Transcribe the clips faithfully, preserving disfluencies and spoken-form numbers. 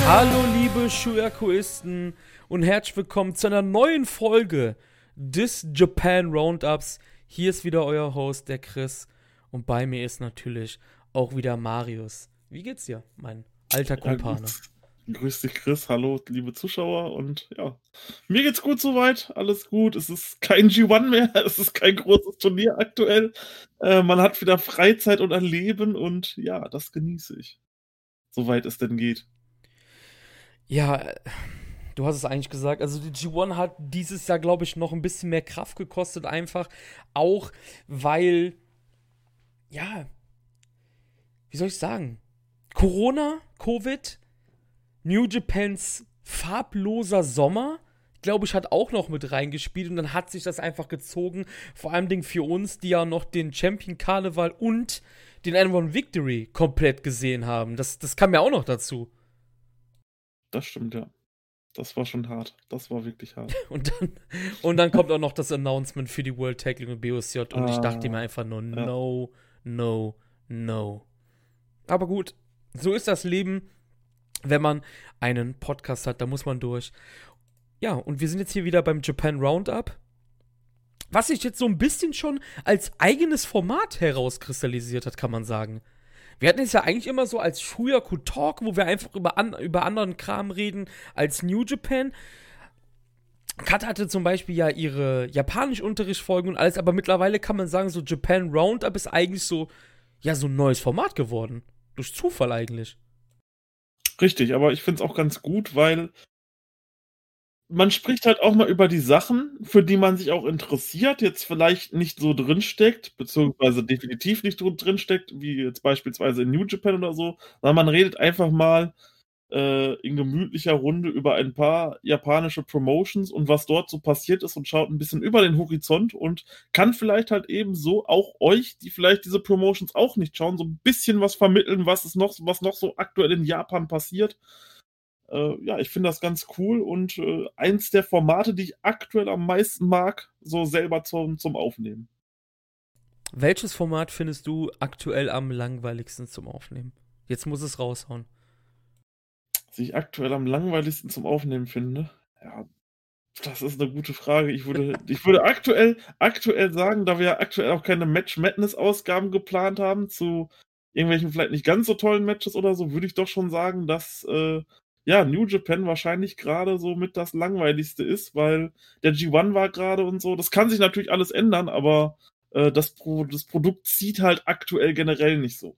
Hallo liebe Shuyakuisten und herzlich willkommen zu einer neuen Folge des Japan Roundups. Hier ist wieder euer Host, der Chris, und bei mir ist natürlich auch wieder Marius. Wie geht's dir, mein alter Kumpane? Ja, grüß dich, Chris. Hallo, liebe Zuschauer. Und ja, mir geht's gut soweit. Alles gut. Es ist kein G eins mehr. Es ist kein großes Turnier aktuell. Äh, man hat wieder Freizeit und ein Leben und ja, das genieße ich. Soweit es denn geht. Ja, du hast es eigentlich gesagt. Also die G eins hat dieses Jahr, glaube ich, noch ein bisschen mehr Kraft gekostet, einfach auch, weil, ja, wie soll ich sagen, Corona, Covid, New Japans farbloser Sommer, glaube ich, hat auch noch mit reingespielt und dann hat sich das einfach gezogen, vor allem für uns, die ja noch den Champion Karneval und den N eins Victory komplett gesehen haben. Das, das kam ja auch noch dazu. Das stimmt, ja. Das war schon hart. Das war wirklich hart. Und dann, und dann kommt auch noch das Announcement für die World Tag League und B O C J und ah, ich dachte mir einfach nur, no, ja. no, no. Aber gut, so ist das Leben, wenn man einen Podcast hat, da muss man durch. Ja, und wir sind jetzt hier wieder beim Japan Roundup, was sich jetzt so ein bisschen schon als eigenes Format herauskristallisiert hat, kann man sagen. Wir hatten es ja eigentlich immer so als Shuyaku Talk, wo wir einfach über, an, über anderen Kram reden, als New Japan. Kat hatte zum Beispiel ja ihre Japanisch-Unterrichtsfolgen und alles, aber mittlerweile kann man sagen, so Japan Roundup ist eigentlich so, ja, so ein neues Format geworden. Durch Zufall eigentlich. Richtig, aber ich finde es auch ganz gut, weil man spricht halt auch mal über die Sachen, für die man sich auch interessiert, jetzt vielleicht nicht so drinsteckt, beziehungsweise definitiv nicht so drinsteckt, wie jetzt beispielsweise in New Japan oder so, sondern man redet einfach mal äh, in gemütlicher Runde über ein paar japanische Promotions und was dort so passiert ist und schaut ein bisschen über den Horizont und kann vielleicht halt eben so auch euch, die vielleicht diese Promotions auch nicht schauen, so ein bisschen was vermitteln, was ist noch, was noch so aktuell in Japan passiert. Äh, ja, ich finde das ganz cool und äh, eins der Formate, die ich aktuell am meisten mag, so selber zum, zum Aufnehmen. Welches Format findest du aktuell am langweiligsten zum Aufnehmen? Jetzt muss es raushauen. Was ich aktuell am langweiligsten zum Aufnehmen finde? Ja, das ist eine gute Frage. Ich würde, ich würde aktuell, aktuell sagen, da wir ja aktuell auch keine Match-Madness-Ausgaben geplant haben zu irgendwelchen vielleicht nicht ganz so tollen Matches oder so, würde ich doch schon sagen, dass äh, ja, New Japan wahrscheinlich gerade so mit das langweiligste ist, weil der G eins war gerade und so. Das kann sich natürlich alles ändern, aber äh, das, Pro- das Produkt zieht halt aktuell generell nicht so.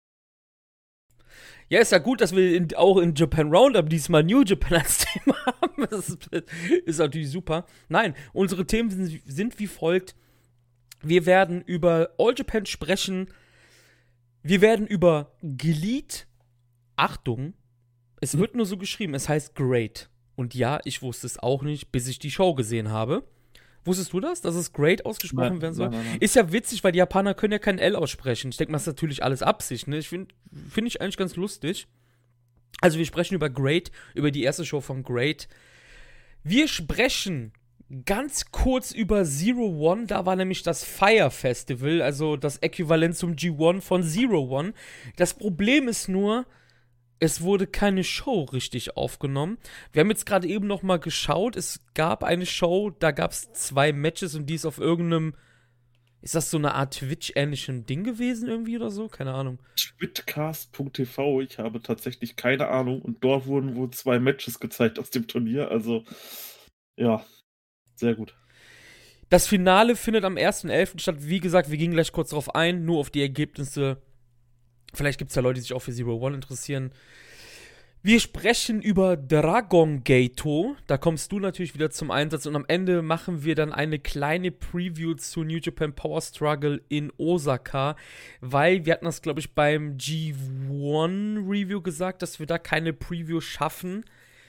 Ja, ist ja gut, dass wir in, auch in Japan Roundup diesmal New Japan als Thema haben. Das ist, ist natürlich super. Nein, unsere Themen sind, sind wie folgt. Wir werden über All Japan sprechen. Wir werden über Glied. Achtung, es wird nur so geschrieben, es heißt Great. Und ja, ich wusste es auch nicht, bis ich die Show gesehen habe. Wusstest du das, dass es Great ausgesprochen Nein, werden soll? nein, nein, nein. Ist ja witzig, weil die Japaner können ja kein L aussprechen. Ich denke mal, das ist natürlich alles Absicht. Ne? Ich finde find ich eigentlich ganz lustig. Also wir sprechen über Great, über die erste Show von Great. Wir sprechen ganz kurz über Zero One. Da war nämlich das Fire Festival, also das Äquivalent zum G eins von Zero One. Das Problem ist nur, es wurde keine Show richtig aufgenommen. Wir haben jetzt gerade eben noch mal geschaut. Es gab eine Show, da gab es zwei Matches und die ist auf irgendeinem, ist das so eine Art Twitch-ähnlichen Ding gewesen irgendwie oder so? Keine Ahnung. Twitcast Punkt t v, ich habe tatsächlich keine Ahnung und dort wurden wohl zwei Matches gezeigt aus dem Turnier, also ja, sehr gut. Das Finale findet am ersten elften statt. Wie gesagt, wir gehen gleich kurz darauf ein, nur auf die Ergebnisse. Vielleicht gibt es ja Leute, die sich auch für Zero One interessieren. Wir sprechen über Dragon Gato. Da kommst du natürlich wieder zum Einsatz. Und am Ende machen wir dann eine kleine Preview zu New Japan Power Struggle in Osaka. Weil wir hatten das, glaube ich, beim G eins Review gesagt, dass wir da keine Preview schaffen.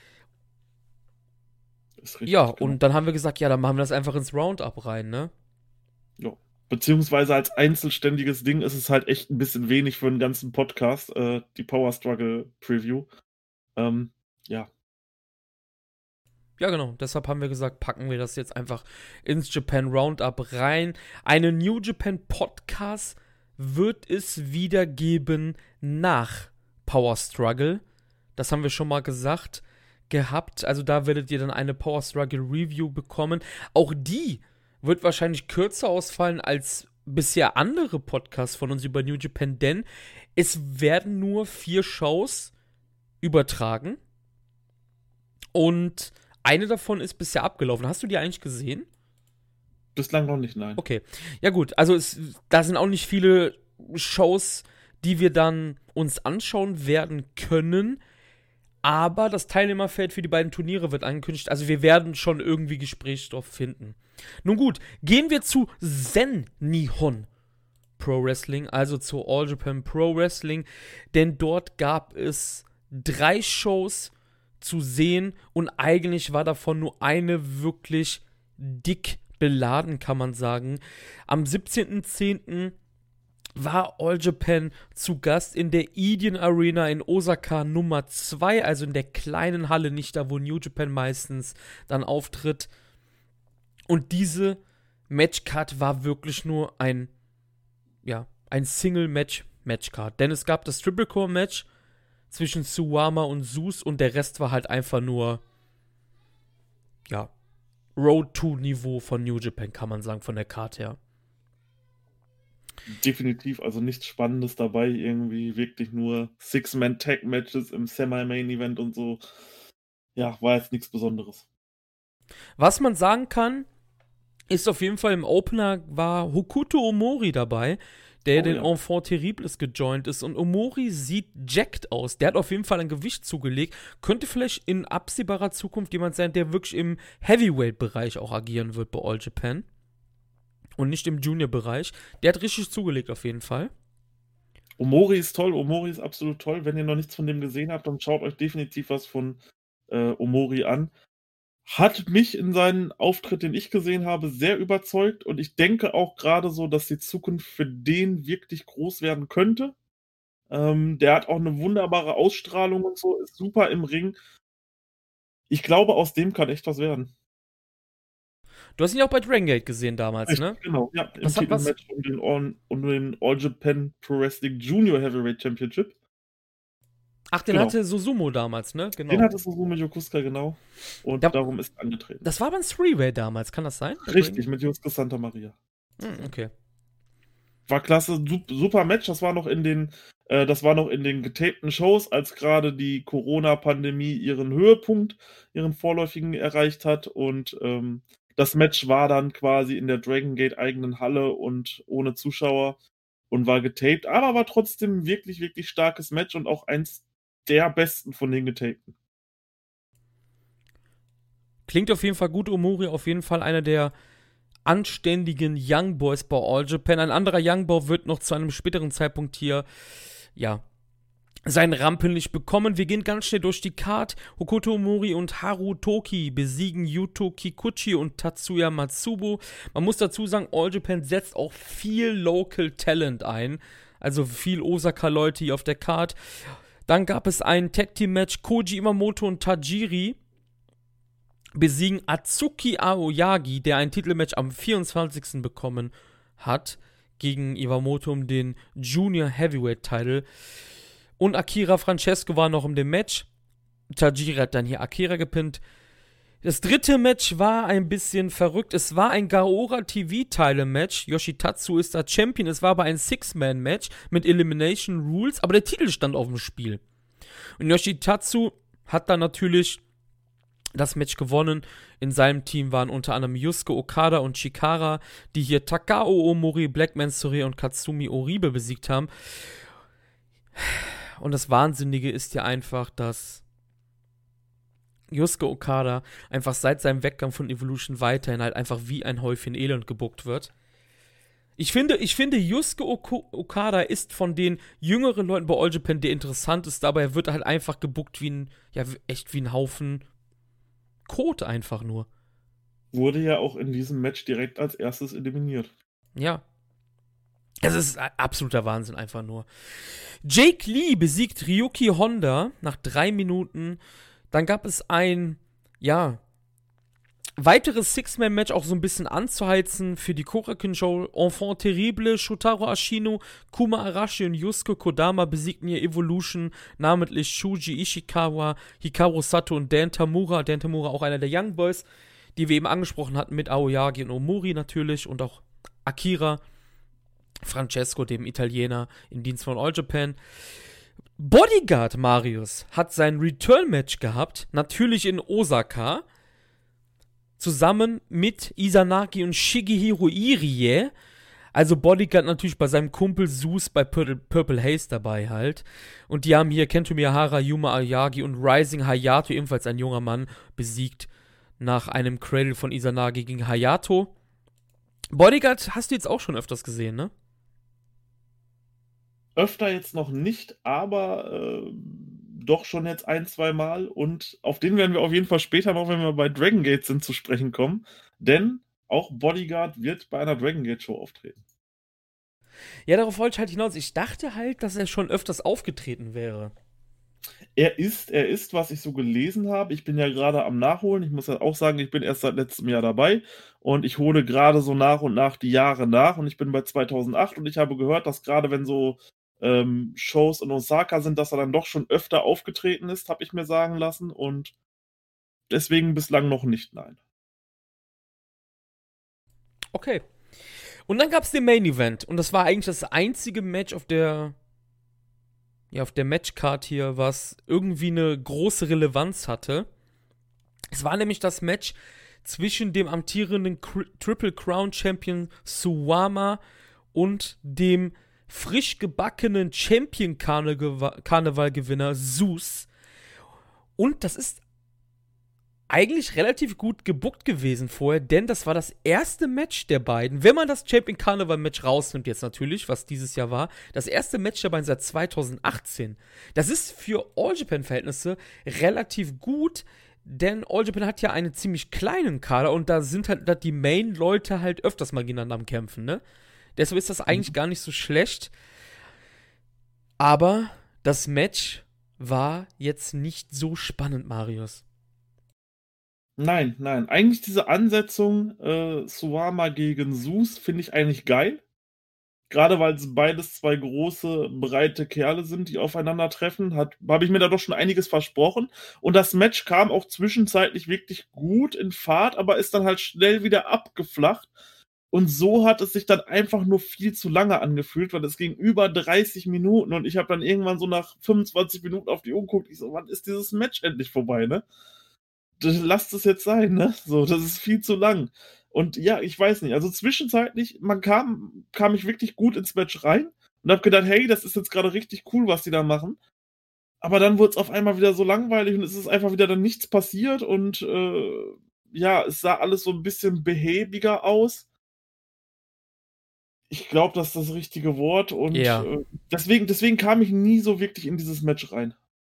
Ist richtig, ja, genau. Und dann haben wir gesagt, ja, dann machen wir das einfach ins Roundup rein, ne? Ja. Beziehungsweise als einzelständiges Ding ist es halt echt ein bisschen wenig für einen ganzen Podcast, äh, die Power Struggle Preview. Ähm, ja. Ja, genau. Deshalb haben wir gesagt, packen wir das jetzt einfach ins Japan Roundup rein. Eine New Japan Podcast wird es wieder geben nach Power Struggle. Das haben wir schon mal gesagt gehabt. Also da werdet ihr dann eine Power Struggle Review bekommen. Auch die wird wahrscheinlich kürzer ausfallen als bisher andere Podcasts von uns über New Japan, denn es werden nur vier Shows übertragen und eine davon ist bisher abgelaufen. Hast du die eigentlich gesehen? Bislang noch nicht, nein. Okay, ja gut, also es, da sind auch nicht viele Shows, die wir dann uns anschauen werden können, aber das Teilnehmerfeld für die beiden Turniere wird angekündigt, also wir werden schon irgendwie Gesprächsstoff finden. Nun gut, gehen wir zu Zen Nihon Pro Wrestling, also zu All Japan Pro Wrestling, denn dort gab es drei Shows zu sehen und eigentlich war davon nur eine wirklich dick beladen, kann man sagen. Am siebzehnten zehnten war All Japan zu Gast in der Edion Arena in Osaka Nummer zwei, also in der kleinen Halle, nicht da, wo New Japan meistens dann auftritt. Und diese Matchcard war wirklich nur ein, ja, ein Single-Match-Matchcard. Denn es gab das Triple-Core-Match zwischen Suwama und Zeus und der Rest war halt einfach nur, ja, Road-to-Niveau von New Japan, kann man sagen, von der Karte her. Definitiv, also nichts Spannendes dabei, irgendwie wirklich nur Six-Man-Tag-Matches im Semi-Main-Event und so. Ja, war jetzt nichts Besonderes. Was man sagen kann, ist auf jeden Fall im Opener war Hokuto Omori dabei, der Oh, den ja. Enfant Terribles gejoint ist. Und Omori sieht jacked aus. Der hat auf jeden Fall ein Gewicht zugelegt. Könnte vielleicht in absehbarer Zukunft jemand sein, der wirklich im Heavyweight-Bereich auch agieren wird bei All Japan. Und nicht im Junior-Bereich. Der hat richtig zugelegt auf jeden Fall. Omori ist toll, Omori ist absolut toll. Wenn ihr noch nichts von dem gesehen habt, dann schaut euch definitiv was von äh, Omori an. Hat mich in seinen Auftritt, den ich gesehen habe, sehr überzeugt und ich denke auch gerade so, dass die Zukunft für den wirklich groß werden könnte. Ähm, der hat auch eine wunderbare Ausstrahlung und so, ist super im Ring. Ich glaube, aus dem kann echt was werden. Du hast ihn ja auch bei Dragon Gate gesehen damals, Richtig, ne? genau, ja, im Was hat- was- Titelmatch um den, All, um den All Japan Pro Wrestling Junior Heavyweight Championship. Ach, den Genau. hatte Susumu damals, ne? Genau. Den hatte Susumu Yokosuka, genau. Und Ja. darum ist er angetreten. Das war aber ein Three-Way damals, kann das sein? Bei Richtig, mit Yosuke Santa Maria. Dragon- Hm, okay. War klasse, sup- super Match. Das war noch in den, äh, das war noch in den getapten Shows, als gerade die Corona-Pandemie ihren Höhepunkt, ihren vorläufigen erreicht hat. Und ähm, das Match war dann quasi in der Dragon Gate eigenen Halle und ohne Zuschauer und war getaped, aber war trotzdem ein wirklich, wirklich starkes Match und auch eins der besten von den getapten. Klingt auf jeden Fall gut. Omori auf jeden Fall einer der anständigen Young Boys bei All Japan. Ein anderer Young Boy wird noch zu einem späteren Zeitpunkt hier, ja, sein Rampenlicht bekommen. Wir gehen ganz schnell durch die Card. Hokuto Omori und Haru Toki besiegen Yuto Kikuchi und Tatsuya Matsubo. Man muss dazu sagen, All Japan setzt auch viel Local Talent ein. Also viel Osaka-Leute hier auf der Card. Dann gab es ein Tag-Team-Match. Koji Imamoto und Tajiri besiegen Atsuki Aoyagi, der ein Titelmatch am vierundzwanzigsten bekommen hat, gegen Iwamoto um den Junior Heavyweight Title. Und Akira Francesco war noch in dem Match. Tajiri hat dann hier Akira gepinnt. Das dritte Match war ein bisschen verrückt. Es war ein Gaora T V-Title-Match. Yoshitatsu ist da Champion. Es war aber ein Six-Man-Match mit Elimination Rules, aber der Titel stand auf dem Spiel. Und Yoshitatsu hat dann natürlich das Match gewonnen. In seinem Team waren unter anderem Yusuke Okada und Chikara, die hier Takao Omori, Blackman Sore und Katsumi Oribe besiegt haben. Und das Wahnsinnige ist ja einfach, dass Yusuke Okada einfach seit seinem Weggang von Evolution weiterhin halt einfach wie ein Häufchen Elend gebuckt wird. Ich finde, ich finde, Yusuke Oko- Okada ist von den jüngeren Leuten bei All Japan der interessanteste, aber er wird halt einfach gebuckt wie ein, ja, echt wie ein Haufen Kot einfach nur. Wurde ja auch in diesem Match direkt als erstes eliminiert. Ja. Es ist absoluter Wahnsinn einfach nur. Jake Lee besiegt Ryuki Honda nach drei Minuten. Dann gab es ein, ja, weiteres Six-Man-Match auch so ein bisschen anzuheizen für die Korakuen-Show. Enfant Terrible, Shotaro Ashino, Kuma Arashi und Yusuke Kodama besiegten ihr Evolution, namentlich Shuji Ishikawa, Hikaru Sato und Dan Tamura. Dan Tamura auch einer der Young Boys, die wir eben angesprochen hatten, mit Aoyagi und Omori natürlich und auch Akira, Francesco, dem Italiener im Dienst von All Japan. Bodyguard Marius hat sein Return-Match gehabt, natürlich in Osaka, zusammen mit Izanagi und Shigehiro Irie. Also Bodyguard natürlich bei seinem Kumpel Zeus bei Purple, Purple Haze dabei halt. Und die haben hier Kento Miyahara, Yuma Aoyagi und Rising Hayato, ebenfalls ein junger Mann, besiegt nach einem Cradle von Izanagi gegen Hayato. Bodyguard hast du jetzt auch schon öfters gesehen, ne? Öfter jetzt noch nicht, aber äh, doch schon jetzt ein, zwei Mal. Und auf den werden wir auf jeden Fall später noch, wenn wir bei Dragon Gate sind, zu sprechen kommen. Denn auch Bodyguard wird bei einer Dragon Gate Show auftreten. Ja, darauf wollte ich halt hinaus. Ich dachte halt, dass er schon öfters aufgetreten wäre. Er ist, er ist, was ich so gelesen habe. Ich bin ja gerade am Nachholen. Ich muss ja auch sagen, ich bin erst seit letztem Jahr dabei. Und ich hole gerade so nach und nach die Jahre nach. Und ich bin bei zweitausendacht. Und ich habe gehört, dass gerade wenn so ähm, Shows in Osaka sind, dass er dann doch schon öfter aufgetreten ist, habe ich mir sagen lassen. Und deswegen bislang noch nicht, nein. Okay. Und dann gab es den Main Event. Und das war eigentlich das einzige Match auf der ja, auf der Matchcard hier, was irgendwie eine große Relevanz hatte. Es war nämlich das Match zwischen dem amtierenden Cri- Triple Crown Champion Suwama und dem frisch gebackenen Champion-Karneval-Gewinner Zeus. Und das ist eigentlich relativ gut gebuckt gewesen vorher, denn das war das erste Match der beiden, wenn man das Champion-Karneval-Match rausnimmt jetzt natürlich, was dieses Jahr war, das erste Match der beiden seit zweitausendachtzehn. Das ist für All Japan-Verhältnisse relativ gut, denn All Japan hat ja einen ziemlich kleinen Kader und da sind halt die Main-Leute halt öfters mal gegeneinander am Kämpfen, ne? Deshalb ist das eigentlich gar nicht so schlecht. Aber das Match war jetzt nicht so spannend, Marius. Nein, nein. Eigentlich diese Ansetzung äh, Suwama gegen Zeus finde ich eigentlich geil. Gerade weil es beides zwei große, breite Kerle sind, die aufeinandertreffen, habe ich mir da doch schon einiges versprochen. Und das Match kam auch zwischenzeitlich wirklich gut in Fahrt, aber ist dann halt schnell wieder abgeflacht. Und so hat es sich dann einfach nur viel zu lange angefühlt, weil es ging über dreißig Minuten und ich habe dann irgendwann so nach fünfundzwanzig Minuten auf die Uhr geguckt. Ich so, wann ist dieses Match endlich vorbei, ne? Lasst es jetzt sein, ne? So, das ist viel zu lang. Und ja, ich weiß nicht. Also zwischenzeitlich, man kam, kam ich wirklich gut ins Match rein und hab gedacht, hey, das ist jetzt gerade richtig cool, was die da machen. Aber dann wurde es auf einmal wieder so langweilig und es ist einfach wieder dann nichts passiert und äh, ja, es sah alles so ein bisschen behäbiger aus. Ich glaube, das ist das richtige Wort und Ja. äh, deswegen, deswegen kam ich nie so wirklich in dieses Match rein.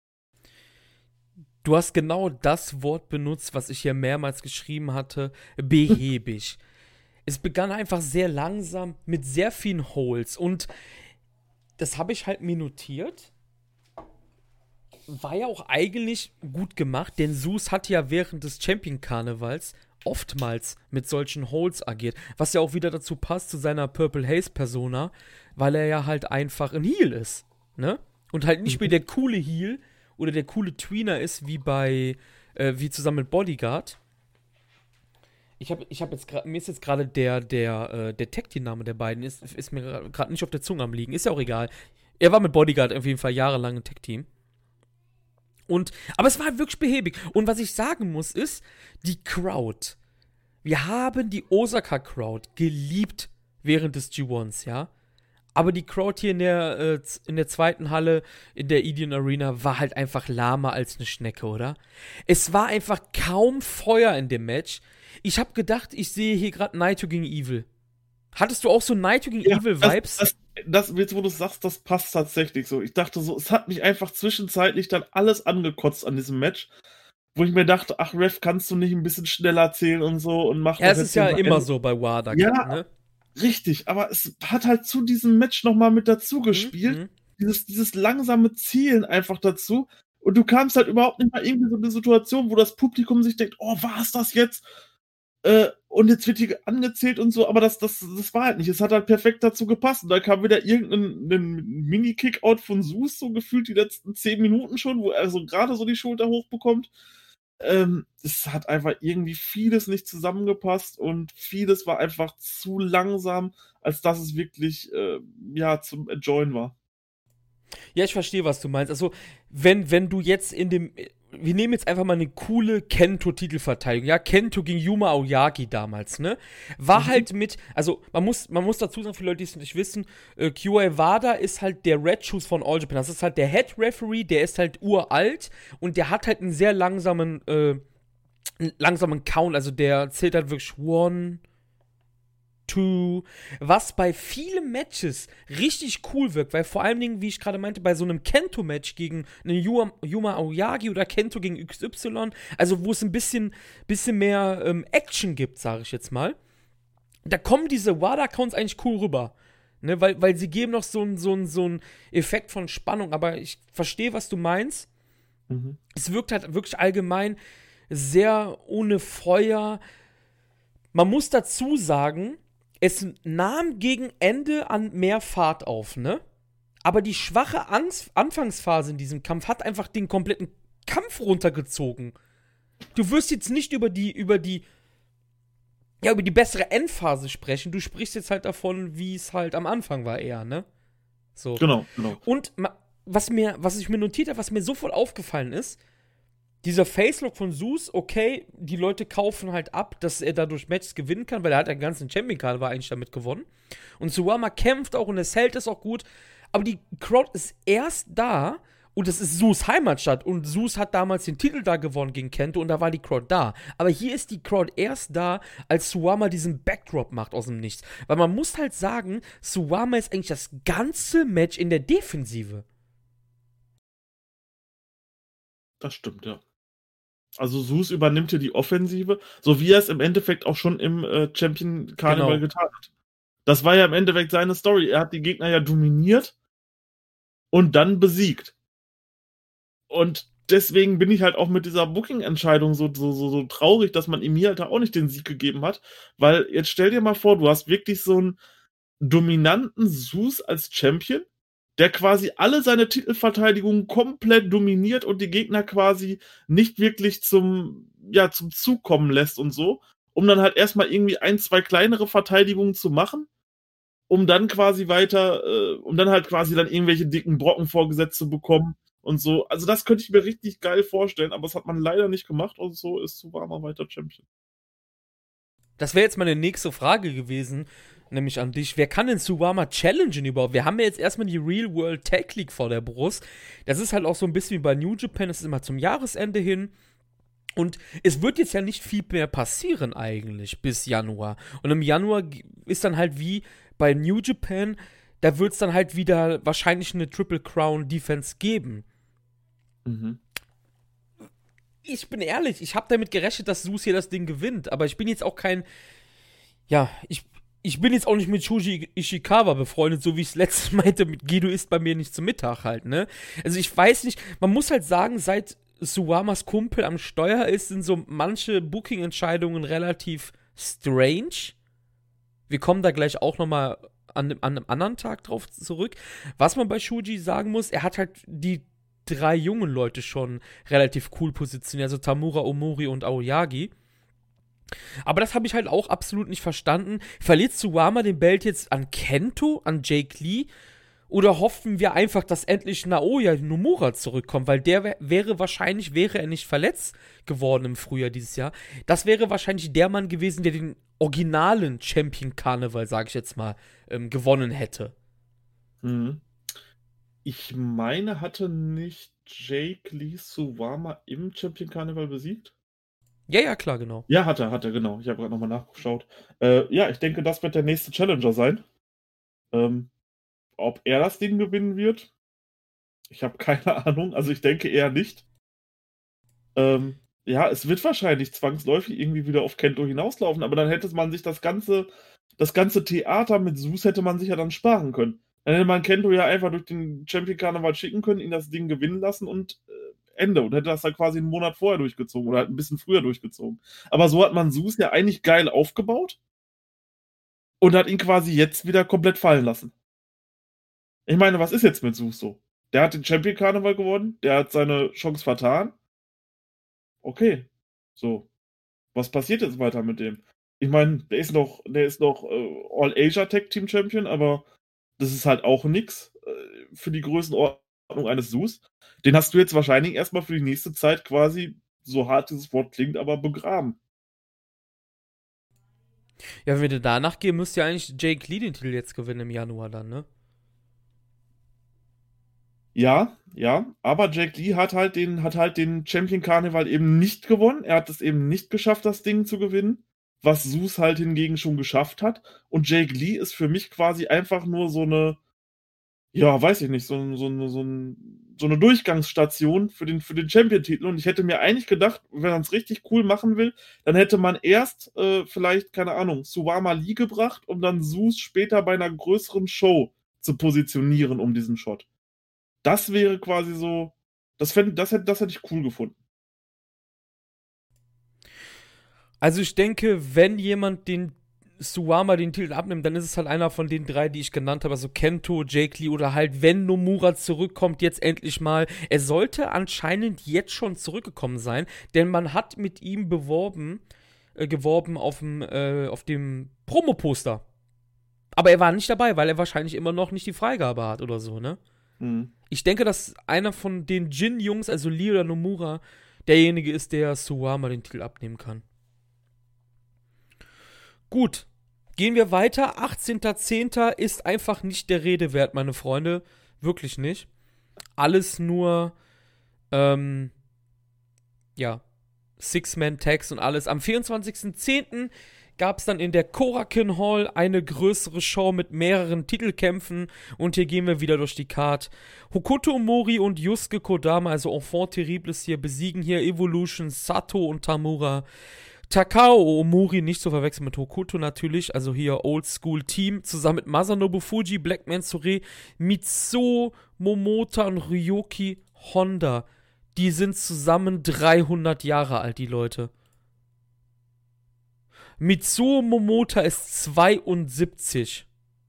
Du hast genau das Wort benutzt, was ich hier mehrmals geschrieben hatte, behäbig. Es begann einfach sehr langsam mit sehr vielen Holes und das habe ich halt mir notiert. War ja auch eigentlich gut gemacht, denn Zeus hat ja während des Champion-Karnevals oftmals mit solchen Holes agiert, was ja auch wieder dazu passt zu seiner Purple Haze-Persona, weil er ja halt einfach ein Heel ist, ne? Und halt nicht mehr der coole Heel oder der coole Tweener ist, wie bei, äh, wie zusammen mit Bodyguard. Ich habe ich hab jetzt gerade, mir ist jetzt gerade der, der, äh, der Tag-Team-Name der beiden, ist, ist mir gerade nicht auf der Zunge am liegen, ist ja auch egal. Er war mit Bodyguard auf jeden Fall jahrelang ein Tag-Team. Und, aber es war wirklich behäbig. Und was ich sagen muss, ist, die Crowd. Wir haben die Osaka-Crowd geliebt während des G eins, ja. Aber die Crowd hier in der, äh, in der zweiten Halle, in der Edion Arena, war halt einfach lahmer als eine Schnecke, oder? Es war einfach kaum Feuer in dem Match. Ich habe gedacht, ich sehe hier gerade Naito gegen Evil. Hattest du auch so Naito gegen Ja, Evil-Vibes? Das, das, das, jetzt, wo du sagst, das passt tatsächlich so. Ich dachte so, es hat mich einfach zwischenzeitlich dann alles angekotzt an diesem Match, wo ich mir dachte, ach, Ref, kannst du nicht ein bisschen schneller zählen und so und mach Ja, das es jetzt ist ja mal immer Ende. so bei WADA, Ja, ne? Richtig, aber es hat halt zu diesem Match nochmal mit dazu gespielt. Mhm. Dieses, dieses langsame Zielen einfach dazu. Und du kamst halt überhaupt nicht mal irgendwie so eine Situation, wo das Publikum sich denkt, oh, war es das jetzt? Äh, und jetzt wird hier angezählt und so, aber das das das war halt nicht. Es hat halt perfekt dazu gepasst. Und dann kam wieder irgend 'nen 'nen Mini-Kickout von Zeus, so gefühlt die letzten zehn Minuten schon, wo er so grade so die Schulter hochbekommt. Ähm, es hat einfach irgendwie vieles nicht zusammengepasst und vieles war einfach zu langsam, als dass es wirklich, äh, ja, zum Enjoyen war. Ja, ich verstehe, was du meinst. Also, wenn, wenn du jetzt in dem. Wir nehmen jetzt einfach mal eine coole Kento-Titelverteidigung. Ja, Kento gegen Yuma Aoyagi damals, ne? War Mhm. halt mit. Also, man muss, man muss dazu sagen, für Leute, die es nicht wissen, äh, Kyoei Wada ist halt der Red Shoes von All Japan. Das ist halt der Head Referee, der ist halt uralt und der hat halt einen sehr langsamen, äh, einen langsamen Count. Also, der zählt halt wirklich One. Two, was bei vielen Matches richtig cool wirkt, weil vor allen Dingen, wie ich gerade meinte, bei so einem Kento-Match gegen einen Yuma, Yuma Aoyagi oder Kento gegen X Y, also wo es ein bisschen, bisschen mehr ähm, Action gibt, sage ich jetzt mal, da kommen diese Wada-Counts eigentlich cool rüber. Ne, weil, weil sie geben noch so einen so so ein Effekt von Spannung, aber ich verstehe, was du meinst. Mhm. Es wirkt halt wirklich allgemein sehr ohne Feuer. Man muss dazu sagen, es nahm gegen Ende an mehr Fahrt auf, ne? Aber die schwache Angst Anfangsphase in diesem Kampf hat einfach den kompletten Kampf runtergezogen. Du wirst jetzt nicht über die, über die, ja, über die bessere Endphase sprechen. Du sprichst jetzt halt davon, wie es halt am Anfang war eher, ne? So. Genau, genau. Und was mir, was ich mir notiert habe, was mir sofort aufgefallen ist, dieser Facelock von Zeus, okay, die Leute kaufen halt ab, dass er dadurch Matches gewinnen kann, weil er hat den ganzen Champion-Card war eigentlich damit gewonnen. Und Suwama kämpft auch und es hält es auch gut. Aber die Crowd ist erst da und das ist Zeus Heimatstadt und Zeus hat damals den Titel da gewonnen gegen Kento und da war die Crowd da. Aber hier ist die Crowd erst da, als Suwama diesen Backdrop macht aus dem Nichts. Weil man muss halt sagen, Suwama ist eigentlich das ganze Match in der Defensive. Das stimmt, ja. Also Zeus übernimmt hier die Offensive, so wie er es im Endeffekt auch schon im äh, Champion Carnival Genau. getan hat. Das war ja im Endeffekt seine Story. Er hat die Gegner ja dominiert und dann besiegt. Und deswegen bin ich halt auch mit dieser Booking-Entscheidung so, so, so, so traurig, dass man ihm hier halt auch nicht den Sieg gegeben hat. Weil jetzt stell dir mal vor, du hast wirklich so einen dominanten Zeus als Champion, der quasi alle seine Titelverteidigungen komplett dominiert und die Gegner quasi nicht wirklich zum, ja, zum Zug kommen lässt und so, um dann halt erstmal irgendwie ein, zwei kleinere Verteidigungen zu machen, um dann quasi weiter, äh, um dann halt quasi dann irgendwelche dicken Brocken vorgesetzt zu bekommen und so. Also das könnte ich mir richtig geil vorstellen, aber das hat man leider nicht gemacht und so ist Suwama weiter Champion. Das wäre jetzt meine nächste Frage gewesen, nämlich an dich. Wer kann denn Suwama challengen überhaupt? Wir haben ja jetzt erstmal die Real World Tag League vor der Brust. Das ist halt auch so ein bisschen wie bei New Japan, das ist immer zum Jahresende hin. Und es wird jetzt ja nicht viel mehr passieren eigentlich bis Januar. Und im Januar ist dann halt wie bei New Japan, da wird es dann halt wieder wahrscheinlich eine Triple Crown Defense geben. Mhm. Ich bin ehrlich, ich habe damit gerechnet, dass Zeus hier das Ding gewinnt, aber ich bin jetzt auch kein, ja, ich, ich bin jetzt auch nicht mit Shuji Ishikawa befreundet, so wie ich es letztes meinte, mit Gedo isst bei mir nicht zum Mittag halt, ne? Also ich weiß nicht, man muss halt sagen, seit Suwamas Kumpel am Steuer ist, sind so manche Booking-Entscheidungen relativ strange. Wir kommen da gleich auch nochmal an, an einem anderen Tag drauf zurück. Was man bei Shuji sagen muss, er hat halt die drei jungen Leute schon relativ cool positioniert, also Tamura, Omori und Aoyagi. Aber das habe ich halt auch absolut nicht verstanden. Verliert Suwama den Belt jetzt an Kento, an Jake Lee? Oder hoffen wir einfach, dass endlich Naoya Nomura zurückkommt? Weil der wär, wäre wahrscheinlich, wäre er nicht verletzt geworden im Frühjahr dieses Jahr, das wäre wahrscheinlich der Mann gewesen, der den originalen Champion Carnival, sag ich jetzt mal, ähm, gewonnen hätte. Mhm. Ich meine, hatte nicht Jake Lee Suwama im Champion Carnival besiegt? Ja, ja, klar, genau. Ja, hat er, hat er, genau. Ich habe gerade nochmal nachgeschaut. Äh, ja, ich denke, das wird der nächste Challenger sein. Ähm, ob er das Ding gewinnen wird? Ich habe keine Ahnung. Also ich denke eher nicht. Ähm, ja, es wird wahrscheinlich zwangsläufig irgendwie wieder auf Kento hinauslaufen, aber dann hätte man sich das ganze, das ganze Theater mit Zeus hätte man sich ja dann sparen können. Dann hätte man Kento ja einfach durch den Champion Carnival schicken können, ihn das Ding gewinnen lassen und äh, Ende und hätte das dann quasi einen Monat vorher durchgezogen oder halt ein bisschen früher durchgezogen. Aber so hat man Zeus ja eigentlich geil aufgebaut und hat ihn quasi jetzt wieder komplett fallen lassen. Ich meine, was ist jetzt mit Zeus so? Der hat den Champion Karneval gewonnen, der hat seine Chance vertan. Okay, so. Was passiert jetzt weiter mit dem? Ich meine, der ist noch, der ist noch äh, All-Asia Tag Team Champion, aber das ist halt auch nix äh, für die Größenordnung eines Zeus. Den hast du jetzt wahrscheinlich erstmal für die nächste Zeit quasi, so hart dieses Wort klingt, aber begraben. Ja, wenn wir danach gehen, müsste ja eigentlich Jake Lee den Titel jetzt gewinnen im Januar dann, ne? Ja, ja, aber Jake Lee hat halt den, hat halt den Champion Karneval eben nicht gewonnen. Er hat es eben nicht geschafft, das Ding zu gewinnen, was Zeus halt hingegen schon geschafft hat. Und Jake Lee ist für mich quasi einfach nur so eine, ja, weiß ich nicht, so, ein- so, eine, so, ein, so eine Durchgangsstation für den, für den Champion-Titel. Und ich hätte mir eigentlich gedacht, wenn man es richtig cool machen will, dann hätte man erst äh, vielleicht, keine Ahnung, Suwama Lee gebracht, um dann Zeus später bei einer größeren Show zu positionieren um diesen Shot. Das wäre quasi so, das, fänd, das, hätte, das hätte ich cool gefunden. Also ich denke, wenn jemand den Suwama den Titel abnimmt, dann ist es halt einer von den drei, die ich genannt habe, also Kento, Jake Lee oder halt, wenn Nomura zurückkommt, jetzt endlich mal. Er sollte anscheinend jetzt schon zurückgekommen sein, denn man hat mit ihm beworben, äh, geworben auf dem, äh, auf dem Promoposter. Aber er war nicht dabei, weil er wahrscheinlich immer noch nicht die Freigabe hat oder so, ne? Mhm. Ich denke, dass einer von den Jin-Jungs, also Lee oder Nomura, derjenige ist, der Suwama den Titel abnehmen kann. Gut, gehen wir weiter. achtzehnter zehnter ist einfach nicht der Rede wert, meine Freunde. Wirklich nicht. Alles nur, ähm, ja, Six-Man-Tags und alles. Am vierundzwanzigster zehnter gab es dann in der Korakuen Hall eine größere Show mit mehreren Titelkämpfen. Und hier gehen wir wieder durch die Card. Hokuto Mori und Yusuke Kodama, also Enfant Terribles hier, besiegen hier Evolution, Sato und Tamura. Takao Omori, nicht zu verwechseln mit Hokuto natürlich, also hier Old School Team, zusammen mit Masanobu Fuji, Blackman Sure, Mitsuo Momota und Ryoki Honda. Die sind zusammen dreihundert Jahre alt, die Leute. Mitsuo Momota ist zweiundsiebzig.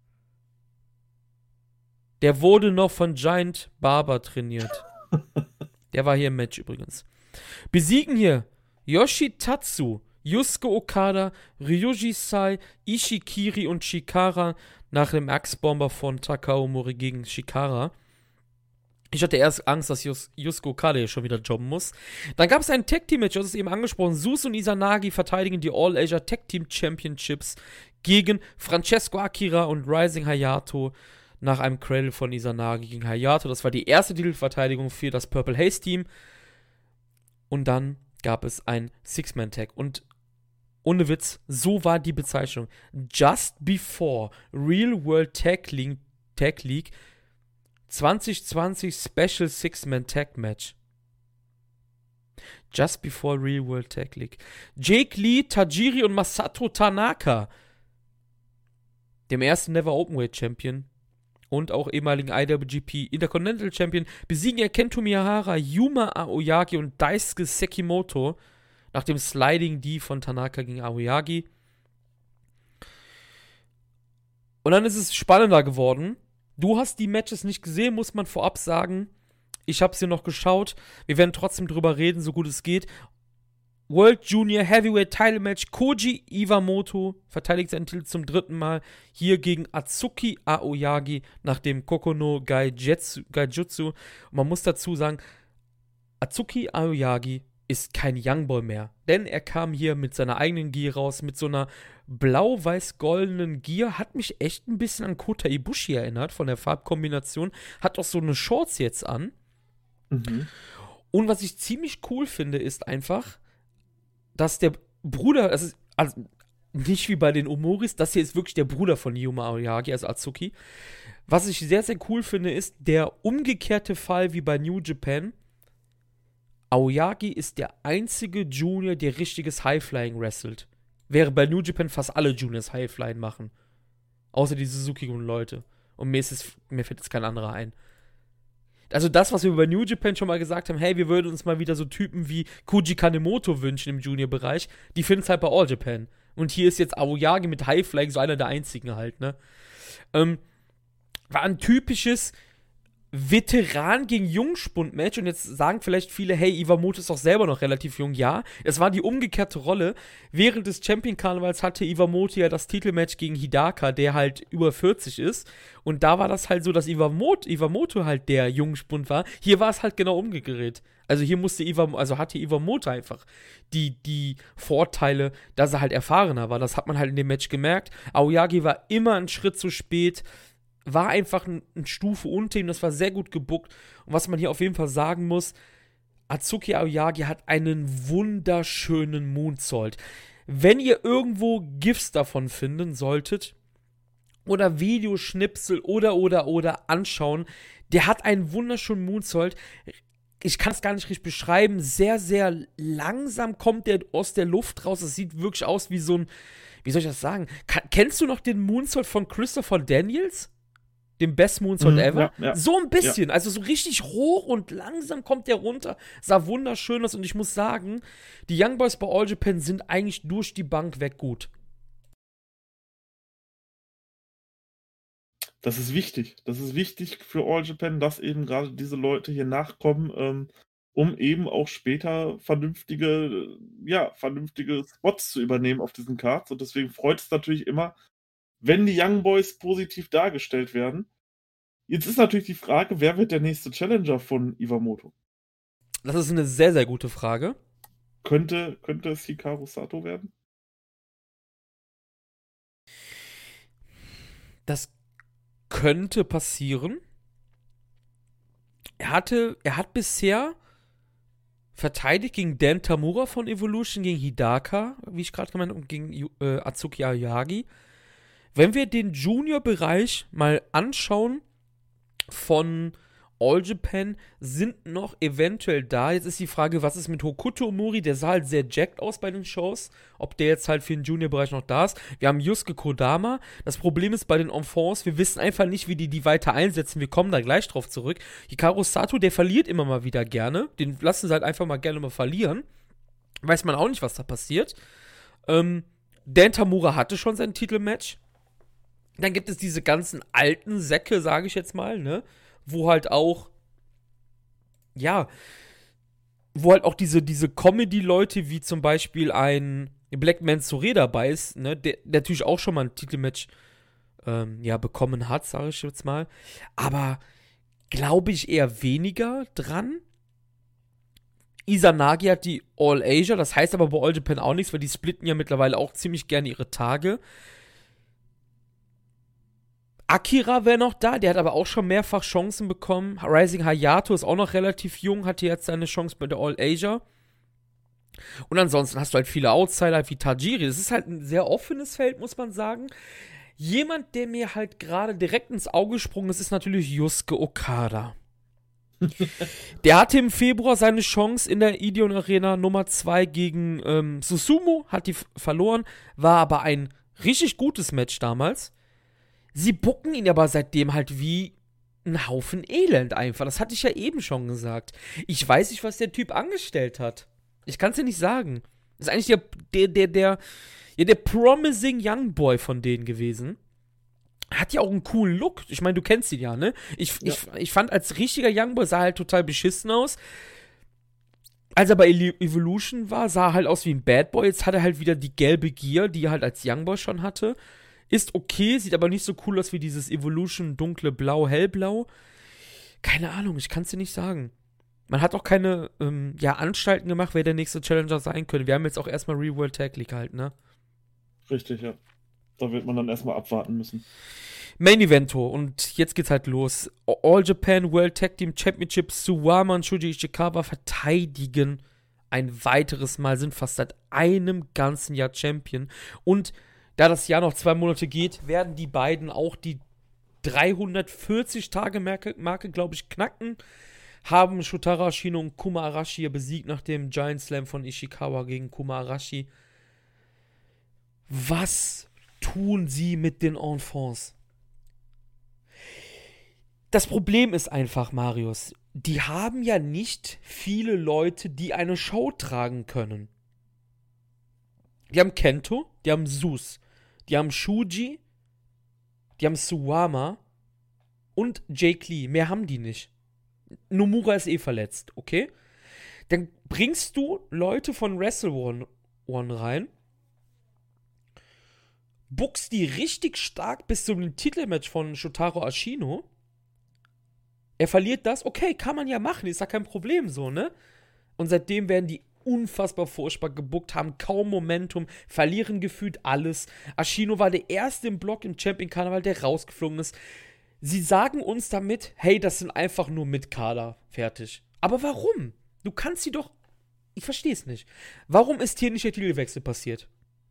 Der wurde noch von Giant Barber trainiert. Der war hier im Match übrigens. Besiegen hier Yoshitatsu, Yusuke Okada, Ryuji Sai, Ishikiri und Shikara nach dem Axtbomber von Takao Mori gegen Shikara. Ich hatte erst Angst, dass Yus- Yusuke Okada hier schon wieder jobben muss. Dann gab es ein Tag-Team-Match, das ist eben angesprochen. Zeus und Izanagi verteidigen die All-Asia Tag-Team Championships gegen Francesco Akira und Rising Hayato nach einem Cradle von Izanagi gegen Hayato. Das war die erste Titelverteidigung für das Purple Haze Team. Und dann gab es ein Six-Man-Tag. Und ohne Witz, so war die Bezeichnung. Just Before Real World Tag League, Tag League zwanzig zwanzig Special Six-Man-Tag Match. Just Before Real World Tag League. Jake Lee, Tajiri und Masato Tanaka, dem ersten Never Openweight Champion und auch ehemaligen I W G P Intercontinental Champion, besiegen ja Kento Miyahara, Yuma Aoyagi und Daisuke Sekimoto nach dem Sliding D von Tanaka gegen Aoyagi. Und dann ist es spannender geworden. Du hast die Matches nicht gesehen, muss man vorab sagen. Ich habe sie noch geschaut. Wir werden trotzdem drüber reden, so gut es geht. World Junior Heavyweight Title Match. Koji Iwamoto verteidigt seinen Titel zum dritten Mal. Hier gegen Atsuki Aoyagi nach dem Kokono Gaijutsu. Gaijutsu. Und man muss dazu sagen, Atsuki Aoyagi ist kein Youngboy mehr. Denn er kam hier mit seiner eigenen Gear raus, mit so einer blau-weiß-goldenen Gear. Hat mich echt ein bisschen an Kota Ibushi erinnert, von der Farbkombination. Hat auch so eine Shorts jetzt an. Mhm. Und was ich ziemlich cool finde, ist einfach, dass der Bruder, das ist also nicht wie bei den Omoris, das hier ist wirklich der Bruder von Yuma Aoyagi, also Atsuki. Was ich sehr, sehr cool finde, ist der umgekehrte Fall wie bei New Japan. Aoyagi ist der einzige Junior, der richtiges Highflying wrestelt. Wäre bei New Japan fast alle Juniors Highflying machen. Außer die Suzuki und Leute. Und mir, ist es, mir fällt jetzt kein anderer ein. Also das, was wir bei New Japan schon mal gesagt haben, hey, wir würden uns mal wieder so Typen wie Koji Kanemoto wünschen im Junior-Bereich, die finden es halt bei All Japan. Und hier ist jetzt Aoyagi mit Highflag so einer der einzigen halt, ne? Ähm, war ein typisches Veteran gegen Jungspund-Match und jetzt sagen vielleicht viele, hey, Iwamoto ist doch selber noch relativ jung. Ja, es war die umgekehrte Rolle. Während des Champion-Karnevals hatte Iwamoto ja das Titelmatch gegen Hidaka, der halt über vierzig ist. Und da war das halt so, dass Iwamoto, Iwamoto halt der Jungspund war. Hier war es halt genau umgedreht. Also hier musste Iwamoto, also hatte Iwamoto einfach die, die Vorteile, dass er halt erfahrener war. Das hat man halt in dem Match gemerkt. Aoyagi war immer einen Schritt zu spät, war einfach eine ein Stufe unter ihm, das war sehr gut gebuckt. Und was man hier auf jeden Fall sagen muss, Atsuki Aoyagi hat einen wunderschönen Moonsault. Wenn ihr irgendwo GIFs davon finden solltet, oder Videoschnipsel oder, oder, oder anschauen, der hat einen wunderschönen Moonsault. Ich kann es gar nicht richtig beschreiben, sehr, sehr langsam kommt der aus der Luft raus. Es sieht wirklich aus wie so ein, wie soll ich das sagen? Ka- kennst du noch den Moonsault von Christopher Daniels? Den Best Moonsault Mhm, ever. ja, ja. So ein bisschen. Ja. Also so richtig hoch und langsam kommt der runter. Sah wunderschön aus. Und ich muss sagen, die Young Boys bei All Japan sind eigentlich durch die Bank weg gut. Das ist wichtig. Das ist wichtig für All Japan, dass eben gerade diese Leute hier nachkommen, ähm, um eben auch später vernünftige, ja, vernünftige Spots zu übernehmen auf diesen Cards. Und deswegen freut es natürlich immer, wenn die Young Boys positiv dargestellt werden. Jetzt ist natürlich die Frage, wer wird der nächste Challenger von Iwamoto? Das ist eine sehr, sehr gute Frage. Könnte, könnte es Hikaru Sato werden? Das könnte passieren. Er hatte, er hat bisher verteidigt gegen Dan Tamura von Evolution, gegen Hidaka, wie ich gerade gemeint habe, und gegen äh, Atsuki Aoyagi. Wenn wir den Junior-Bereich mal anschauen von All Japan, sind noch eventuell da. Jetzt ist die Frage, was ist mit Hokuto Omori? Der sah halt sehr jacked aus bei den Shows. Ob der jetzt halt für den Junior-Bereich noch da ist. Wir haben Yusuke Kodama. Das Problem ist bei den Enfants, wir wissen einfach nicht, wie die die weiter einsetzen. Wir kommen da gleich drauf zurück. Hikaru Sato, der verliert immer mal wieder gerne. Den lassen sie halt einfach mal gerne mal verlieren. Weiß man auch nicht, was da passiert. Ähm, Dan Tamura hatte schon sein Titelmatch. Dann gibt es diese ganzen alten Säcke, sage ich jetzt mal, ne? Wo halt auch, ja, wo halt auch diese, diese Comedy-Leute wie zum Beispiel ein Black Mansoure dabei ist, ne? Der, der natürlich auch schon mal ein Titelmatch ähm, ja, bekommen hat, sage ich jetzt mal. Aber glaube ich eher weniger dran. Izanagi hat die All Asia, das heißt aber bei All Japan auch nichts, weil die splitten ja mittlerweile auch ziemlich gerne ihre Tage. Akira wäre noch da, der hat aber auch schon mehrfach Chancen bekommen. Rising Hayato ist auch noch relativ jung, hatte jetzt seine Chance bei der All Asia. Und ansonsten hast du halt viele Outsider wie Tajiri. Das ist halt ein sehr offenes Feld, muss man sagen. Jemand, der mir halt gerade direkt ins Auge gesprungen ist, ist natürlich Yusuke Okada. Der hatte im Februar seine Chance in der Ideon Arena Nummer zwei gegen ähm, Susumu, hat die f- verloren, war aber ein richtig gutes Match damals. Sie bucken ihn aber seitdem halt wie ein Haufen Elend einfach. Das hatte ich ja eben schon gesagt. Ich weiß nicht, was der Typ angestellt hat. Ich kann es dir nicht sagen. Das ist eigentlich der, der, der, der, ja, der promising Young Boy von denen gewesen. Hat ja auch einen coolen Look. Ich meine, du kennst ihn ja, ne? Ich, ja. ich, ich fand, als richtiger Young Boy sah er halt total beschissen aus. Als er bei Evolution war, sah er halt aus wie ein Bad Boy. Jetzt hat er halt wieder die gelbe Gier, die er halt als Young Boy schon hatte. Ist okay, sieht aber nicht so cool aus wie dieses Evolution dunkle Blau, hellblau. Keine Ahnung, ich kann es dir nicht sagen. Man hat auch keine ähm, ja, Anstalten gemacht, wer der nächste Challenger sein könnte. Wir haben jetzt auch erstmal Real World Tag League halt, ne? Richtig, ja. Da wird man dann erstmal abwarten müssen. Main Evento und jetzt geht's halt los. All Japan World Tag Team Championship, Suwama und Shuji Ishikawa verteidigen ein weiteres Mal, sind fast seit einem ganzen Jahr Champion. Und da das Jahr noch zwei Monate geht, werden die beiden auch die dreihundertvierzig-Tage-Marke, Marke, glaube ich, knacken. Haben Shotaro Ashino und Kuma Arashi besiegt nach dem Giant Slam von Ishikawa gegen Kuma Arashi. Was tun sie mit den Enfants? Das Problem ist einfach, Marius, die haben ja nicht viele Leute, die eine Show tragen können. Die haben Kento, die haben Zeus, die haben Shuji, die haben Suwama und Jake Lee. Mehr haben die nicht. Nomura ist eh verletzt, okay? Dann bringst du Leute von Wrestle One, One rein, buckst die richtig stark bis zum Titelmatch von Shotaro Ashino. Er verliert das, okay, kann man ja machen, ist ja kein Problem so, ne? Und seitdem werden die unfassbar furchtbar gebuckt, haben kaum Momentum, verlieren gefühlt alles. Ashino war der erste im Block im Champion-Karneval, der rausgeflogen ist. Sie sagen uns damit, hey, das sind einfach nur Mid-Kader, fertig. Aber warum? Du kannst sie doch, ich verstehe es nicht. Warum ist hier nicht der Titelwechsel passiert?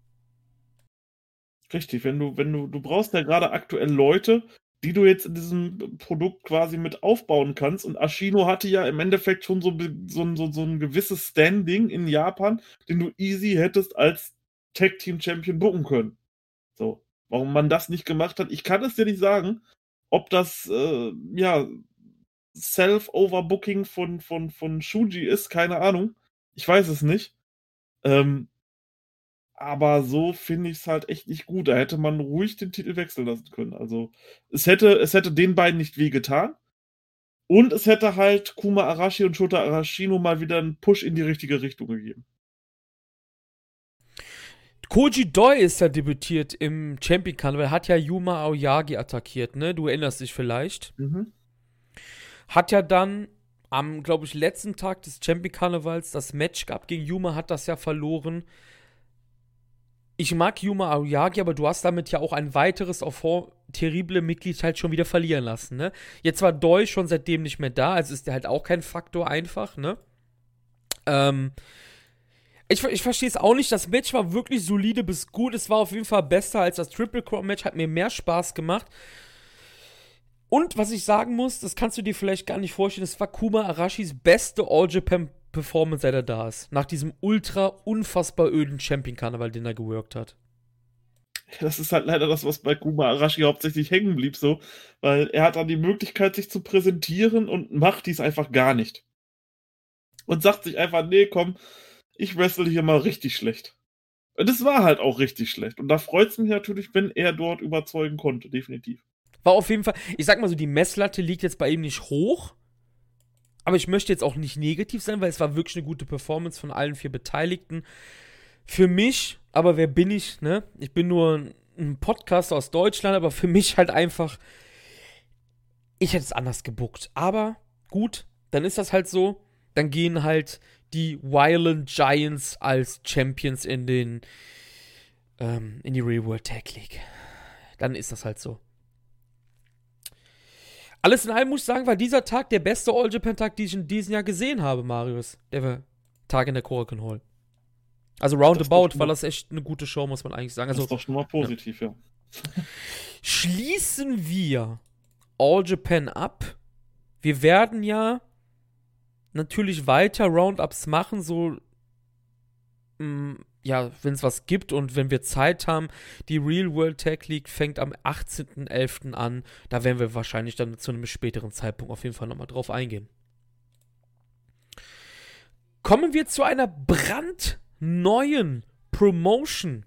Richtig, wenn du, wenn du, du brauchst ja gerade aktuell Leute, die du jetzt in diesem Produkt quasi mit aufbauen kannst. Und Ashino hatte ja im Endeffekt schon so, so, so, so ein gewisses Standing in Japan, den du easy hättest als Tag-Team-Champion booken können. So, warum man das nicht gemacht hat, ich kann es dir nicht sagen, ob das, äh, ja, Self-Overbooking von, von, von Shuji ist, keine Ahnung. Ich weiß es nicht. Ähm, aber so finde ich es halt echt nicht gut. Da hätte man ruhig den Titel wechseln lassen können. Also, es hätte, es hätte den beiden nicht wehgetan. Und es hätte halt Kuma Arashi und Shota Arashino mal wieder einen Push in die richtige Richtung gegeben. Koji Doi ist ja debütiert im Champion-Karneval, hat ja Yuma Aoyagi attackiert, ne? Du erinnerst dich vielleicht. Mhm. Hat ja dann am, glaube ich, letzten Tag des Champion-Karnevals das Match gehabt gegen Yuma, hat das ja verloren. Ich mag Yuma Aoyagi, aber du hast damit ja auch ein weiteres Enfant terrible Mitglied halt schon wieder verlieren lassen, ne? Jetzt war Doi schon seitdem nicht mehr da, also ist der halt auch kein Faktor einfach, ne? Ähm, ich, ich verstehe es auch nicht, das Match war wirklich solide bis gut, es war auf jeden Fall besser als das Triple Crown Match, hat mir mehr Spaß gemacht. Und was ich sagen muss, das kannst du dir vielleicht gar nicht vorstellen, es war Kuma Arashis beste All-Japan-Performance, seit er da ist. Nach diesem ultra unfassbar öden Champion-Karneval, den er geworkt hat. Das ist halt leider das, was bei Kuma Arashi hauptsächlich hängen blieb, so. Weil er hat dann die Möglichkeit, sich zu präsentieren und macht dies einfach gar nicht. Und sagt sich einfach, nee, komm, ich wrestle hier mal richtig schlecht. Und das war halt auch richtig schlecht. Und da freut es mich natürlich, wenn er dort überzeugen konnte, definitiv. War auf jeden Fall, ich sag mal so, die Messlatte liegt jetzt bei ihm nicht hoch. Aber ich möchte jetzt auch nicht negativ sein, weil es war wirklich eine gute Performance von allen vier Beteiligten. Für mich, aber wer bin ich, ne? Ich bin nur ein Podcaster aus Deutschland, aber für mich halt einfach, ich hätte es anders gebuckt. Aber gut, dann ist das halt so. Dann gehen halt die Violent Giants als Champions in den, ähm, in die Real World Tag League. Dann ist das halt so. Alles in allem muss ich sagen, war dieser Tag der beste All-Japan-Tag, den ich in diesem Jahr gesehen habe, Marius. Der Tag in der Korakuen Hall. Also roundabout war das echt eine gute Show, muss man eigentlich sagen. Also, das ist doch schon mal positiv, ja. ja. Schließen wir All-Japan ab. Wir werden ja natürlich weiter Roundups machen, so mh, ja, wenn es was gibt und wenn wir Zeit haben. Die Real World Tag League fängt am achtzehnten elften an. Da werden wir wahrscheinlich dann zu einem späteren Zeitpunkt auf jeden Fall nochmal drauf eingehen. Kommen wir zu einer brandneuen Promotion.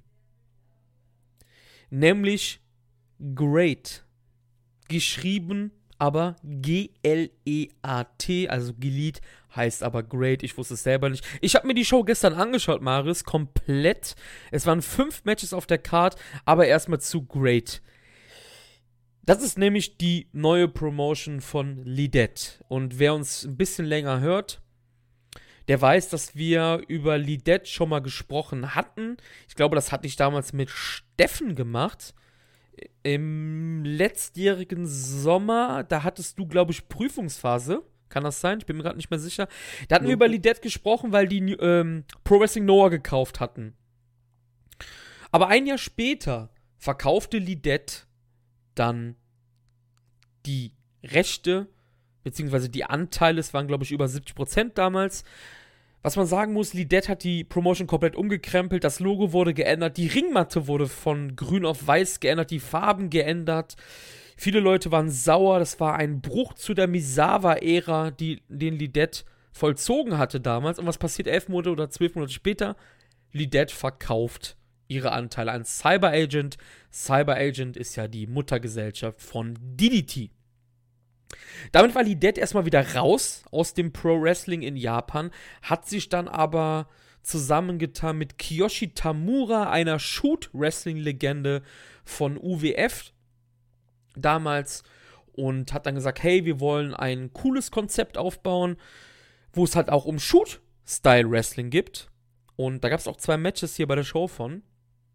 Nämlich Great. Geschrieben aber G L E A T, also Gilead, heißt aber Great, ich wusste es selber nicht. Ich habe mir die Show gestern angeschaut, Marius, komplett. Es waren fünf Matches auf der Card, aber erstmal zu Great. Das ist nämlich die neue Promotion von Lidet. Und wer uns ein bisschen länger hört, der weiß, dass wir über Lidet schon mal gesprochen hatten. Ich glaube, das hatte ich damals mit Steffen gemacht. Im letztjährigen Sommer, da hattest du, glaube ich, Prüfungsphase. Kann das sein? Ich bin mir gerade nicht mehr sicher. Da hatten ja. wir über Lidet gesprochen, weil die ähm, Pro Wrestling Noah gekauft hatten. Aber ein Jahr später verkaufte Lidet dann die Rechte, beziehungsweise die Anteile, es waren, glaube ich, über siebzig Prozent damals. Was man sagen muss, Lidet hat die Promotion komplett umgekrempelt, das Logo wurde geändert, die Ringmatte wurde von grün auf weiß geändert, die Farben geändert, Viele Leute waren sauer, das war ein Bruch zu der Misawa-Ära, die, den Lidet vollzogen hatte damals. Und was passiert elf Monate oder zwölf Monate später? Lidet verkauft ihre Anteile an Cyber Agent. Cyber Agent ist ja die Muttergesellschaft von D D T. Damit war Lidet erstmal wieder raus aus dem Pro-Wrestling in Japan, hat sich dann aber zusammengetan mit Kiyoshi Tamura, einer Shoot-Wrestling-Legende von U W F damals, und hat dann gesagt, hey, wir wollen ein cooles Konzept aufbauen, wo es halt auch um Shoot-Style-Wrestling gibt. Und da gab es auch zwei Matches hier bei der Show von.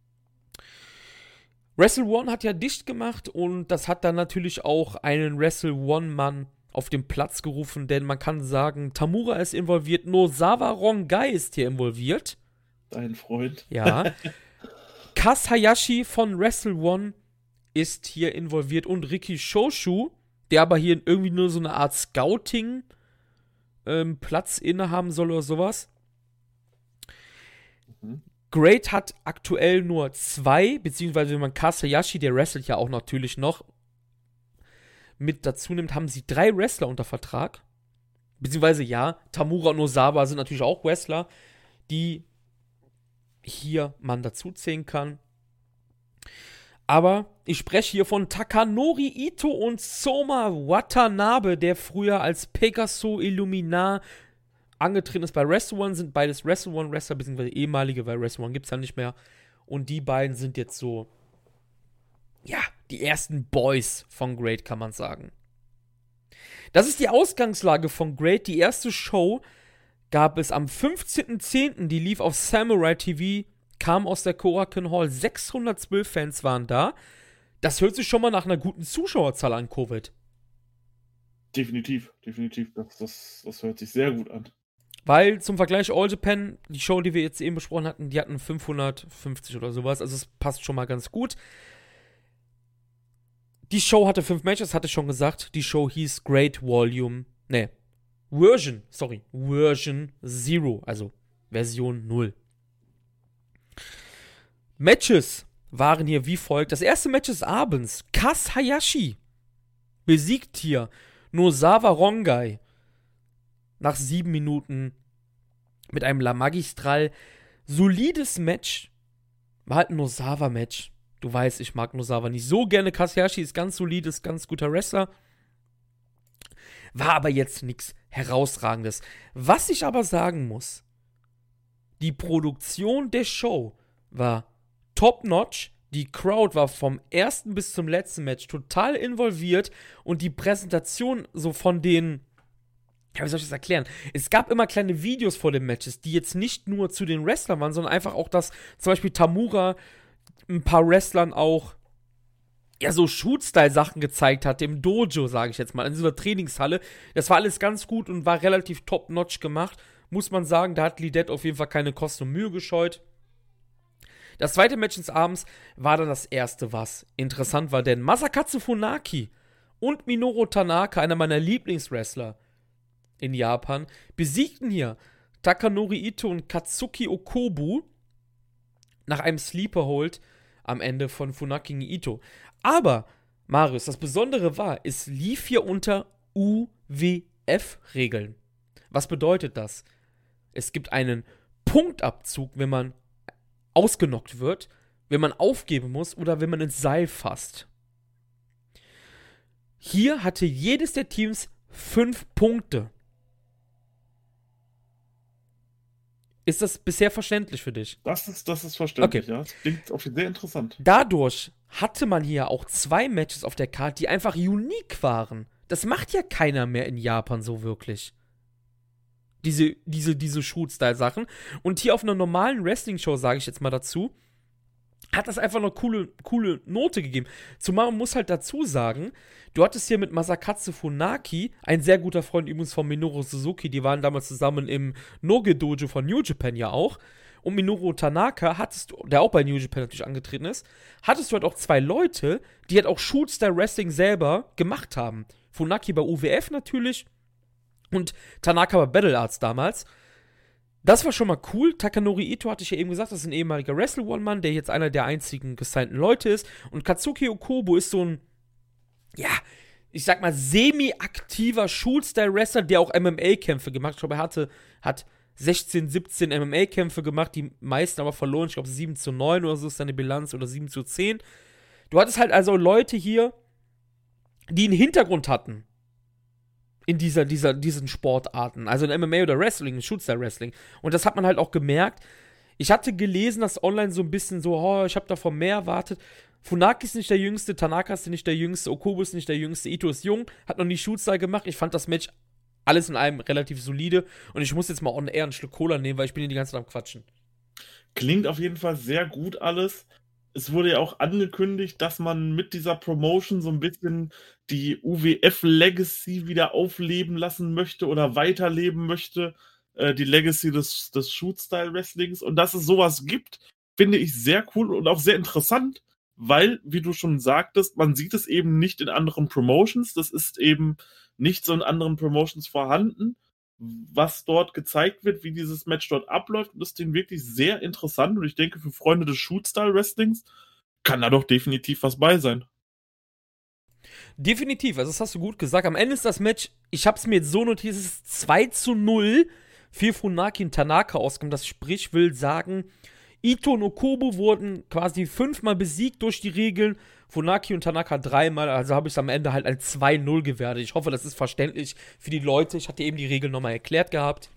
Wrestle One hat ja dicht gemacht und das hat dann natürlich auch einen Wrestle One-Mann auf den Platz gerufen, denn man kann sagen, Tamura ist involviert, Nosawa Rongai ist hier involviert. Dein Freund. Ja. Kaz Hayashi von Wrestle One ist hier involviert und Riki Shoshu, der aber hier irgendwie nur so eine Art Scouting ähm, Platz innehaben soll oder sowas. Mhm. Great hat aktuell nur zwei, beziehungsweise wenn man Kaz Hayashi, der wrestelt ja auch natürlich noch, mit dazu nimmt, haben sie drei Wrestler unter Vertrag. Beziehungsweise ja, Tamura und Nosawa sind natürlich auch Wrestler, die hier man dazu zählen kann. Aber ich spreche hier von Takanori Ito und Soma Watanabe, der früher als Pegaso Illuminar angetreten ist bei Wrestle One, sind beides Wrestle One Wrestler, beziehungsweise ehemalige, weil Wrestle One gibt es ja nicht mehr. Und die beiden sind jetzt so, ja, die ersten Boys von Great, kann man sagen. Das ist die Ausgangslage von Great. Die erste Show gab es am fünfzehnten zehnten Die lief auf Samurai T V, kam aus der Korakuen Hall. sechshundertzwölf Fans waren da. Das hört sich schon mal nach einer guten Zuschauerzahl an, Covid. Definitiv, definitiv. Das, das, das hört sich sehr gut an. Weil zum Vergleich All Japan, die Show, die wir jetzt eben besprochen hatten, die hatten fünfhundertfünfzig oder sowas. Also es passt schon mal ganz gut. Die Show hatte fünf Matches, hatte ich schon gesagt. Die Show hieß Great Volume, ne, Version, sorry, Version Zero, also Version null. Matches waren hier wie folgt. Das erste Match des Abends. Kaz Hayashi besiegt hier Nosawa Rongai nach sieben Minuten mit einem La Magistral. Solides Match. War halt ein Nosawa-Match. Du weißt, ich mag Nosawa nicht so gerne. Kaz Hayashi ist ganz solides, ganz guter Wrestler. War aber jetzt nichts Herausragendes. Was ich aber sagen muss, die Produktion der Show war top-notch. Die Crowd war vom ersten bis zum letzten Match total involviert und die Präsentation so von den, ja, wie soll ich das erklären? Es gab immer kleine Videos vor den Matches, die jetzt nicht nur zu den Wrestlern waren, sondern einfach auch, dass zum Beispiel Tamura ein paar Wrestlern auch ja so Shoot-Style-Sachen gezeigt hat, im Dojo, sage ich jetzt mal, in so einer Trainingshalle. Das war alles ganz gut und war relativ top-notch gemacht. Muss man sagen, da hat Lidet auf jeden Fall keine Kosten und Mühe gescheut. Das zweite Match des Abends war dann das erste, was interessant war, denn Masakatsu Funaki und Minoru Tanaka, einer meiner Lieblingswrestler in Japan, besiegten hier Takanori Ito und Katsuki Okobu nach einem Sleeper-Hold am Ende von Funaki gegen Ito. Aber, Marius, das Besondere war, es lief hier unter U W F-Regeln. Was bedeutet das? Es gibt einen Punktabzug, wenn man ausgenockt wird, wenn man aufgeben muss oder wenn man ins Seil fasst. Hier hatte jedes der Teams fünf Punkte. Ist das bisher verständlich für dich? Das ist, das ist verständlich, okay. Ja. Das klingt auch sehr interessant. Dadurch hatte man hier auch zwei Matches auf der Karte, die einfach unique waren. Das macht ja keiner mehr in Japan so wirklich. Diese, diese, diese Shoot-Style-Sachen. Und hier auf einer normalen Wrestling-Show, sage ich jetzt mal dazu, hat das einfach eine coole, coole Note gegeben. Zumal man muss halt dazu sagen, du hattest hier mit Masakatsu Funaki, ein sehr guter Freund übrigens von Minoru Suzuki, die waren damals zusammen im Noge-Dojo von New Japan ja auch. Und Minoru Tanaka, hattest du, der auch bei New Japan natürlich angetreten ist, hattest du halt auch zwei Leute, die halt auch Shoot-Style-Wrestling selber gemacht haben. Funaki bei U W F natürlich und Tanaka bei Battle Arts damals. Das war schon mal cool. Takanori Ito hatte ich ja eben gesagt, das ist ein ehemaliger Wrestle-One-Mann, der jetzt einer der einzigen gesignten Leute ist. Und Katsuki Okobo ist so ein ja, ich sag mal, semi-aktiver Shoot-Style-Wrestler, der auch M M A-Kämpfe gemacht hat. Ich glaube, er hatte, hat sechzehn, siebzehn M M A-Kämpfe gemacht, die meisten aber verloren. Ich glaube, sieben zu neun oder so ist seine Bilanz oder sieben zu zehn. Du hattest halt also Leute hier, die einen Hintergrund hatten in dieser, dieser, diesen Sportarten. Also in M M A oder Wrestling, in Shoot-Style-Wrestling. Und das hat man halt auch gemerkt. Ich hatte gelesen, dass online so ein bisschen so, oh, ich habe davon mehr erwartet. Funaki ist nicht der Jüngste, Tanaka ist nicht der Jüngste, Okubo ist nicht der Jüngste, Ito ist jung, hat noch nie Shoot-Style gemacht. Ich fand das Match alles in allem relativ solide. Und ich muss jetzt mal on air einen Schluck Cola nehmen, weil ich bin hier die ganze Zeit am Quatschen. Klingt auf jeden Fall sehr gut alles. Es wurde ja auch angekündigt, dass man mit dieser Promotion so ein bisschen die U W F-Legacy wieder aufleben lassen möchte oder weiterleben möchte. Äh, die Legacy des, des Shoot-Style-Wrestlings. Und dass es sowas gibt, finde ich sehr cool und auch sehr interessant, weil, wie du schon sagtest, man sieht es eben nicht in anderen Promotions. Das ist eben nicht so in anderen Promotions vorhanden, was dort gezeigt wird, wie dieses Match dort abläuft. Und das ist wirklich sehr interessant. Und ich denke, für Freunde des Shoot-Style-Wrestlings kann da doch definitiv was bei sein. Definitiv, also das hast du gut gesagt. Am Ende ist das Match, ich habe es mir jetzt so notiert, es ist zwei zu null für Funaki und Tanaka ausgegangen. Das sprich will sagen, Ito und Okubo wurden quasi fünfmal besiegt durch die Regeln, Funaki und Tanaka dreimal, also habe ich es am Ende halt als zwei null gewertet. Ich hoffe, das ist verständlich für die Leute. Ich hatte eben die Regeln nochmal erklärt gehabt.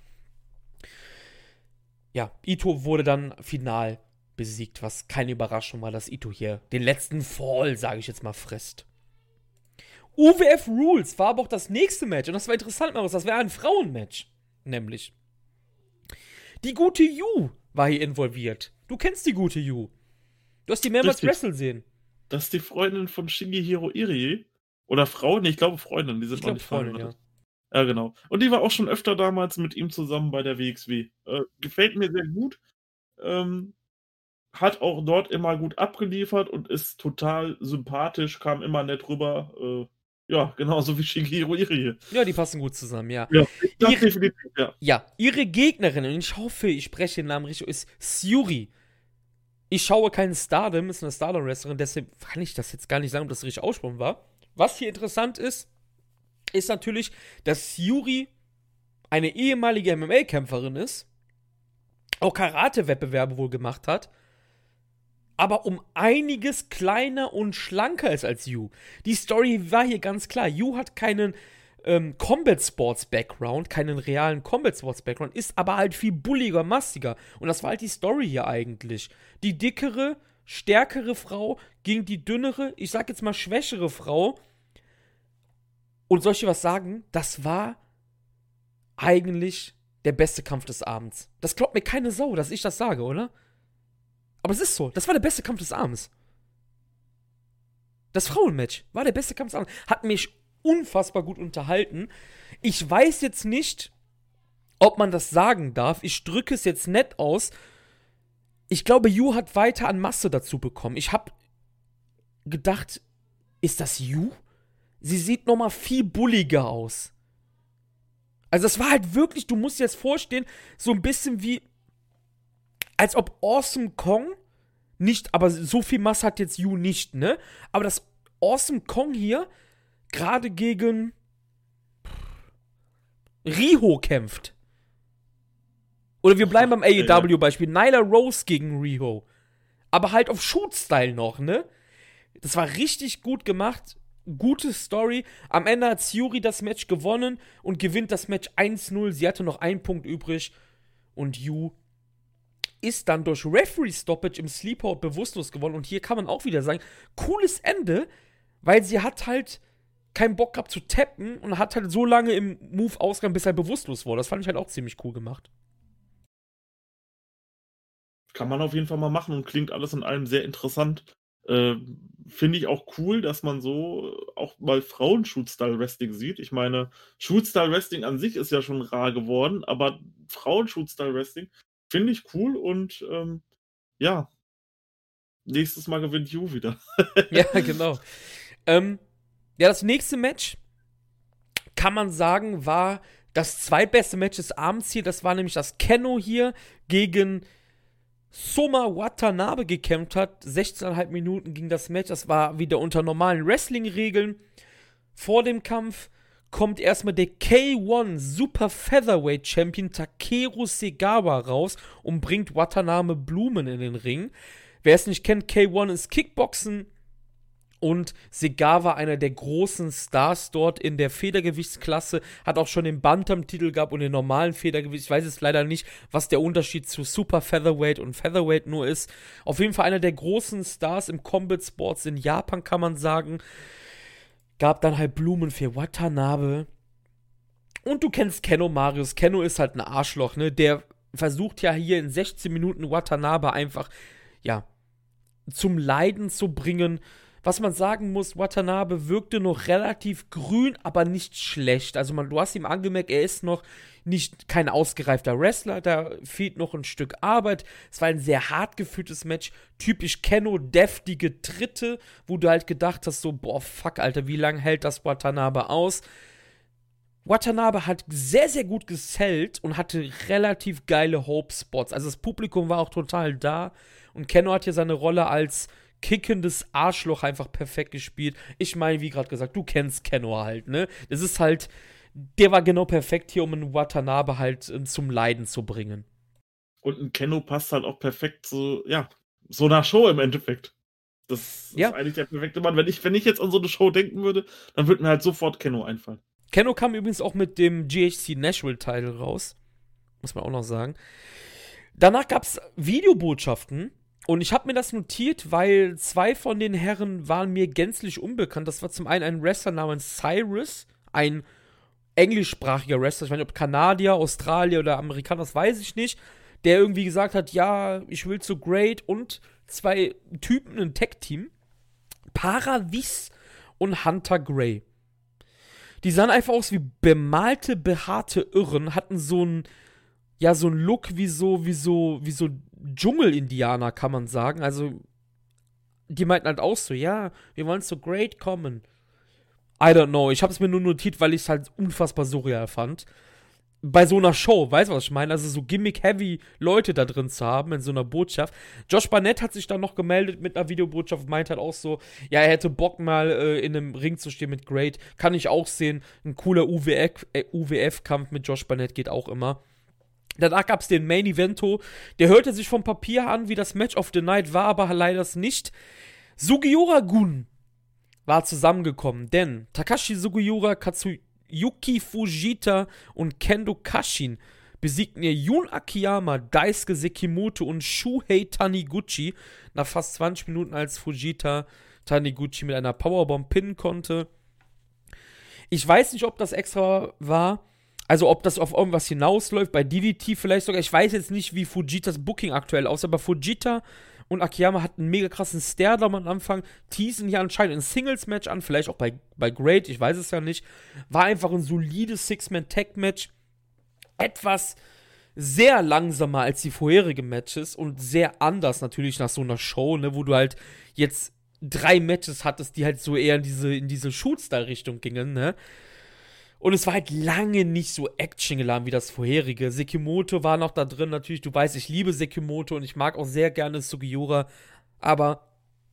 Ja, Ito wurde dann final besiegt, was keine Überraschung war, dass Ito hier den letzten Fall, sage ich jetzt mal, frisst. U W F Rules war aber auch das nächste Match und das war interessant, Marius, das wäre ein Frauenmatch, nämlich. Die gute Yu war hier involviert. Du kennst die gute Yu. Du hast die mehrmals wresteln sehen. Das ist die Freundin von Shigehiro Irie. Oder Frau? Nee, ich glaube Freundin. Die sind ich noch nicht Freundin, ja. Ja, genau. Und die war auch schon öfter damals mit ihm zusammen bei der W X W. Äh, gefällt mir sehr gut. Ähm, hat auch dort immer gut abgeliefert und ist total sympathisch, kam immer nett rüber. Äh, ja, genauso wie Shigehiro Irie. Ja, die passen gut zusammen, ja. Ja, ihre, definitiv, ja. Ja, ihre Gegnerin, und ich hoffe, ich spreche den Namen richtig, ist Syuri. Ich schaue keinen Stardom, ist eine Stardom-Wrestlerin, deshalb kann ich das jetzt gar nicht sagen, ob das richtig aussprochen war. Was hier interessant ist, ist natürlich, dass Syuri eine ehemalige M M A-Kämpferin ist, auch Karate-Wettbewerbe wohl gemacht hat, aber um einiges kleiner und schlanker ist als Yu. Die Story war hier ganz klar. Yu hat keinen ähm, Combat Sports Background, keinen realen Combat Sports Background, ist aber halt viel bulliger, mastiger. Und das war halt die Story hier eigentlich. Die dickere, stärkere Frau gegen die dünnere, ich sag jetzt mal schwächere Frau. Und soll ich dir was sagen? Das war eigentlich der beste Kampf des Abends. Das glaubt mir keine Sau, dass ich das sage, oder? Aber es ist so. Das war der beste Kampf des Abends. Das Frauenmatch war der beste Kampf des Abends. Hat mich unfassbar gut unterhalten. Ich weiß jetzt nicht, ob man das sagen darf. Ich drücke es jetzt nett aus. Ich glaube, Yu hat weiter an Masse dazu bekommen. Ich habe gedacht, ist das Yu? Sie sieht nochmal viel bulliger aus. Also das war halt wirklich, du musst dir jetzt vorstellen, so ein bisschen wie, als ob Awesome Kong nicht, aber so viel Masse hat jetzt Yu nicht, ne? Aber dass Awesome Kong hier gerade gegen Riho kämpft. Oder wir bleiben beim A E W-Beispiel. Nyla Rose gegen Riho. Aber halt auf Shoot-Style noch, ne? Das war richtig gut gemacht. Gute Story. Am Ende hat Syuri das Match gewonnen und gewinnt das Match eins null. Sie hatte noch einen Punkt übrig. Und Yu ist dann durch Referee-Stoppage im Sleepout bewusstlos geworden. Und hier kann man auch wieder sagen, cooles Ende, weil sie hat halt keinen Bock gehabt zu tappen und hat halt so lange im Move ausgegangen, bis er bewusstlos wurde. Das fand ich halt auch ziemlich cool gemacht. Kann man auf jeden Fall mal machen und klingt alles in allem sehr interessant. Äh, Finde ich auch cool, dass man so auch mal Frauen-Shoot-Style-Wrestling sieht. Ich meine, Shoot-Style-Wrestling an sich ist ja schon rar geworden, aber Frauen-Shoot-Style-Wrestling finde ich cool und ähm, ja, nächstes Mal gewinnt Yu wieder. Ja, genau. Ähm, ja, das nächste Match, kann man sagen, war das zweitbeste Match des Abends hier. Das war nämlich das Kenoh hier gegen Soma Watanabe gekämpft hat. sechzehn Komma fünf Minuten ging das Match. Das war wieder unter normalen Wrestling-Regeln. Vor dem Kampf kommt erstmal der K eins Super Featherweight Champion Takeru Segawa raus und bringt Watanabe Blumen in den Ring. Wer es nicht kennt, K eins ist Kickboxen und Segawa einer der großen Stars dort in der Federgewichtsklasse, hat auch schon den Bantam-Titel gehabt und den normalen Federgewicht. Ich weiß jetzt leider nicht, was der Unterschied zu Super Featherweight und Featherweight nur ist. Auf jeden Fall einer der großen Stars im Combat Sports in Japan, kann man sagen. Gab dann halt Blumen für Watanabe. Und du kennst Kenno, Marius. Kenno ist halt ein Arschloch, ne? Der versucht ja hier in sechzehn Minuten Watanabe einfach, ja, zum Leiden zu bringen. Was man sagen muss, Watanabe wirkte noch relativ grün, aber nicht schlecht. Also man, du hast ihm angemerkt, er ist noch nicht kein ausgereifter Wrestler, da fehlt noch ein Stück Arbeit. Es war ein sehr hart geführtes Match, typisch Kenno, deftige Tritte, wo du halt gedacht hast, so, boah, fuck, Alter, wie lange hält das Watanabe aus? Watanabe hat sehr, sehr gut gesellt und hatte relativ geile Hope-Spots. Also das Publikum war auch total da und Kenno hat hier seine Rolle als kickendes Arschloch einfach perfekt gespielt. Ich meine, wie gerade gesagt, du kennst Kenno halt, ne? Das ist halt, der war genau perfekt hier, um einen Watanabe halt äh, zum Leiden zu bringen. Und ein Kenno passt halt auch perfekt zu, ja, so einer Show im Endeffekt. Das ja. ist eigentlich der perfekte Mann. Wenn ich, wenn ich jetzt an so eine Show denken würde, dann würde mir halt sofort Kenno einfallen. Kenno kam übrigens auch mit dem G H C Nashville-Title raus. Muss man auch noch sagen. Danach gab es Videobotschaften. Und ich habe mir das notiert, weil zwei von den Herren waren mir gänzlich unbekannt. Das war zum einen ein Wrestler namens Cyrus, ein englischsprachiger Wrestler, ich weiß nicht, ob Kanadier, Australier oder Amerikaner, das weiß ich nicht, der irgendwie gesagt hat, ja, ich will zu Great, und zwei Typen, ein Tech-Team, Paravis und Hunter Grey. Die sahen einfach aus wie bemalte, behaarte Irren, hatten so ein ja, so ein Look wie so, wie so, wie so Dschungel-Indianer, kann man sagen. Also, die meinten halt auch so, ja, wir wollen zu Great kommen. I don't know, ich habe es mir nur notiert, weil ich es halt unfassbar surreal fand. Bei so einer Show, weißt du, was ich meine? Also so gimmick-heavy Leute da drin zu haben in so einer Botschaft. Josh Barnett hat sich dann noch gemeldet mit einer Videobotschaft und meint halt auch so, ja, er hätte Bock mal äh, in einem Ring zu stehen mit Great. Kann ich auch sehen. Ein cooler U W F, äh, U W F-Kampf mit Josh Barnett geht auch immer. Danach gab es den Main Evento. Der hörte sich vom Papier an, wie das Match of the Night war, aber leider nicht. Sugiura-gun war zusammengekommen, denn Takashi Sugiura, Katsuyuki Fujita und Kendo Kashin besiegten ihr Jun Akiyama, Daisuke Sekimoto und Shuhei Taniguchi nach fast zwanzig Minuten, als Fujita Taniguchi mit einer Powerbomb pinnen konnte. Ich weiß nicht, ob das extra war, also ob das auf irgendwas hinausläuft, bei D D T vielleicht sogar. Ich weiß jetzt nicht, wie Fujitas Booking aktuell aussieht, aber Fujita und Akiyama hatten einen mega krassen Stare-Down am Anfang, teasen hier anscheinend ein Singles-Match an, vielleicht auch bei, bei Great, ich weiß es ja nicht. War einfach ein solides Six-Man-Tag-Match. Etwas sehr langsamer als die vorherigen Matches und sehr anders natürlich nach so einer Show, ne, wo du halt jetzt drei Matches hattest, die halt so eher in diese, in diese Shoot-Style-Richtung gingen, ne. Und es war halt lange nicht so actiongeladen wie das vorherige. Sekimoto war noch da drin, natürlich, du weißt, ich liebe Sekimoto und ich mag auch sehr gerne Sugiura, aber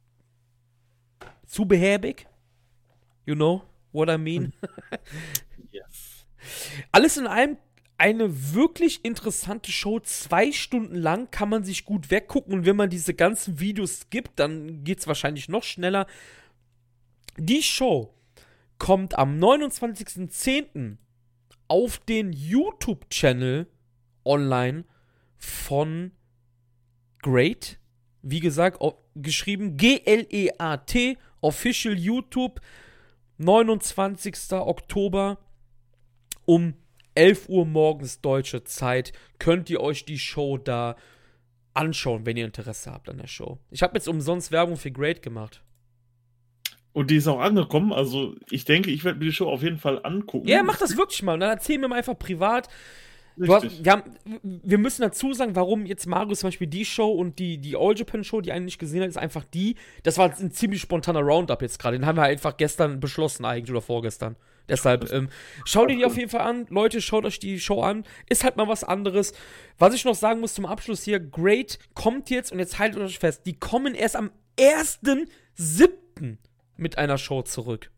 zu behäbig? You know what I mean? Yes. Alles in allem eine wirklich interessante Show, zwei Stunden lang, kann man sich gut weggucken, und wenn man diese ganzen Videos skippt, dann geht's wahrscheinlich noch schneller. Die Show kommt am neunundzwanzigsten zehnten auf den YouTube-Channel online von Great. Wie gesagt, geschrieben G L E A T, Official YouTube, neunundzwanzigsten Oktober um elf Uhr morgens deutsche Zeit. Könnt ihr euch die Show da anschauen, wenn ihr Interesse habt an der Show. Ich habe jetzt umsonst Werbung für Great gemacht. Und die ist auch angekommen, also ich denke, ich werde mir die Show auf jeden Fall angucken. Ja, mach das wirklich mal und dann erzähl mir mal einfach privat. Du hast, wir, haben, wir müssen dazu sagen, warum jetzt Marius zum Beispiel die Show und die, die All Japan Show, die einen nicht gesehen hat, ist einfach die, das war ein ziemlich spontaner Roundup jetzt gerade, den haben wir einfach gestern beschlossen eigentlich oder vorgestern. Deshalb, ähm, schaut ihr die auf jeden Fall an. Leute, schaut euch die Show an. Ist halt mal was anderes. Was ich noch sagen muss zum Abschluss hier, Great kommt jetzt, und jetzt haltet euch fest, die kommen erst am ersten siebten mit einer Show zurück.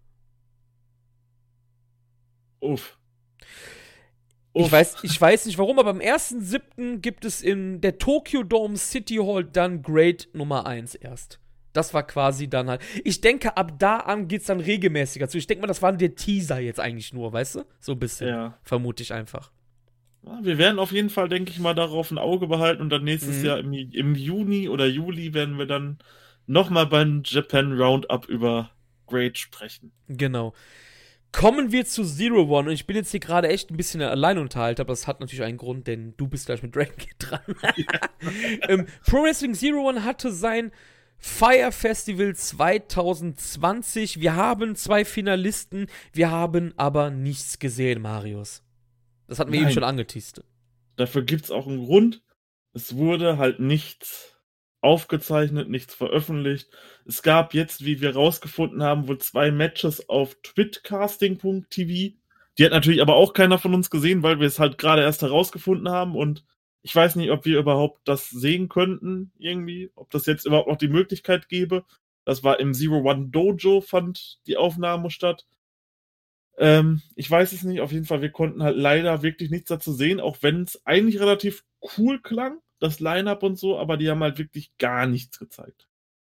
Uff. Ich Uff. weiß, ich weiß nicht warum, aber am ersten siebten gibt es in der Tokyo Dome City Hall dann Great Nummer eins erst. Das war quasi dann halt. Ich denke, ab da an geht's dann regelmäßiger zu. Ich denke mal, das war der Teaser jetzt eigentlich nur, weißt du? So ein bisschen. Ja. Vermute ich einfach. Ja, wir werden auf jeden Fall, denke ich mal, darauf ein Auge behalten und dann nächstes Mhm. Jahr im, im Juni oder Juli werden wir dann nochmal beim Japan Roundup über Great sprechen. Genau. Kommen wir zu Zero One. Und ich bin jetzt hier gerade echt ein bisschen allein unterhalten, aber es hat natürlich einen Grund, denn du bist gleich mit Dragon Gate dran. ähm, Pro Wrestling Zero One hatte sein Fire Festival zwanzig zwanzig. Wir haben zwei Finalisten, wir haben aber nichts gesehen, Marius. Das hatten wir Nein. eben schon angeteasert. Dafür gibt's auch einen Grund. Es wurde halt nichts aufgezeichnet, nichts veröffentlicht. Es gab jetzt, wie wir rausgefunden haben, wohl zwei Matches auf twitcasting punkt t v. Die hat natürlich aber auch keiner von uns gesehen, weil wir es halt gerade erst herausgefunden haben und ich weiß nicht, ob wir überhaupt das sehen könnten, irgendwie, ob das jetzt überhaupt noch die Möglichkeit gäbe. Das war im Zero One Dojo, fand die Aufnahme statt. Ähm, ich weiß es nicht, auf jeden Fall, wir konnten halt leider wirklich nichts dazu sehen, auch wenn es eigentlich relativ cool klang, das Line-Up und so, aber die haben halt wirklich gar nichts gezeigt.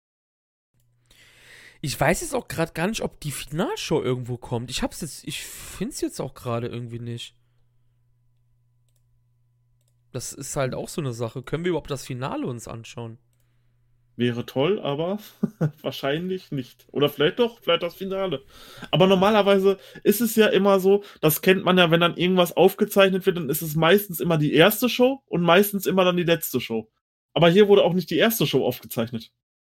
Ich weiß jetzt auch gerade gar nicht, ob die Finalshow irgendwo kommt. Ich hab's jetzt, ich find's jetzt auch gerade irgendwie nicht. Das ist halt auch so eine Sache. Können wir überhaupt das Finale uns anschauen? Wäre toll, aber wahrscheinlich nicht. Oder vielleicht doch, vielleicht das Finale. Aber normalerweise ist es ja immer so, das kennt man ja, wenn dann irgendwas aufgezeichnet wird, dann ist es meistens immer die erste Show und meistens immer dann die letzte Show. Aber hier wurde auch nicht die erste Show aufgezeichnet.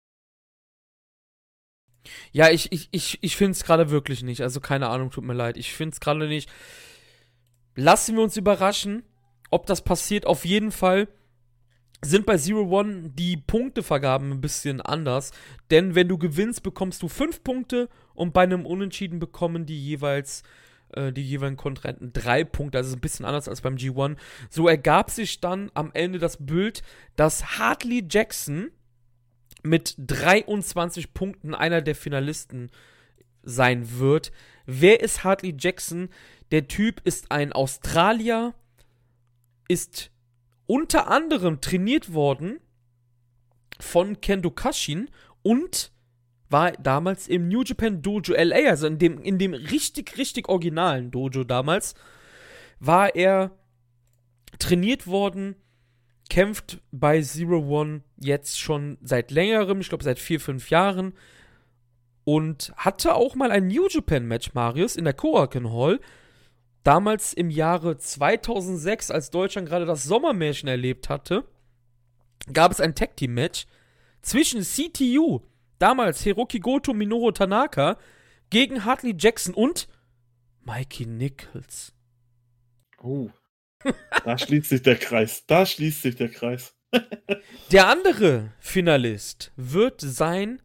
Ja, ich, ich, ich, ich finde es gerade wirklich nicht. Also keine Ahnung, tut mir leid. Ich finde es gerade nicht. Lassen wir uns überraschen, ob das passiert. Auf jeden Fall sind bei Zero One die Punktevergaben ein bisschen anders. Denn wenn du gewinnst, bekommst du fünf Punkte und bei einem Unentschieden bekommen die jeweils äh, die jeweiligen Kontrahenten drei Punkte. Also ein bisschen anders als beim G eins. So ergab sich dann am Ende das Bild, dass Hartley Jackson mit dreiundzwanzig Punkten einer der Finalisten sein wird. Wer ist Hartley Jackson? Der Typ ist ein Australier, ist unter anderem trainiert worden von Kendo Kashin und war damals im New Japan Dojo L A, also in dem, in dem richtig, richtig originalen Dojo damals, war er trainiert worden, kämpft bei Zero One jetzt schon seit längerem, ich glaube seit vier, fünf Jahren und hatte auch mal ein New Japan Match, Marius, in der Korakuen Hall. Damals im Jahre zweitausendsechs, als Deutschland gerade das Sommermärchen erlebt hatte, gab es ein Tag-Team-Match zwischen C T U, damals Hiroki Goto, Minoru Tanaka, gegen Hartley Jackson und Mikey Nichols. Oh, da schließt sich der Kreis. Da schließt sich der Kreis. Der andere Finalist wird sein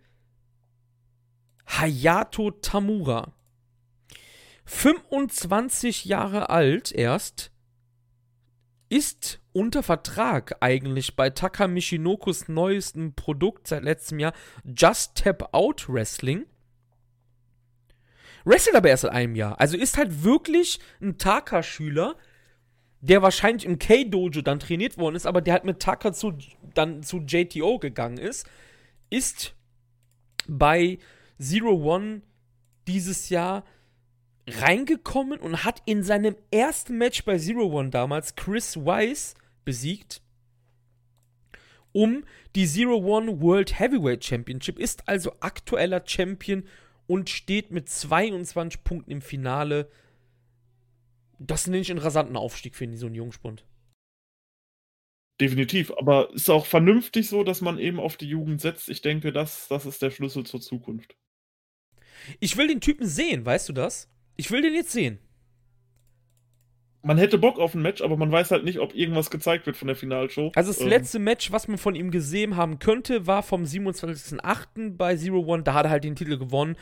Hayato Tamura. fünfundzwanzig Jahre alt erst, ist unter Vertrag eigentlich bei Taka Michinokus neuestem Produkt seit letztem Jahr, Just Tap Out Wrestling. Wrestelt aber erst seit einem Jahr. Also ist halt wirklich ein Taka-Schüler, der wahrscheinlich im K-Dojo dann trainiert worden ist, aber der halt mit Taka zu, dann zu J T O gegangen ist, ist bei Zero One dieses Jahr reingekommen und hat in seinem ersten Match bei Zero One damals Chris Weiss besiegt, um die Zero One World Heavyweight Championship, ist also aktueller Champion und steht mit zweiundzwanzig Punkten im Finale. Das nenne ich einen rasanten Aufstieg für so einen Jungspund. Definitiv, aber ist auch vernünftig so, dass man eben auf die Jugend setzt. Ich denke, das, das ist der Schlüssel zur Zukunft. Ich will den Typen sehen, weißt du das? Ich will den jetzt sehen. Man hätte Bock auf ein Match, aber man weiß halt nicht, ob irgendwas gezeigt wird von der Finalshow. Also das ähm. letzte Match, was man von ihm gesehen haben könnte, war vom siebenundzwanzigsten achten bei Zero One. Da hat er halt den Titel gewonnen.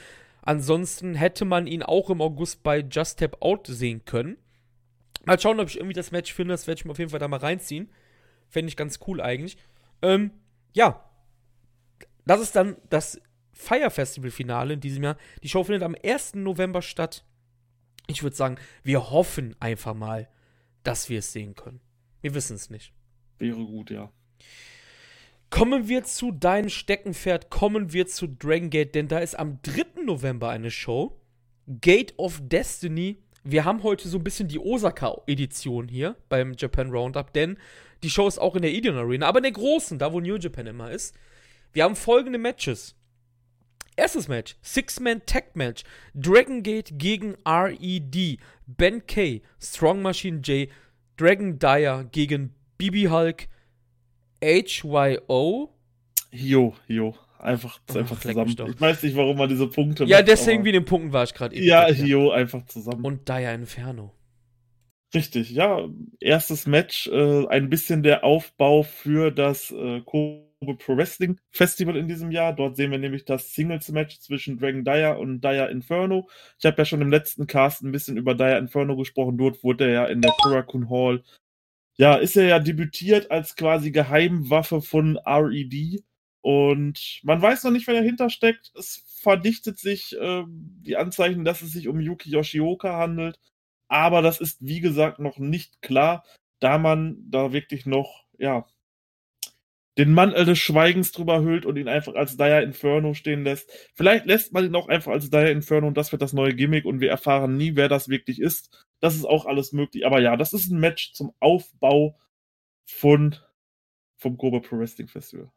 Ansonsten hätte man ihn auch im August bei Just Tap Out sehen können. Mal schauen, ob ich irgendwie das Match finde. Das werde ich mir auf jeden Fall da mal reinziehen. Fände ich ganz cool eigentlich. Ähm, ja. Das ist dann das Fire Festival-Finale in diesem Jahr. Die Show findet am ersten November statt. Ich würde sagen, wir hoffen einfach mal, dass wir es sehen können. Wir wissen es nicht. Wäre gut, ja. Kommen wir zu deinem Steckenpferd, kommen wir zu Dragon Gate, denn da ist am dritten November eine Show. Gate of Destiny. Wir haben heute so ein bisschen die Osaka-Edition hier beim Japan Roundup, denn die Show ist auch in der Edion Arena, aber in der großen, da wo New Japan immer ist. Wir haben folgende Matches. Erstes Match, Six-Man-Tag-Match. Dragon Gate gegen R E D. Ben K, Strong Machine J, Dragon Dyer gegen B B Hulk, H Y O. Jo, jo. Einfach, Oh, einfach leck zusammen. mich doch. Ich weiß nicht, warum man diese Punkte Ja, macht, deswegen aber- wie in den Punkten war ich gerade eben. Ja, jo, einfach zusammen. Und Dyer Inferno. Richtig, ja. Erstes Match, äh, ein bisschen der Aufbau für das äh, Kobe Pro Wrestling Festival in diesem Jahr. Dort sehen wir nämlich das Singles-Match zwischen Dragon Dyer und Dyer Inferno. Ich habe ja schon im letzten Cast ein bisschen über Dyer Inferno gesprochen. Dort wurde er ja in der Korakuen Hall. Ja, ist er ja debütiert als quasi Geheimwaffe von R E D. Und man weiß noch nicht, wer dahinter steckt. Es verdichtet sich äh, die Anzeichen, dass es sich um Yuki Yoshioka handelt. Aber das ist, wie gesagt, noch nicht klar, da man da wirklich noch, ja, den Mantel des Schweigens drüber hüllt und ihn einfach als Dyer Inferno stehen lässt. Vielleicht lässt man ihn auch einfach als Dyer Inferno und das wird das neue Gimmick und wir erfahren nie, wer das wirklich ist. Das ist auch alles möglich. Aber ja, das ist ein Match zum Aufbau von, vom Kobe Pro Wrestling Festival.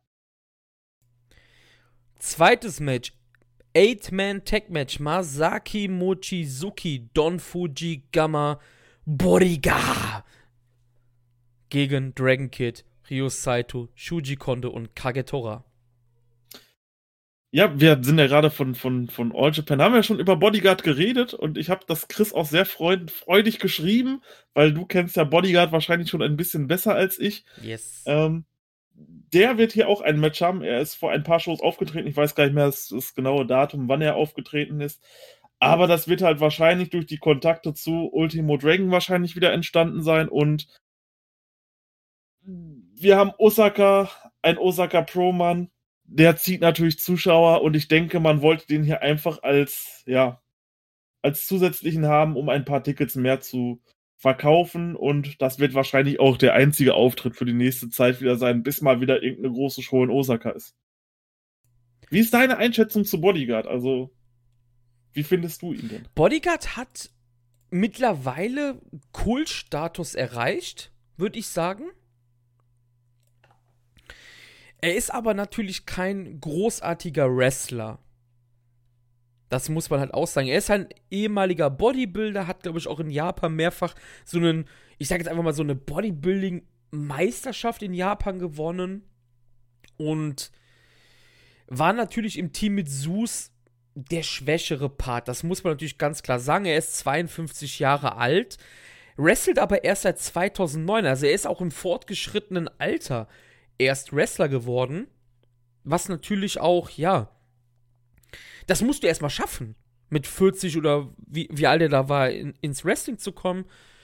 Zweites Match. Eight-Man-Tag-Match. Masaki Mochizuki, Don Fuji Gamma, Boriga gegen Dragon Kid, Ryo Saito, Shuji Kondo und Kagetora. Ja, wir sind ja gerade von, von, von All Japan, haben wir ja schon über Bodyguard geredet und ich habe das Chris auch sehr freud, freudig geschrieben, weil du kennst ja Bodyguard wahrscheinlich schon ein bisschen besser als ich. Yes. Ähm, der wird hier auch ein Match haben. Er ist vor ein paar Shows aufgetreten. Ich weiß gar nicht mehr das, das genaue Datum, wann er aufgetreten ist. Aber das wird halt wahrscheinlich durch die Kontakte zu Ultimo Dragon wahrscheinlich wieder entstanden sein. Und wir haben Osaka, ein Osaka Pro-Mann. Der zieht natürlich Zuschauer und ich denke, man wollte den hier einfach als, ja, als zusätzlichen haben, um ein paar Tickets mehr zu verkaufen und das wird wahrscheinlich auch der einzige Auftritt für die nächste Zeit wieder sein, bis mal wieder irgendeine große Show in Osaka ist. Wie ist deine Einschätzung zu Bodyguard? Also, wie findest du ihn denn? Bodyguard hat mittlerweile Kultstatus erreicht, würde ich sagen. Er ist aber natürlich kein großartiger Wrestler. Das muss man halt auch sagen. Er ist ein ehemaliger Bodybuilder, hat, glaube ich, auch in Japan mehrfach so einen, ich sage jetzt einfach mal so eine Bodybuilding-Meisterschaft in Japan gewonnen. Und war natürlich im Team mit Zeus der schwächere Part. Das muss man natürlich ganz klar sagen. Er ist zweiundfünfzig Jahre alt, wrestelt aber erst seit zweitausendneun. Also er ist auch im fortgeschrittenen Alter erst Wrestler geworden. Was natürlich auch, ja, das musst du erstmal schaffen, mit vierzig oder wie, wie alt er da war, in, ins Wrestling zu kommen.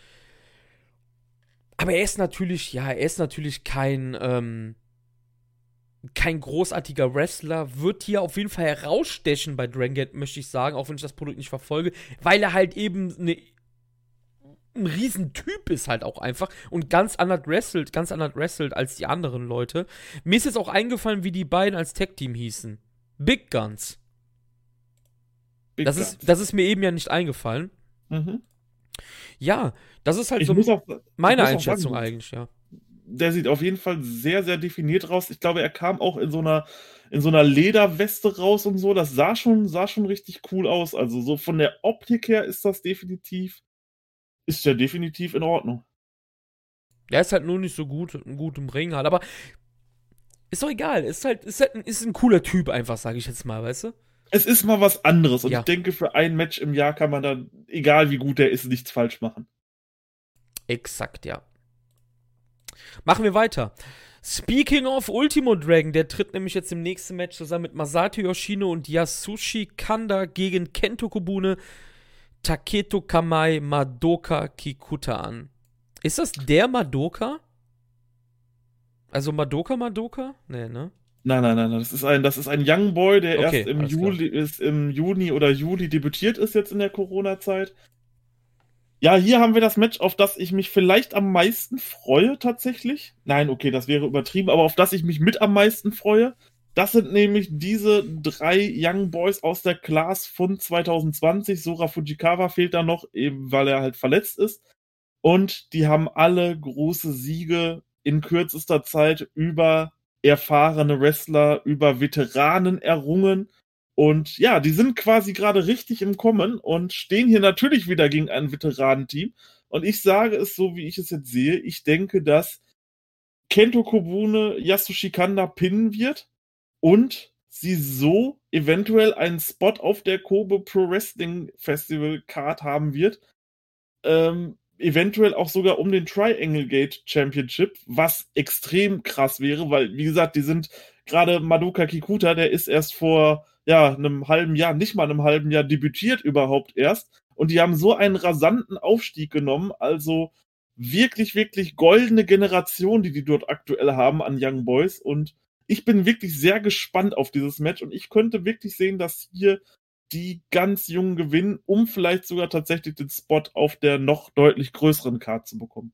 Aber er ist natürlich, ja, er ist natürlich kein, ähm, kein großartiger Wrestler, wird hier auf jeden Fall herausstechen bei Dragon Gate, möchte ich sagen, auch wenn ich das Produkt nicht verfolge, weil er halt eben eine, ein Riesentyp ist halt auch einfach und ganz anders wrestelt, ganz anders wrestelt als die anderen Leute. Mir ist jetzt auch eingefallen, wie die beiden als Tag-Team hießen. Big Guns. Big Das Guns. ist, das ist mir eben ja nicht eingefallen. Mhm. Ja, das ist halt Ich so muss auch, meine ich muss auch Einschätzung sagen, eigentlich, ja. der sieht auf jeden Fall sehr, sehr definiert raus. Ich glaube, er kam auch in so einer, in so einer Lederweste raus und so. Das sah schon, sah schon richtig cool aus. Also so von der Optik her ist das definitiv, ist ja definitiv in Ordnung. Der ist halt nur nicht so gut, gut im Ring halt, aber ist doch egal. Ist halt, ist halt ein, ist ein cooler Typ einfach, sage ich jetzt mal, weißt du? Es ist mal was anderes und Ja. ich denke, für ein Match im Jahr kann man dann, egal wie gut der ist, nichts falsch machen. Exakt, ja. Machen wir weiter. Speaking of Ultimo Dragon, der tritt nämlich jetzt im nächsten Match zusammen mit Masato Yoshino und Yasushi Kanda gegen Kento Kobune, Taketo Kamai, Madoka Kikuta an. Ist das der Madoka? Also Madoka Madoka? Nee, ne? Nein, nein, nein, das ist ein, das ist ein Young Boy, der Okay, erst im alles Juli, ist im Juni oder Juli debütiert ist jetzt in der Corona-Zeit. Ja, hier haben wir das Match, auf das ich mich vielleicht am meisten freue, tatsächlich. Nein, okay, das wäre übertrieben, aber auf das ich mich mit am meisten freue. Das sind nämlich diese drei Young Boys aus der Class von zwanzig zwanzig. Sora Fujikawa fehlt da noch, eben weil er halt verletzt ist. Und die haben alle große Siege in kürzester Zeit über erfahrene Wrestler, über Veteranen errungen. Und ja, die sind quasi gerade richtig im Kommen und stehen hier natürlich wieder gegen ein Veteranenteam. Und ich sage es so, wie ich es jetzt sehe. Ich denke, dass Kento Kobune Yasushi Kanda pinnen wird und sie so eventuell einen Spot auf der Kobe Pro Wrestling Festival Card haben wird. Ähm, eventuell auch sogar um den Triangle Gate Championship, was extrem krass wäre, weil, wie gesagt, die sind gerade Madoka Kikuta, der ist erst vor ja, einem halben Jahr, nicht mal einem halben Jahr debütiert überhaupt erst. Und die haben so einen rasanten Aufstieg genommen, also wirklich, wirklich goldene Generation, die die dort aktuell haben an Young Boys. Und ich bin wirklich sehr gespannt auf dieses Match und ich könnte wirklich sehen, dass hier die ganz Jungen gewinnen, um vielleicht sogar tatsächlich den Spot auf der noch deutlich größeren Card zu bekommen.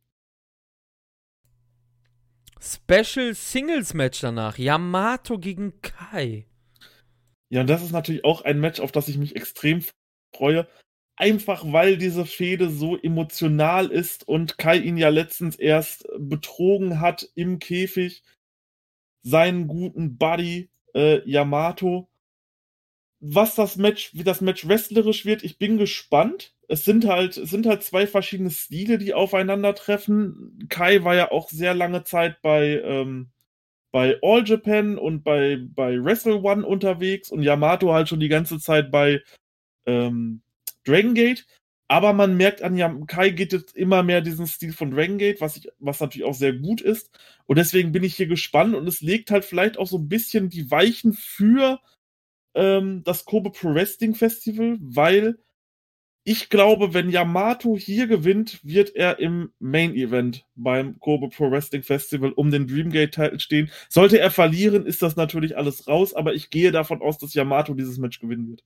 Special Singles Match danach. Yamato gegen Kai. Ja, und das ist natürlich auch ein Match, auf das ich mich extrem freue. Einfach weil diese Fehde so emotional ist und Kai ihn ja letztens erst betrogen hat im Käfig. Seinen guten Buddy äh, Yamato. Was das Match, wie das Match wrestlerisch wird, ich bin gespannt. Es sind halt, es sind halt zwei verschiedene Stile, die aufeinandertreffen. Kai war ja auch sehr lange Zeit bei, ähm, bei All Japan und bei, bei Wrestle One unterwegs und Yamato halt schon die ganze Zeit bei ähm, Dragon Gate. Aber man merkt an Yam- Kai geht jetzt immer mehr diesen Stil von Dragon Gate, was, ich, was natürlich auch sehr gut ist. Und deswegen bin ich hier gespannt und es legt halt vielleicht auch so ein bisschen die Weichen für ähm, das Kobe Pro Wrestling Festival, weil ich glaube, wenn Yamato hier gewinnt, wird er im Main Event beim Kobe Pro Wrestling Festival um den Dreamgate-Titel stehen. Sollte er verlieren, ist das natürlich alles raus, aber ich gehe davon aus, dass Yamato dieses Match gewinnen wird.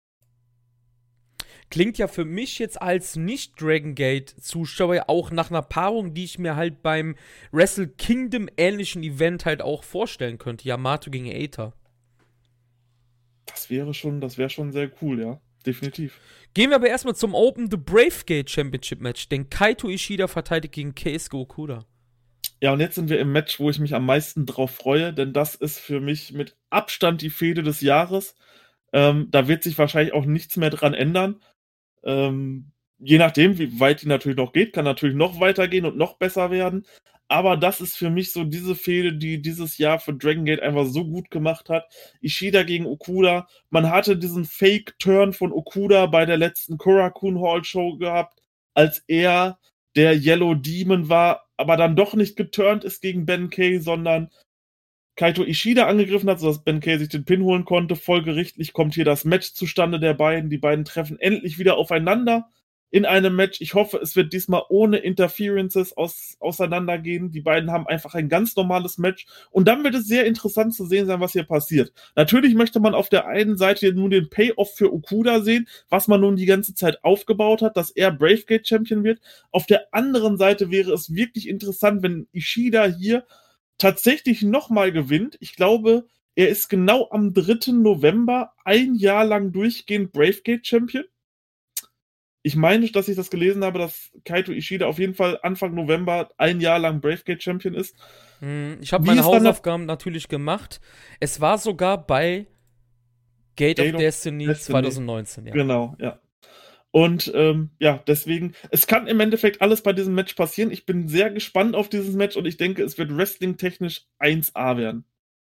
Klingt ja für mich jetzt als Nicht-Dragon Gate-Zuschauer ja auch nach einer Paarung, die ich mir halt beim Wrestle Kingdom-ähnlichen Event halt auch vorstellen könnte. Yamato gegen Eita. Das wäre schon, das wäre schon sehr cool, ja. Definitiv. Gehen wir aber erstmal zum Open the Brave Gate Championship Match, denn Kaito Ishida verteidigt gegen Keisuke Okuda. Ja, und jetzt sind wir im Match, wo ich mich am meisten drauf freue, denn das ist für mich mit Abstand die Fehde des Jahres. Ähm, da wird sich wahrscheinlich auch nichts mehr dran ändern. Ähm, je nachdem, wie weit die natürlich noch geht, kann natürlich noch weitergehen und noch besser werden. Aber das ist für mich so diese Fehde, die dieses Jahr für Dragon Gate einfach so gut gemacht hat. Ishida gegen Okuda. Man hatte diesen Fake-Turn von Okuda bei der letzten Korakuen Hall Show gehabt, als er der Yellow Demon war, aber dann doch nicht geturnt ist gegen Ben Kay, sondern Kaito Ishida angegriffen hat, sodass Ben Kay sich den Pin holen konnte. Folgerichtlich kommt hier das Match zustande der beiden. Die beiden treffen endlich wieder aufeinander in einem Match. Ich hoffe, es wird diesmal ohne Interferences aus, auseinandergehen. Die beiden haben einfach ein ganz normales Match. Und dann wird es sehr interessant zu sehen sein, was hier passiert. Natürlich möchte man auf der einen Seite nun den Payoff für Okuda sehen, was man nun die ganze Zeit aufgebaut hat, dass er Bravegate Champion wird. Auf der anderen Seite wäre es wirklich interessant, wenn Ishida hier tatsächlich nochmal gewinnt. Ich glaube, er ist genau am dritten November ein Jahr lang durchgehend Bravegate Champion. Ich meine, dass ich das gelesen habe, dass Kaito Ishida auf jeden Fall Anfang November ein Jahr lang Bravegate Champion ist. Ich habe meine Hausaufgaben natürlich gemacht. Es war sogar bei Gate, Gate of, of Destiny, Destiny zwanzig neunzehn. Ja. Genau, ja. Und ähm, ja, deswegen, es kann im Endeffekt alles bei diesem Match passieren. Ich bin sehr gespannt auf dieses Match und ich denke, es wird wrestling-technisch eins A werden.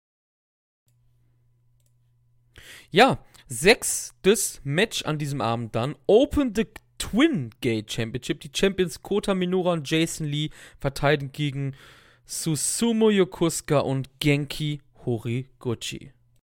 Ja, sechstes Match an diesem Abend dann. Open the Twin Gate Championship. Die Champions Kota Minoura und Jason Lee verteidigen gegen Susumu Yokosuka und Genki Horiguchi.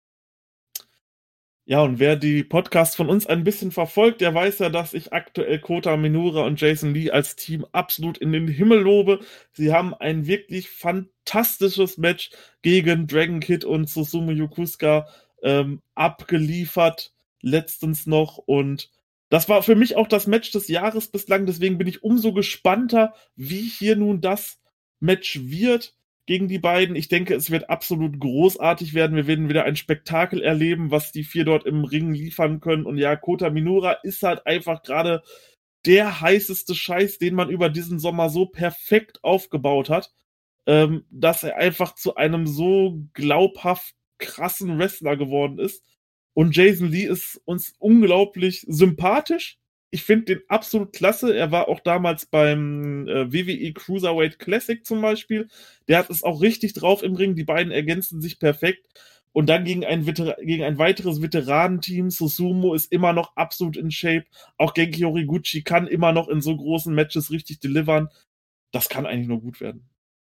Ja, und wer die Podcasts von uns ein bisschen verfolgt, der weiß ja, dass ich aktuell Kota Minura und Jason Lee als Team absolut in den Himmel lobe. Sie haben ein wirklich fantastisches Match gegen Dragon Kid und Susumu Yokosuka ähm, abgeliefert, letztens noch. Und das war für mich auch das Match des Jahres bislang. Deswegen bin ich umso gespannter, wie hier nun das Match wird gegen die beiden. Ich denke, es wird absolut großartig werden. Wir werden wieder ein Spektakel erleben, was die vier dort im Ring liefern können. Und ja, Kota Minura ist halt einfach gerade der heißeste Scheiß, den man über diesen Sommer so perfekt aufgebaut hat, ähm, dass er einfach zu einem so glaubhaft krassen Wrestler geworden ist. Und Jason Lee ist uns unglaublich sympathisch. Ich finde den absolut klasse. Er war auch damals beim äh, W W E Cruiserweight Classic zum Beispiel. Der hat es auch richtig drauf im Ring. Die beiden ergänzen sich perfekt. Und dann gegen ein, Veter- gegen ein weiteres Veteranenteam. Susumu ist immer noch absolut in Shape. Auch Genki Horiguchi kann immer noch in so großen Matches richtig delivern. Das kann eigentlich nur gut werden.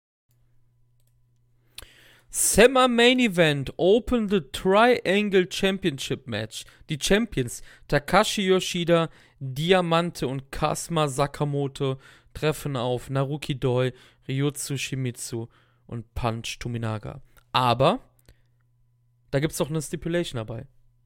Summer Main Event Open the Triangle Championship Match. Die Champions Takashi Yoshida, Diamante und Kazuma Sakamoto treffen auf Naruki Doi, Ryotsu Shimizu und Punch Tominaga. Aber da gibt es doch eine Stipulation dabei.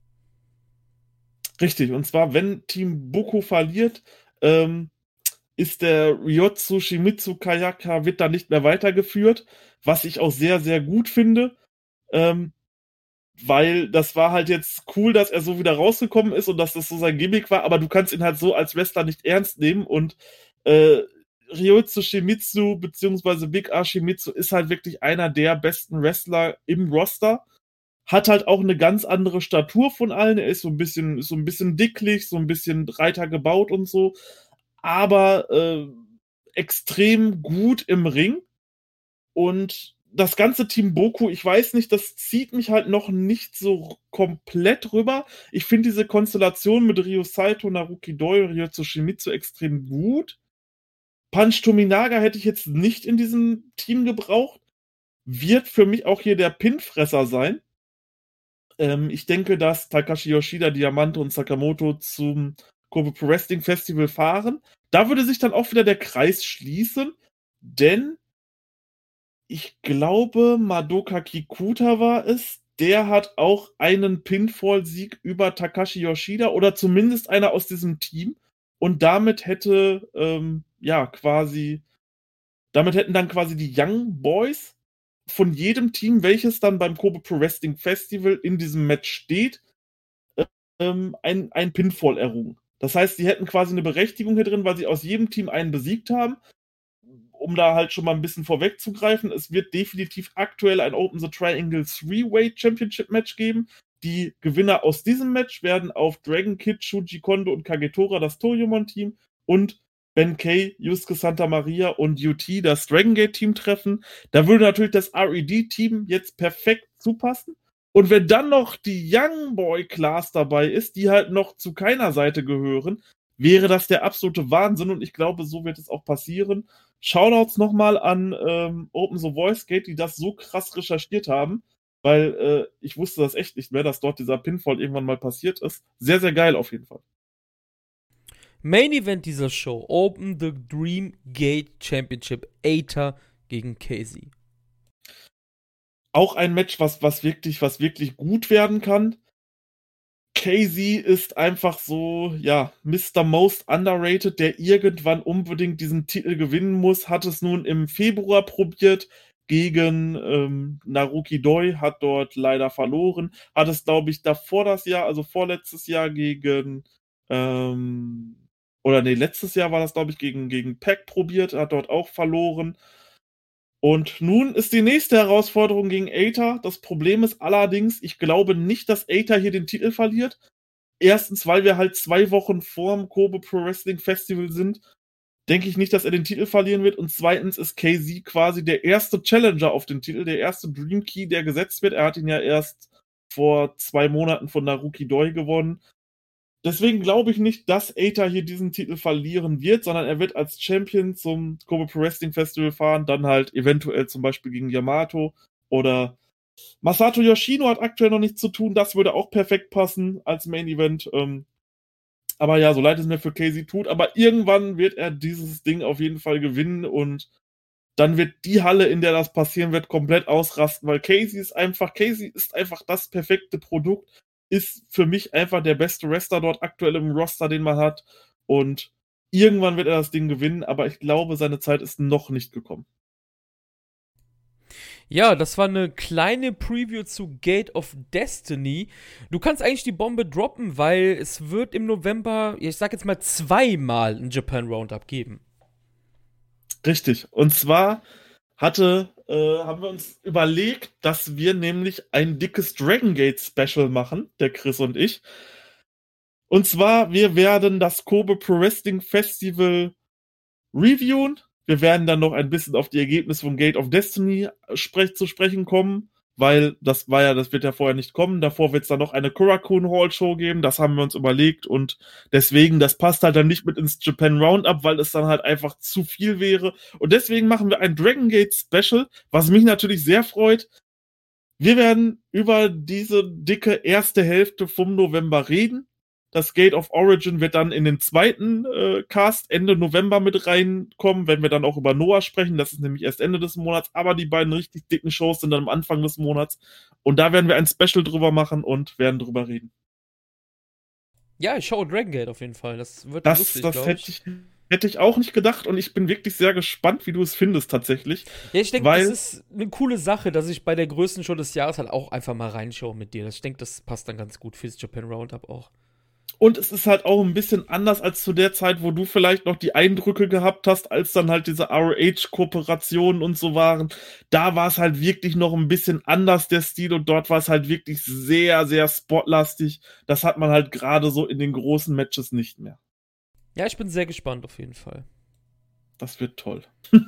Richtig, und zwar, wenn Team Boko verliert, ähm, ist der Ryotsu Shimizu Kayaka, wird da nicht mehr weitergeführt, was ich auch sehr, sehr gut finde, ähm, weil das war halt jetzt cool, dass er so wieder rausgekommen ist und dass das so sein Gimmick war, aber du kannst ihn halt so als Wrestler nicht ernst nehmen und äh, Ryotsu Shimizu beziehungsweise Big R Shimizu ist halt wirklich einer der besten Wrestler im Roster, hat halt auch eine ganz andere Statur von allen, er ist so ein bisschen, so ein bisschen dicklich, so ein bisschen breiter gebaut und so, aber äh, extrem gut im Ring. Und das ganze Team Boku, ich weiß nicht, das zieht mich halt noch nicht so komplett rüber. Ich finde diese Konstellation mit Ryo Saito, Naruki Doi und Ryotsu Shimizu extrem gut. Punch Tominaga hätte ich jetzt nicht in diesem Team gebraucht. Wird für mich auch hier der Pinfresser sein. Ähm, ich denke, dass Takashi Yoshida, Diamante und Sakamoto zum Kobe Pro Wrestling Festival fahren. Da würde sich dann auch wieder der Kreis schließen, denn ich glaube, Madoka Kikuta war es. Der hat auch einen Pinfall-Sieg über Takashi Yoshida oder zumindest einer aus diesem Team. Und damit hätte, ähm, ja, quasi, damit hätten dann quasi die Young Boys von jedem Team, welches dann beim Kobe Pro Wrestling Festival in diesem Match steht, ähm, ein, ein Pinfall errungen. Das heißt, sie hätten quasi eine Berechtigung hier drin, weil sie aus jedem Team einen besiegt haben. Um da halt schon mal ein bisschen vorwegzugreifen, es wird definitiv aktuell ein Open the Triangle Three-Way Championship Match geben. Die Gewinner aus diesem Match werden auf Dragon Kid, Shuji Kondo und Kagetora, das Toryumon-Team, und Ben Kay, Yusuke Santa Maria und U T, das Dragon Gate-Team, treffen. Da würde natürlich das R E D-Team jetzt perfekt zupassen. Und wenn dann noch die Young Boy-Class dabei ist, die halt noch zu keiner Seite gehören, wäre das der absolute Wahnsinn. Und ich glaube, so wird es auch passieren. Shoutouts nochmal an ähm, Open the Voice Gate, die das so krass recherchiert haben, weil äh, ich wusste das echt nicht mehr, dass dort dieser Pinfall irgendwann mal passiert ist. Sehr, sehr geil auf jeden Fall. Main Event dieser Show, Open the Dream Gate Championship, Eita gegen Casey. Auch ein Match, was, was, wirklich, was wirklich gut werden kann. Casey ist einfach so, ja, Mister Most Underrated, der irgendwann unbedingt diesen Titel gewinnen muss, hat es nun im Februar probiert gegen ähm, Naruki Doi, hat dort leider verloren, hat es, glaube ich, davor das Jahr, also vorletztes Jahr gegen, ähm, oder nee, letztes Jahr war das, glaube ich, gegen, gegen Pac probiert, hat dort auch verloren. Und nun ist die nächste Herausforderung gegen Eita. Das Problem ist allerdings, ich glaube nicht, dass Eita hier den Titel verliert. Erstens, weil wir halt zwei Wochen vorm Kobe Pro Wrestling Festival sind, denke ich nicht, dass er den Titel verlieren wird. Und zweitens ist K Z quasi der erste Challenger auf den Titel, der erste Dream Key, der gesetzt wird. Er hat ihn ja erst vor zwei Monaten von Naruki Doi gewonnen. deswegen glaube ich nicht, dass Eita hier diesen Titel verlieren wird, sondern er wird als Champion zum Kobe Pro Wrestling Festival fahren, dann halt eventuell zum Beispiel gegen Yamato oder Masato Yoshino hat aktuell noch nichts zu tun, das würde auch perfekt passen als Main Event. Ähm, aber ja, so leid es mir für Casey tut, aber irgendwann wird er dieses Ding auf jeden Fall gewinnen und dann wird die Halle, in der das passieren wird, komplett ausrasten, weil Casey ist einfach, Casey ist einfach das perfekte Produkt, ist für mich einfach der beste Wrestler dort aktuell im Roster, den man hat und irgendwann wird er das Ding gewinnen, aber ich glaube, seine Zeit ist noch nicht gekommen. Ja, das war eine kleine Preview zu Gate of Destiny. Du kannst eigentlich die Bombe droppen, weil es wird im November, ich sag jetzt mal zweimal ein Japan Roundup geben. Richtig. Und zwar hatte, äh, haben wir uns überlegt, dass wir nämlich ein dickes Dragon Gate Special machen, der Chris und ich. Und zwar, wir werden das Kobe Pro Wrestling Festival reviewen. Wir werden dann noch ein bisschen auf die Ergebnisse von Gate of Destiny sprech- zu sprechen kommen, weil das war ja, das wird ja vorher nicht kommen. Davor wird es dann noch eine Korakuen Hall Show geben, das haben wir uns überlegt und deswegen, das passt halt dann nicht mit ins Japan Roundup, weil es dann halt einfach zu viel wäre. Und deswegen machen wir ein Dragon Gate Special, was mich natürlich sehr freut. Wir werden über diese dicke erste Hälfte vom November reden. Das Gate of Origin wird dann in den zweiten äh, Cast Ende November mit reinkommen, wenn wir dann auch über Noah sprechen. Das ist nämlich erst Ende des Monats, aber die beiden richtig dicken Shows sind dann am Anfang des Monats. Und da werden wir ein Special drüber machen und werden drüber reden. Ja, ich schaue Dragon Gate auf jeden Fall. Das wird Das, lustig, das glaube hätte ich. ich, hätte ich auch nicht gedacht und ich bin wirklich sehr gespannt, wie du es findest tatsächlich. Ja, ich denke, weil- das ist eine coole Sache, dass ich bei der größten Show des Jahres halt auch einfach mal reinschaue mit dir. Ich denke, das passt dann ganz gut fürs Japan Roundup auch. Und es ist halt auch ein bisschen anders als zu der Zeit, wo du vielleicht noch die Eindrücke gehabt hast, als dann halt diese R O H-Kooperationen und so waren. Da war es halt wirklich noch ein bisschen anders, der Stil, und dort war es halt wirklich sehr, sehr spotlastig. Das hat man halt gerade so in den großen Matches nicht mehr. Ja, ich bin sehr gespannt auf jeden Fall. Das wird toll.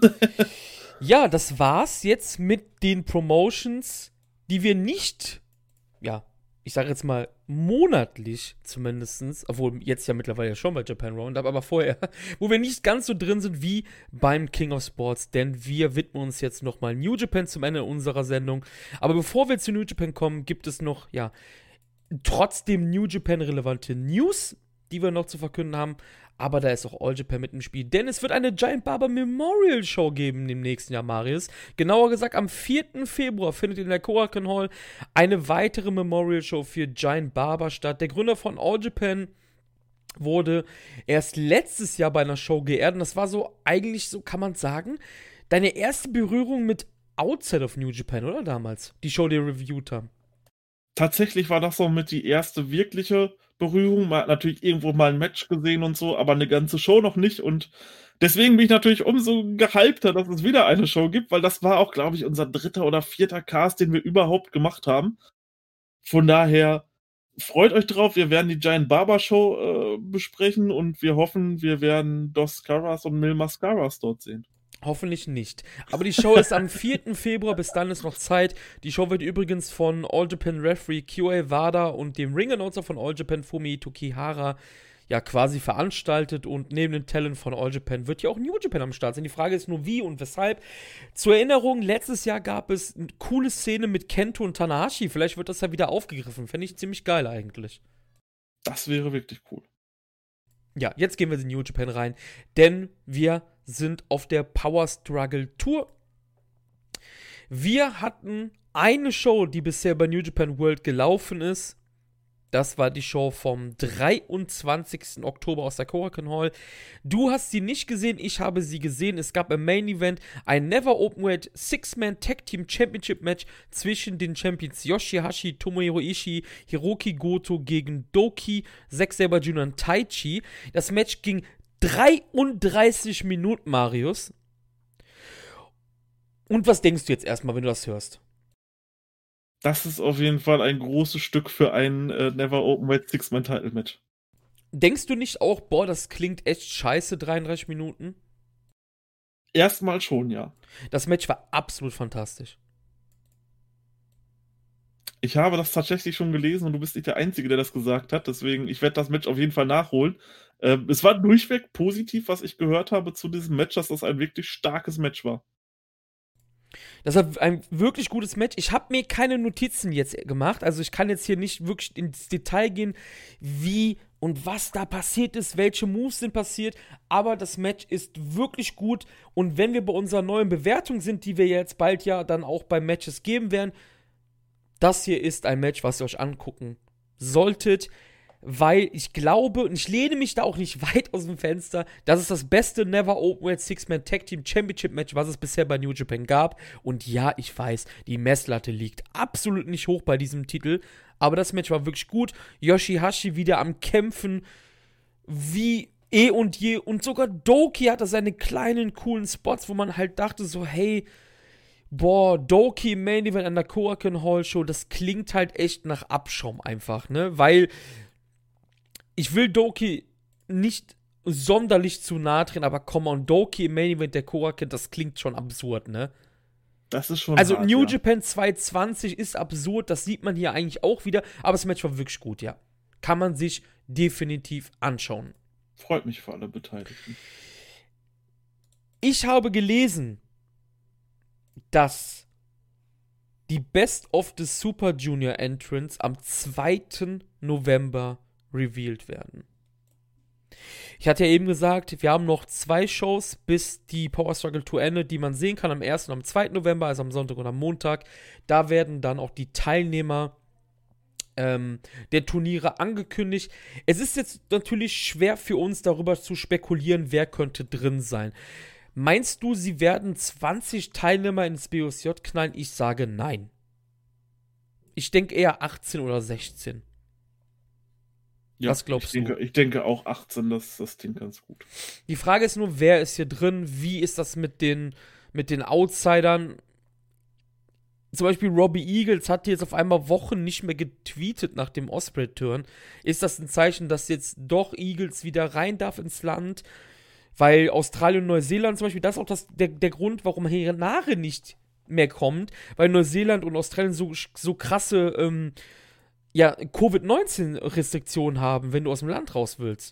Ja, das war's jetzt mit den Promotions, die wir nicht, ja, ich sage jetzt mal monatlich zumindestens, obwohl jetzt ja mittlerweile schon bei Japan Roundup, aber vorher, wo wir nicht ganz so drin sind wie beim King of Sports, denn wir widmen uns jetzt nochmal New Japan zum Ende unserer Sendung. Aber bevor wir zu New Japan kommen, gibt es noch, ja, trotzdem New Japan relevante News, die wir noch zu verkünden haben. Aber da ist auch All Japan mit im Spiel, denn es wird eine Giant Barber Memorial Show geben im nächsten Jahr, Marius. Genauer gesagt, am vierten Februar findet in der Korakuen Hall eine weitere Memorial Show für Giant Barber statt. Der Gründer von All Japan wurde erst letztes Jahr bei einer Show geehrt und das war so, eigentlich so kann man sagen, deine erste Berührung mit Outside of New Japan, oder damals? Die Show, die wir reviewed haben. Tatsächlich war das so mit die erste wirkliche Berührung. Man hat natürlich irgendwo mal ein Match gesehen und so, aber eine ganze Show noch nicht. Und deswegen bin ich natürlich umso gehypter, dass es wieder eine Show gibt, weil das war auch, glaube ich, unser dritter oder vierter Cast, den wir überhaupt gemacht haben. Von daher freut euch drauf. Wir werden die Giant Barber Show äh, besprechen und wir hoffen, wir werden Dos Caras und Mil Mascaras dort sehen. Hoffentlich nicht. Aber die Show ist am vierten Februar, bis dann ist noch Zeit. Die Show wird übrigens von All Japan Referee Q A Wada und dem Ring-Announcer von All Japan Fumihito Kihara ja quasi veranstaltet, und neben dem Talent von All Japan wird ja auch New Japan am Start sein. Die Frage ist nur, wie und weshalb. Zur Erinnerung, letztes Jahr gab es eine coole Szene mit Kento und Tanahashi. Vielleicht wird das ja wieder aufgegriffen. Fände ich ziemlich geil eigentlich. Das wäre wirklich cool. Ja, jetzt gehen wir in New Japan rein, denn wir sind auf der Power Struggle Tour. Wir hatten eine Show, die bisher bei New Japan World gelaufen ist. Das war die Show vom dreiundzwanzigsten Oktober aus der Korakuen Hall. Du hast sie nicht gesehen, ich habe sie gesehen. Es gab im Main Event ein Never Openweight Six-Man Tag Team Championship Match zwischen den Champions Yoshihashi, Tomohiro Ishii, Hiroki Goto gegen Doki, Zack Sabre Junior und Taichi. Das Match ging dreiunddreißig Minuten, Marius. Und was denkst du jetzt erstmal, wenn du das hörst? Das ist auf jeden Fall ein großes Stück für ein äh, Never Openweight Six-Man-Title-Match. Denkst du nicht auch, boah, das klingt echt scheiße, dreiunddreißig Minuten? Erstmal schon, ja. Das Match war absolut fantastisch. Ich habe das tatsächlich schon gelesen und du bist nicht der Einzige, der das gesagt hat. Deswegen, ich werde das Match auf jeden Fall nachholen. Ähm, es war durchweg positiv, was ich gehört habe zu diesem Match, dass das ein wirklich starkes Match war. Das war ein wirklich gutes Match. Ich habe mir keine Notizen jetzt gemacht. Also ich kann jetzt hier nicht wirklich ins Detail gehen, wie und was da passiert ist, welche Moves sind passiert. Aber das Match ist wirklich gut. Und wenn wir bei unserer neuen Bewertung sind, die wir jetzt bald ja dann auch bei Matches geben werden, das hier ist ein Match, was ihr euch angucken solltet. Weil ich glaube, und ich lehne mich da auch nicht weit aus dem Fenster, das ist das beste Never Openweight Six-Man Tag Team Championship Match, was es bisher bei New Japan gab. Und ja, ich weiß, die Messlatte liegt absolut nicht hoch bei diesem Titel, aber das Match war wirklich gut. Yoshihashi wieder am Kämpfen, wie eh und je. Und sogar Doki hatte seine kleinen, coolen Spots, wo man halt dachte so, hey, boah, Doki im Main Event an der Korakuen Hall Show, das klingt halt echt nach Abschaum einfach, ne? Weil ich will Doki nicht sonderlich zu nahe treten, aber come on, Doki im Main Event der Korakuen, das klingt schon absurd, ne? Das ist schon Also hart, New ja. Japan zweihundertzwanzig ist absurd, das sieht man hier eigentlich auch wieder, aber das Match war wirklich gut, ja. Kann man sich definitiv anschauen. Freut mich für alle Beteiligten. Ich habe gelesen, dass die Best of the Super Junior Entrants am zweiten November revealed werden. Ich hatte ja eben gesagt, wir haben noch zwei Shows, bis die Power Struggle Tour endet, die man sehen kann am ersten und am zweiten November, also am Sonntag und am Montag. Da werden dann auch die Teilnehmer ähm, der Turniere angekündigt. Es ist jetzt natürlich schwer für uns, darüber zu spekulieren, wer könnte drin sein. Meinst du, sie werden zwanzig Teilnehmer ins B O S J knallen? Ich sage nein. Ich denke eher achtzehn oder sechzehn. Ja, Was glaubst ich denke, du? Ich denke auch achtzehn, das, das klingt ganz gut. Die Frage ist nur, wer ist hier drin? Wie ist das mit den, mit den Outsidern? Zum Beispiel Robbie Eagles hat jetzt auf einmal Wochen nicht mehr getweetet nach dem Ospreay-Turn. Ist das ein Zeichen, dass jetzt doch Eagles wieder rein darf ins Land? Weil Australien und Neuseeland zum Beispiel, das ist auch das, der, der Grund, warum Herenare nicht mehr kommt, weil Neuseeland und Australien so, so krasse ähm, ja, Covid neunzehn Restriktionen haben, wenn du aus dem Land raus willst.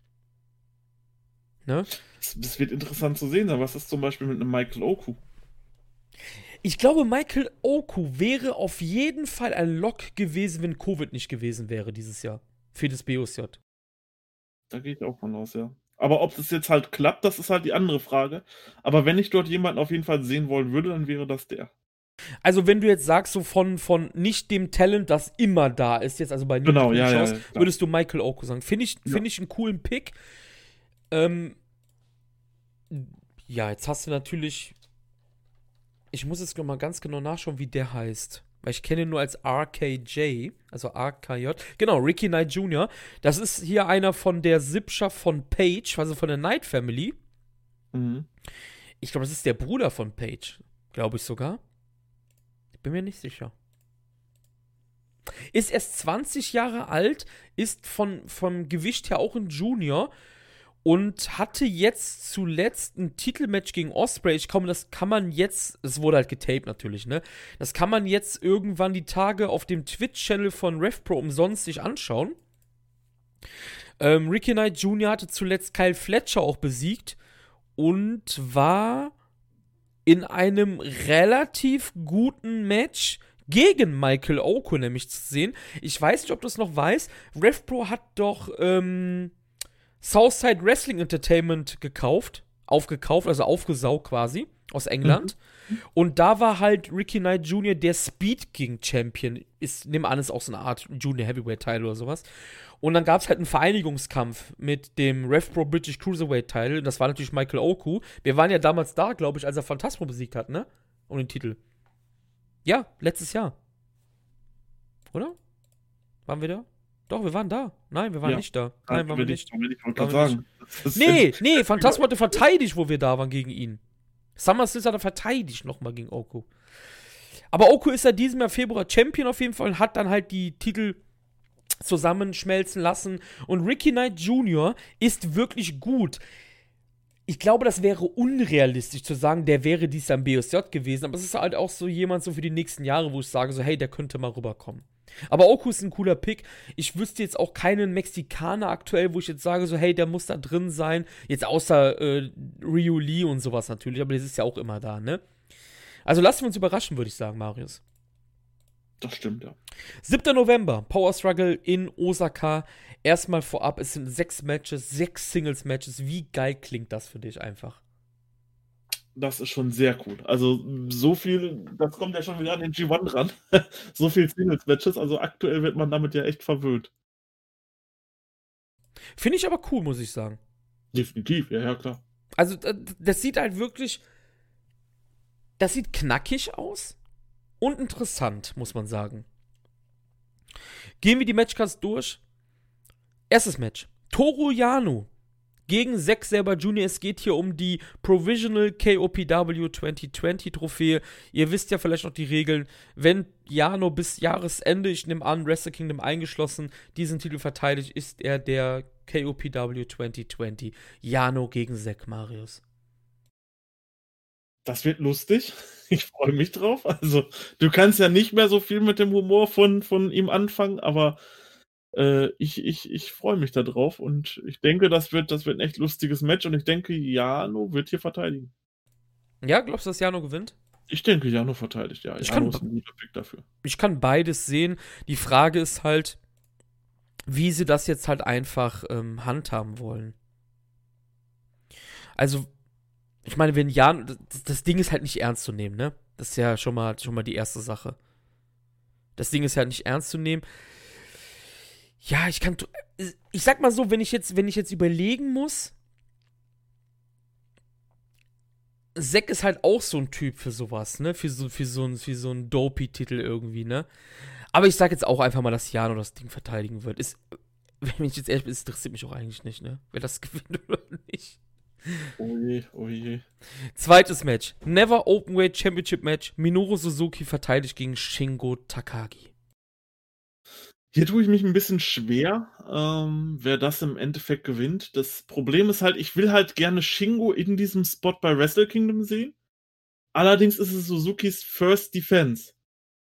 Ne? Das, das wird interessant zu sehen sein. Was ist zum Beispiel mit einem Michael Oku? Ich glaube, Michael Oku wäre auf jeden Fall ein Lock gewesen, wenn Covid nicht gewesen wäre dieses Jahr. Für das B O S J. Da gehe ich auch von aus, ja. Aber ob das jetzt halt klappt, das ist halt die andere Frage. Aber wenn ich dort jemanden auf jeden Fall sehen wollen würde, dann wäre das der. Also wenn du jetzt sagst, so von, von nicht dem Talent, das immer da ist, jetzt also bei New Genau, ja, Shows, ja, ja, würdest du Michael Oku sagen. Finde ich, Ja. find ich einen coolen Pick. Ähm, ja, jetzt hast du natürlich, ich muss jetzt mal ganz genau nachschauen, wie der heißt. Weil ich kenne ihn nur als R K J, also R K J. Genau, Ricky Knight Junior Das ist hier einer von der Sippschaft von Paige, also von der Knight Family. Mhm. Ich glaube, das ist der Bruder von Paige. Glaube ich sogar. Ich bin mir nicht sicher. Ist erst zwanzig Jahre alt, ist von, vom Gewicht her auch ein Junior und hatte jetzt zuletzt ein Titelmatch gegen Ospreay. Ich komme, das kann man jetzt, es wurde halt getaped natürlich, ne? Das kann man jetzt irgendwann die Tage auf dem Twitch-Channel von RevPro umsonst sich anschauen. Ähm, Ricky Knight Junior hatte zuletzt Kyle Fletcher auch besiegt und war in einem relativ guten Match gegen Michael Oku nämlich zu sehen. Ich weiß nicht, ob du es noch weißt. RevPro hat doch ähm, Southside Wrestling Entertainment gekauft, aufgekauft, also aufgesaugt quasi, aus England. Mhm. Und da war halt Ricky Knight Junior der Speed King Champion. Ist, nehme an, ist auch so eine Art Junior Heavyweight Title oder sowas. Und dann gab es halt einen Vereinigungskampf mit dem RevPro British Cruiserweight Title. Das war natürlich Michael Oku. Wir waren ja damals da, glaube ich, als er Phantasmo besiegt hat, ne? Um den Titel. Ja, letztes Jahr. Oder? Waren wir da? Doch, wir waren da. Nein, wir waren ja. nicht da. Nein, waren wir nicht. Ich, ich wollte sagen. Nee, nee, Phantasmo hatte verteidigt, wo wir da waren gegen ihn. SummerSlam hat er verteidigt nochmal gegen Oku. Aber Oku ist ja diesem Jahr Februar Champion auf jeden Fall und hat dann halt die Titel zusammenschmelzen lassen. Und Ricky Knight Junior ist wirklich gut. Ich glaube, das wäre unrealistisch zu sagen, der wäre dies am B S J gewesen, aber es ist halt auch so jemand so für die nächsten Jahre, wo ich sage so, hey, der könnte mal rüberkommen. Aber Oku ist ein cooler Pick. Ich wüsste jetzt auch keinen Mexikaner aktuell, wo ich jetzt sage so, hey, der muss da drin sein. Jetzt außer äh, Ryu Lee und sowas natürlich, aber das ist ja auch immer da, ne? Also lassen wir uns überraschen, würde ich sagen, Marius. Das stimmt, ja. siebter November, Power Struggle in Osaka. Erstmal vorab, es sind sechs Matches, sechs Singles-Matches. Wie geil klingt das für dich einfach? Das ist schon sehr cool. Also so viel, das kommt ja schon wieder an den G eins ran. So viel Singles-Matches, also aktuell wird man damit ja echt verwöhnt. Finde ich aber cool, muss ich sagen. Definitiv, ja, ja, klar. Also das sieht halt wirklich, das sieht knackig aus und interessant, muss man sagen. Gehen wir die Matchcards durch. Erstes Match. Toru Yano gegen Zack Sabre Junior Es geht hier um die Provisional K O P W zwanzig zwanzig Trophäe. Ihr wisst ja vielleicht noch die Regeln. Wenn Yano bis Jahresende, ich nehme an, Wrestle Kingdom eingeschlossen, diesen Titel verteidigt, ist er der K O P W zwanzig zwanzig. Yano gegen Zack, Marius. Das wird lustig. Ich freue mich drauf. Also, du kannst ja nicht mehr so viel mit dem Humor von, von ihm anfangen, aber äh, ich, ich, ich freue mich da drauf und ich denke, das wird, das wird ein echt lustiges Match und ich denke, Yano wird hier verteidigen. Ja, glaubst du, dass Yano gewinnt? Ich denke, Yano verteidigt, ja. Ich Yano kann, ist ein guter Pick dafür. Ich kann beides sehen. Die Frage ist halt, wie sie das jetzt halt einfach ähm, handhaben wollen. Also, ich meine, wenn Jan, das, das Ding ist halt nicht ernst zu nehmen, ne? Das ist ja schon mal, schon mal die erste Sache. Das Ding ist halt nicht ernst zu nehmen. Ja, ich kann, ich sag mal so, wenn ich jetzt, wenn ich jetzt überlegen muss, Zack ist halt auch so ein Typ für sowas, ne? Für so, für so, für so einen Dopey-Titel irgendwie, ne? Aber ich sag jetzt auch einfach mal, dass Jano das Ding verteidigen wird. Ist, wenn ich jetzt ehrlich bin, es interessiert mich auch eigentlich nicht, ne? Wer das gewinnt oder nicht. Oh je, oh je. Zweites Match. Never Openweight Championship Match. Minoru Suzuki verteidigt gegen Shingo Takagi. Hier tue ich mich ein bisschen schwer, ähm, wer das im Endeffekt gewinnt. Das Problem ist halt, ich will halt gerne Shingo in diesem Spot bei Wrestle Kingdom sehen. Allerdings ist es Suzukis First Defense.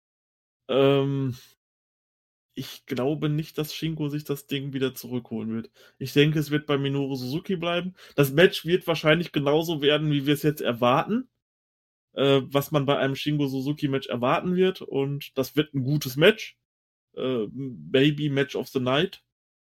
Ähm, ich glaube nicht, dass Shingo sich das Ding wieder zurückholen wird. Ich denke, es wird bei Minoru Suzuki bleiben. Das Match wird wahrscheinlich genauso werden, wie wir es jetzt erwarten. Äh, was man bei einem Shingo Suzuki Match erwarten wird. Und das wird ein gutes Match. Äh, Baby Match of the Night.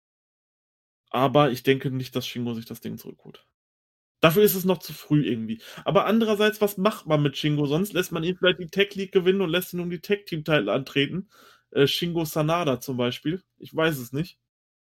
Aber ich denke nicht, dass Shingo sich das Ding zurückholt. Dafür ist es noch zu früh irgendwie. Aber andererseits, was macht man mit Shingo? Sonst lässt man ihn vielleicht die Tag League gewinnen und lässt ihn um die Tag Team Titel antreten. Äh, Shingo Sanada zum Beispiel. Ich weiß es nicht.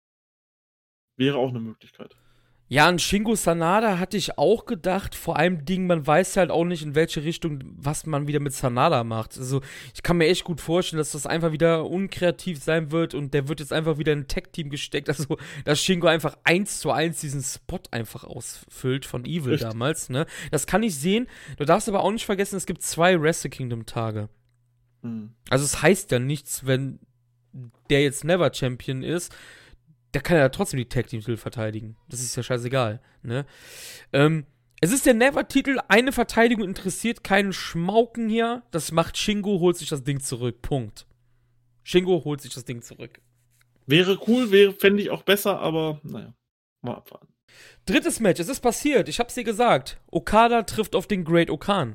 Wäre auch eine Möglichkeit. Ja, an Shingo Sanada hatte ich auch gedacht. Vor allem Ding, man weiß halt auch nicht, in welche Richtung, was man wieder mit Sanada macht. Also, ich kann mir echt gut vorstellen, dass das einfach wieder unkreativ sein wird und der wird jetzt einfach wieder in ein Tag-Team gesteckt. Also, dass Shingo einfach eins zu eins diesen Spot einfach ausfüllt von Evil Richtig. Damals, ne? Das kann ich sehen. Du darfst aber auch nicht vergessen, es gibt zwei Wrestle Kingdom-Tage. Hm. Also, es heißt ja nichts, wenn der jetzt Never Champion ist. Der kann ja trotzdem die Tag-Team-Titel verteidigen. Das ist ja scheißegal, ne? Ähm, es ist der Never-Titel, eine Verteidigung interessiert keinen Schmauken hier. Das macht Shingo, holt sich das Ding zurück. Punkt. Shingo holt sich das Ding zurück. Wäre cool, wäre, fände ich auch besser, aber naja, mal abwarten. Drittes Match, es ist passiert, ich hab's dir gesagt. Okada trifft auf den Great Okan.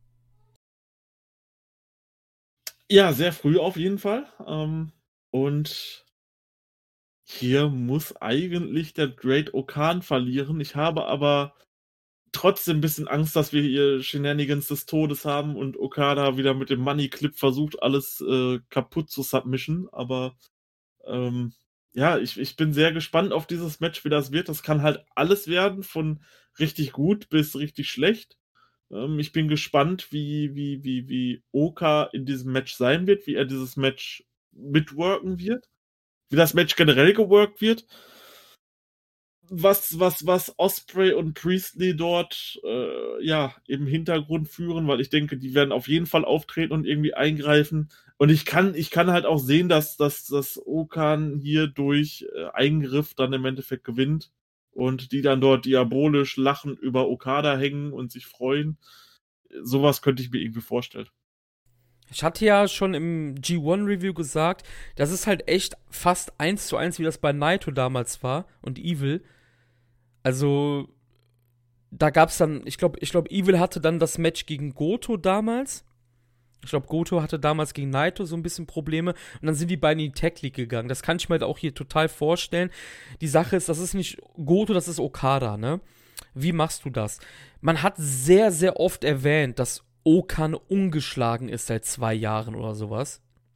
Ja, sehr früh auf jeden Fall. Ähm, und hier muss eigentlich der Great Okan verlieren. Ich habe aber trotzdem ein bisschen Angst, dass wir hier Shenanigans des Todes haben und Okada wieder mit dem Money Clip versucht, alles äh, kaputt zu submischen. Aber ähm, ja, ich, ich bin sehr gespannt auf dieses Match, wie das wird. Das kann halt alles werden, von richtig gut bis richtig schlecht. Ähm, ich bin gespannt, wie, wie, wie, wie Oka in diesem Match sein wird, wie er dieses Match mitworken wird. Wie das Match generell geworkt wird, was, was, was Ospreay und Priestley dort äh, ja im Hintergrund führen, weil ich denke, die werden auf jeden Fall auftreten und irgendwie eingreifen. Und ich kann, ich kann halt auch sehen, dass, dass, dass Okan hier durch äh, Eingriff dann im Endeffekt gewinnt. und die dann dort diabolisch lachend über Okada hängen und sich freuen. Sowas könnte ich mir irgendwie vorstellen. Ich hatte ja schon im G eins Review gesagt, das ist halt echt fast eins zu eins, wie das bei Naito damals war und Evil. Also, da gab's dann, ich glaube, ich glaube, Evil hatte dann das Match gegen Goto damals. Ich glaube, Goto hatte damals gegen Naito so ein bisschen Probleme und dann sind die beiden in die Tech League gegangen. Das kann ich mir halt auch hier total vorstellen. Die Sache ist, das ist nicht Goto, das ist Okada, ne? Wie machst du das? Man hat sehr, sehr oft erwähnt, dass Okan ungeschlagen ist seit zwei Jahren oder sowas.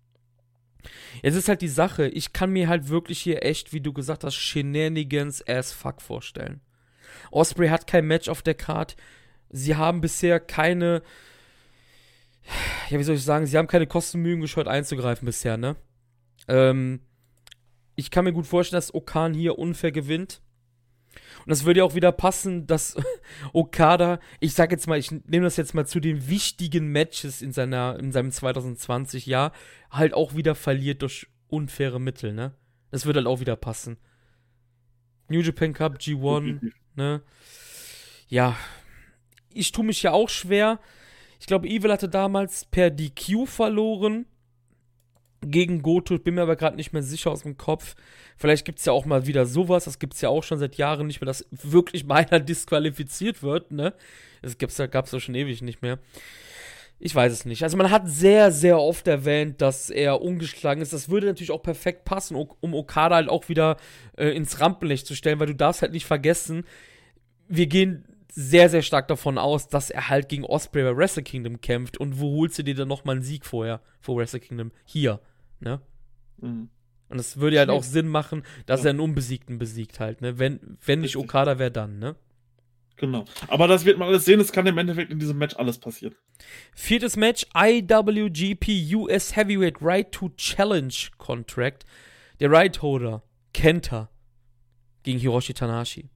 Jetzt ist halt die Sache, ich kann mir halt wirklich hier echt, wie du gesagt hast, Shenanigans as fuck vorstellen. Osprey hat kein Match auf der Card. Sie haben bisher keine, ja, wie soll ich sagen, sie haben keine Kostenmühen gescheut einzugreifen bisher, ne? Ähm, ich kann mir gut vorstellen, dass Okan hier unfair gewinnt. Und das würde ja auch wieder passen, dass Okada, ich sag jetzt mal, ich nehme das jetzt mal zu den wichtigen Matches in, seiner, in seinem zwanzig zwanzig-Jahr, halt auch wieder verliert durch unfaire Mittel, ne? Das würde halt auch wieder passen. New Japan Cup, G eins, ne? Ja, ich tue mich ja auch schwer. Ich glaube, Evil hatte damals per D Q verloren gegen Goto. Bin mir aber gerade nicht mehr sicher aus dem Kopf. Vielleicht gibt es ja auch mal wieder sowas. Das gibt es ja auch schon seit Jahren nicht mehr, dass wirklich mal einer disqualifiziert wird, ne? Das gab es ja schon ewig nicht mehr. Ich weiß es nicht. Also man hat sehr, sehr oft erwähnt, dass er ungeschlagen ist. Das würde natürlich auch perfekt passen, um Okada halt auch wieder äh, ins Rampenlicht zu stellen, weil du darfst halt nicht vergessen, wir gehen sehr, sehr stark davon aus, dass er halt gegen Osprey bei Wrestle Kingdom kämpft. Und wo holst du dir dann nochmal einen Sieg vorher, vor Wrestle Kingdom? Hier, ne? Mhm. Und es würde halt auch Sinn machen, dass ja. er einen Unbesiegten besiegt halt, ne? Wenn, wenn nicht Okada, wer dann, ne? Genau. Aber das wird man alles sehen, es kann im Endeffekt in diesem Match alles passieren. Viertes Match, I W G P U S Heavyweight Right to Challenge Contract. Der Right Holder, Kenta, gegen Hiroshi Tanahashi.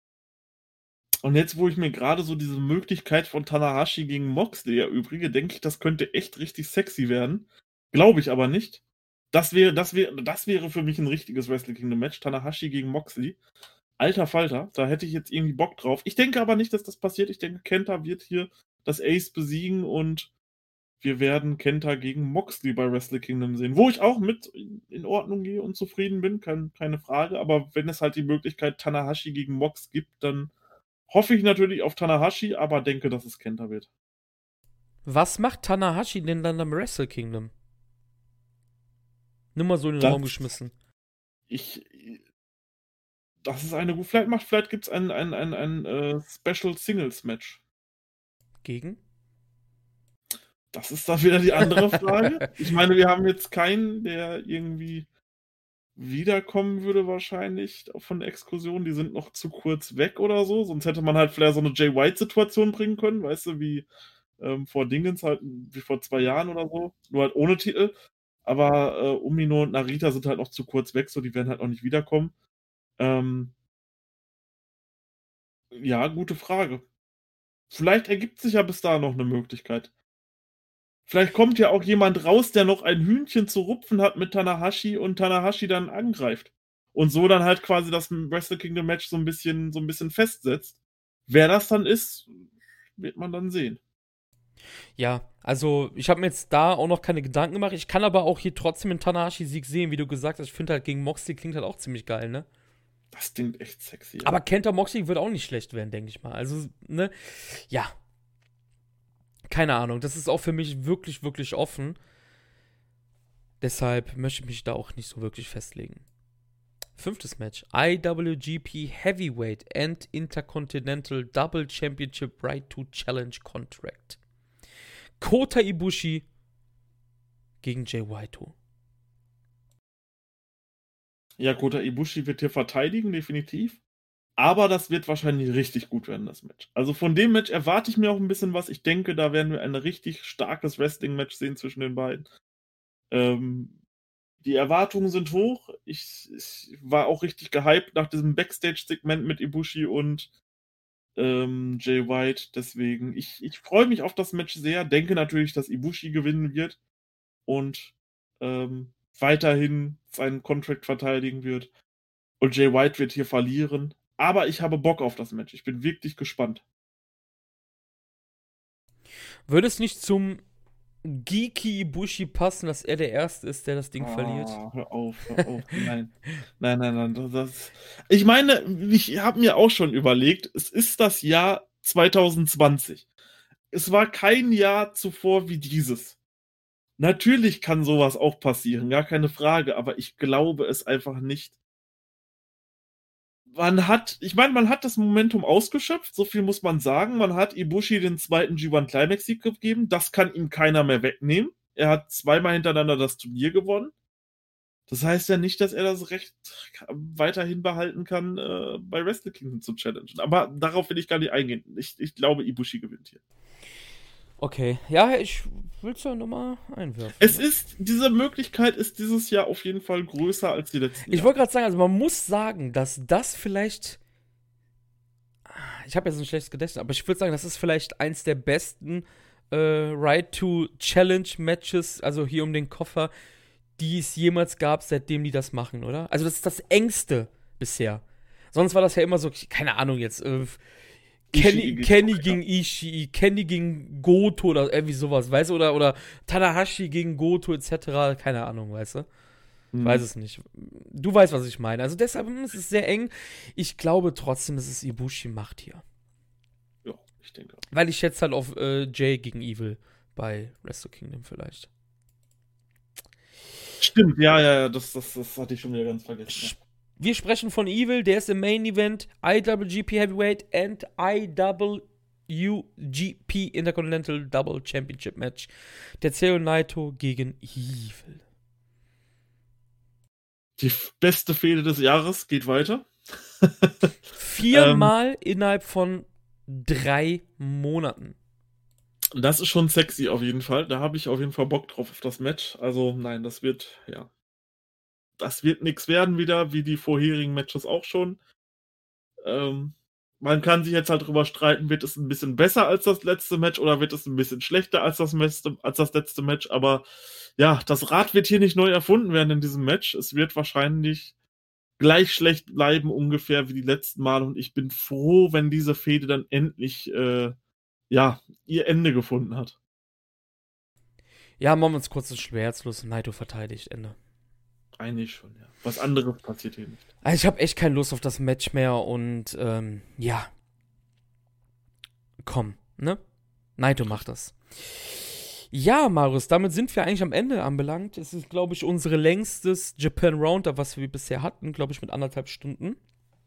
Und jetzt, wo ich mir gerade so diese Möglichkeit von Tanahashi gegen Moxley erübrige, denke ich, das könnte echt richtig sexy werden. Glaube ich aber nicht. Das wäre, das wäre, das wäre für mich ein richtiges Wrestle Kingdom Match. Tanahashi gegen Moxley. Alter Falter, da hätte ich jetzt irgendwie Bock drauf. Ich denke aber nicht, dass das passiert. Ich denke, Kenta wird hier das Ace besiegen und wir werden Kenta gegen Moxley bei Wrestle Kingdom sehen. Wo ich auch mit in Ordnung gehe und zufrieden bin, kein, keine Frage. Aber wenn es halt die Möglichkeit Tanahashi gegen Mox gibt, dann hoffe ich natürlich auf Tanahashi, aber denke, dass es Kenta wird. Was macht Tanahashi denn dann am Wrestle Kingdom? Nur mal so in den das, Raum geschmissen. Ich. Das ist eine gute. Vielleicht macht, vielleicht gibt es ein, ein, ein, ein, ein uh, Special Singles Match. Gegen? Das ist dann wieder die andere Frage. Ich meine, wir haben jetzt keinen, der irgendwie wiederkommen würde wahrscheinlich von der Exkursion. Die sind noch zu kurz weg oder so. Sonst hätte man halt vielleicht so eine Jay White-Situation bringen können, weißt du, wie ähm, vor Dingens halt, wie vor zwei Jahren oder so. Nur halt ohne Titel. Aber äh, Umino und Narita sind halt noch zu kurz weg, so die werden halt auch nicht wiederkommen. Ähm, ja, gute Frage. Vielleicht ergibt sich ja bis da noch eine Möglichkeit. Vielleicht kommt ja auch jemand raus, der noch ein Hühnchen zu rupfen hat mit Tanahashi und Tanahashi dann angreift. Und so dann halt quasi das Wrestle Kingdom Match so ein bisschen, so ein bisschen festsetzt. Wer das dann ist, wird man dann sehen. Ja, also ich habe mir jetzt da auch noch keine Gedanken gemacht. Ich kann aber auch hier trotzdem einen Tanahashi-Sieg sehen, wie du gesagt hast. Ich finde halt gegen Moxley klingt halt auch ziemlich geil, ne? Das klingt echt sexy. Ja. Aber Kenta Moxley wird auch nicht schlecht werden, denke ich mal. Also, ne? Ja. Keine Ahnung. Das ist auch für mich wirklich, wirklich offen. Deshalb möchte ich mich da auch nicht so wirklich festlegen. Fünftes Match. I W G P Heavyweight and Intercontinental Double Championship Right to Challenge Contract. Kota Ibushi gegen Jay White. Ja, Kota Ibushi wird hier verteidigen, definitiv. Aber das wird wahrscheinlich richtig gut werden, das Match. Also von dem Match erwarte ich mir auch ein bisschen was. Ich denke, da werden wir ein richtig starkes Wrestling-Match sehen zwischen den beiden. Ähm, die Erwartungen sind hoch. Ich, ich war auch richtig gehypt nach diesem Backstage-Segment mit Ibushi und ähm, Jay White. Deswegen, ich, ich freue mich auf das Match sehr. Denke natürlich, dass Ibushi gewinnen wird und ähm, weiterhin seinen Contract verteidigen wird. Und Jay White wird hier verlieren. Aber ich habe Bock auf das Match. Ich bin wirklich gespannt. Würde es nicht zum Geeky Ibushi passen, dass er der Erste ist, der das Ding ah, verliert? Hör auf, hör auf. Nein. Nein, nein, nein. Das, das, ich meine, ich habe mir auch schon überlegt, es ist das Jahr zwanzig zwanzig. Es war kein Jahr zuvor wie dieses. Natürlich kann sowas auch passieren, gar keine Frage, aber ich glaube es einfach nicht. Man hat, ich meine, man hat das Momentum ausgeschöpft, so viel muss man sagen. Man hat Ibushi den zweiten G eins Climax-Sieg gegeben, das kann ihm keiner mehr wegnehmen. Er hat zweimal hintereinander das Turnier gewonnen. Das heißt ja nicht, dass er das Recht weiterhin behalten kann, äh, bei Wrestle Kingdom zu challengen. Aber darauf will ich gar nicht eingehen. Ich, ich glaube, Ibushi gewinnt hier. Okay, ja, ich will es ja nochmal einwerfen. Es ist, diese Möglichkeit ist dieses Jahr auf jeden Fall größer als die letzten Jahre. Ich wollte gerade sagen, also man muss sagen, dass das vielleicht, ich habe jetzt ein schlechtes Gedächtnis, aber ich würde sagen, das ist vielleicht eins der besten äh, Right-to-Challenge-Matches, also hier um den Koffer, die es jemals gab, seitdem die das machen, oder? Also das ist das engste bisher. Sonst war das ja immer so, keine Ahnung jetzt, äh, Kenny, Kenny gegen Ishii, Kenny gegen Goto oder irgendwie sowas, weißt du? Oder, oder Tanahashi gegen Goto et cetera. Keine Ahnung, weißt du? Hm. Weiß es nicht. Du weißt, was ich meine. Also deshalb ist es sehr eng. Ich glaube trotzdem, dass es Ibushi macht hier. Ja, ich denke auch. Weil ich schätze halt auf äh, Jay gegen Evil bei Wrestle Kingdom vielleicht. Stimmt, ja, ja, ja, das, das, das hatte ich schon wieder ganz vergessen. Ja. Wir sprechen von Evil, der ist im Main Event, I W G P Heavyweight and I W G P Intercontinental Double Championship Match. Tetsuya Naito gegen Evil. Die beste Fehde des Jahres geht weiter. Viermal ähm, innerhalb von drei Monaten. Das ist schon sexy auf jeden Fall. Da habe ich auf jeden Fall Bock drauf auf das Match. Also nein, das wird, ja. Das wird nichts werden wieder, wie die vorherigen Matches auch schon. Ähm, man kann sich jetzt halt drüber streiten, wird es ein bisschen besser als das letzte Match oder wird es ein bisschen schlechter als das, letzte, als das letzte Match. Aber ja, das Rad wird hier nicht neu erfunden werden in diesem Match. Es wird wahrscheinlich gleich schlecht bleiben ungefähr wie die letzten Male. Und ich bin froh, wenn diese Fehde dann endlich äh, ja, ihr Ende gefunden hat. Ja, machen wir uns kurz das schmerzlos. Naito verteidigt, Ende. Eigentlich schon, ja. Was anderes passiert hier nicht. Also ich habe echt keine Lust auf das Match mehr und ähm, ja. Komm, ne? Naito macht das. Ja, Marius, damit sind wir eigentlich am Ende anbelangt. Es ist, glaube ich, unsere längstes Japan Roundup, was wir bisher hatten, glaube ich, mit anderthalb Stunden.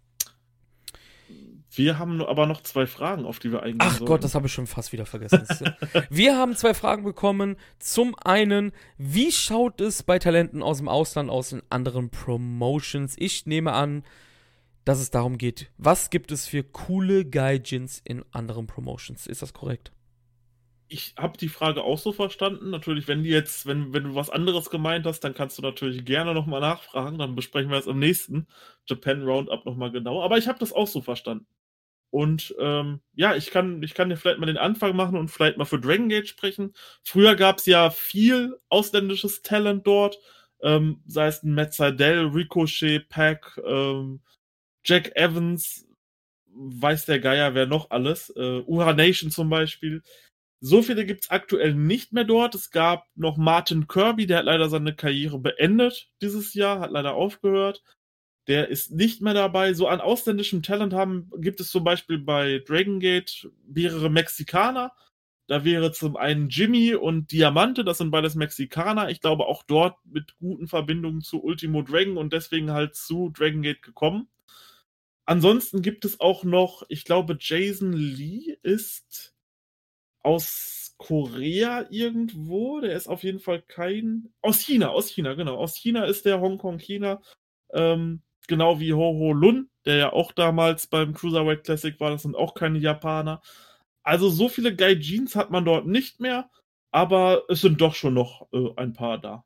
Wir haben aber noch zwei Fragen, auf die wir eingehen Ach sollen. Gott, das habe ich schon fast wieder vergessen. Wir haben zwei Fragen bekommen. Zum einen, wie schaut es bei Talenten aus dem Ausland aus in anderen Promotions? Ich nehme an, dass es darum geht, was gibt es für coole Gaijins in anderen Promotions? Ist das korrekt? Ich habe die Frage auch so verstanden. Natürlich, wenn die jetzt, wenn, wenn du was anderes gemeint hast, dann kannst du natürlich gerne nochmal nachfragen. Dann besprechen wir es im nächsten Japan Roundup nochmal genau. Aber ich habe das auch so verstanden. Und ähm, ja, ich kann, ich kann dir vielleicht mal den Anfang machen und vielleicht mal für Dragon Gate sprechen. Früher gab es ja viel ausländisches Talent dort. Ähm, sei es ein Matt Sydal, Ricochet, Pac, ähm, Jack Evans, weiß der Geier, wer noch alles. Äh, Ura Nation zum Beispiel. So viele gibt es aktuell nicht mehr dort. Es gab noch Martin Kirby, der hat leider seine Karriere beendet dieses Jahr, hat leider aufgehört. Der ist nicht mehr dabei. So an ausländischem Talent haben, gibt es zum Beispiel bei Dragon Gate mehrere Mexikaner. Da wäre zum einen Jimmy und Diamante, das sind beides Mexikaner. Ich glaube auch dort mit guten Verbindungen zu Ultimo Dragon und deswegen halt zu Dragon Gate gekommen. Ansonsten gibt es auch noch, ich glaube, Jason Lee ist aus Korea irgendwo. Der ist auf jeden Fall kein... Aus China, aus China, genau. Aus China ist der, Hongkong, China. Ähm, genau wie Ho-Ho Lun, der ja auch damals beim Cruiserweight Classic war. Das sind auch keine Japaner. Also so viele Gaijins hat man dort nicht mehr, aber es sind doch schon noch äh, ein paar da.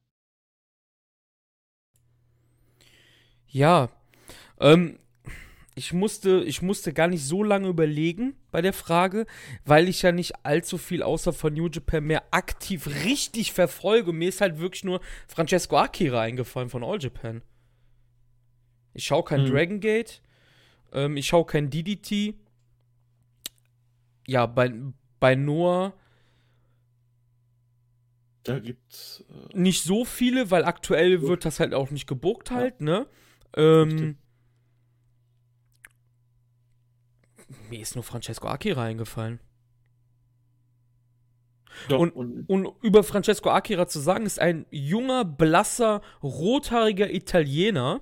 Ja, ähm, ich musste, ich musste gar nicht so lange überlegen bei der Frage, weil ich ja nicht allzu viel außer von New Japan mehr aktiv richtig verfolge. Mir ist halt wirklich nur Francesco Akira eingefallen von All Japan. Ich schaue kein hm. Dragon Gate. Ähm, ich schaue kein D D T. Ja, bei, bei Noah Da gibt's äh, nicht so viele, weil aktuell Gut. wird das halt auch nicht gebuckt Ja. halt, ne? Richtig. Ähm, mir ist nur Francesco Akira eingefallen. Doch, Und, und und über Francesco Akira zu sagen, ist ein junger, blasser, rothaariger Italiener,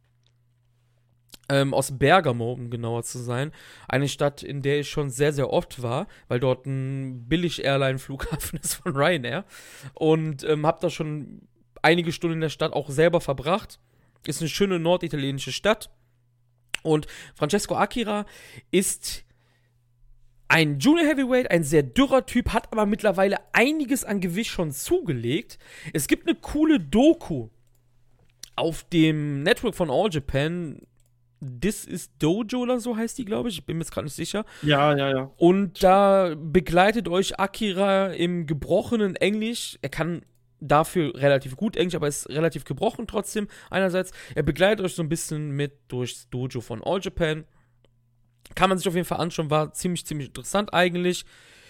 ähm, aus Bergamo, um genauer zu sein. Eine Stadt, in der ich schon sehr, sehr oft war, weil dort ein Billig-Airline-Flughafen ist von Ryanair. Und ähm, hab da schon einige Stunden in der Stadt auch selber verbracht. Ist eine schöne norditalienische Stadt. Und Francesco Akira ist ein Junior Heavyweight, ein sehr dürrer Typ, hat aber mittlerweile einiges an Gewicht schon zugelegt. Es gibt eine coole Doku auf dem Network von All Japan. This is Dojo oder so heißt die, glaube ich. Ich bin mir jetzt gerade nicht sicher. ja, ja, ja. Und da begleitet euch Akira im gebrochenen Englisch. Er kann dafür relativ gut Englisch, aber ist relativ gebrochen trotzdem einerseits. Er begleitet euch so ein bisschen mit durchs Dojo von All Japan. Kann man sich auf jeden Fall anschauen, war ziemlich, ziemlich interessant eigentlich.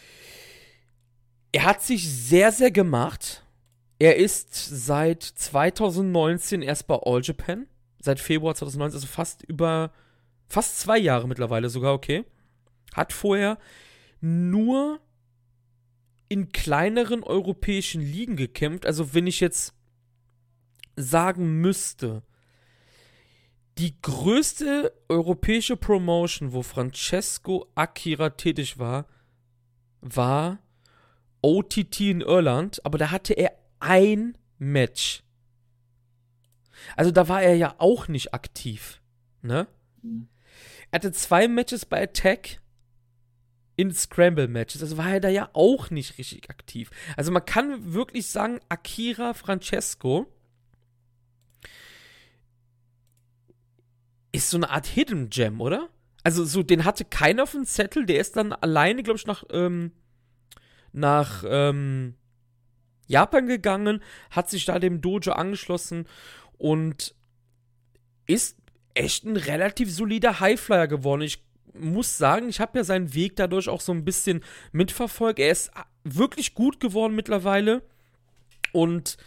Er hat sich sehr, sehr gemacht. Er ist seit zwanzig neunzehn erst bei All Japan. Seit Februar zwanzig neunzehn, also fast über, fast zwei Jahre mittlerweile sogar, okay. Hat vorher nur in kleineren europäischen Ligen gekämpft. Also wenn ich jetzt sagen müsste, die größte europäische Promotion, wo Francesco Akira tätig war, war O T T in Irland, aber da hatte er ein Match. Also da war er ja auch nicht aktiv, ne? Mhm. Er hatte zwei Matches bei Attack in Scramble-Matches, also war er da ja auch nicht richtig aktiv. Also man kann wirklich sagen, Akira Francesco ist so eine Art Hidden Gem, oder? Also so, den hatte keiner auf dem Zettel, der ist dann alleine, glaube ich, nach, ähm, nach, ähm, Japan gegangen, hat sich da dem Dojo angeschlossen und ist echt ein relativ solider Highflyer geworden. Ich muss sagen, ich habe ja seinen Weg dadurch auch so ein bisschen mitverfolgt. Er ist wirklich gut geworden mittlerweile und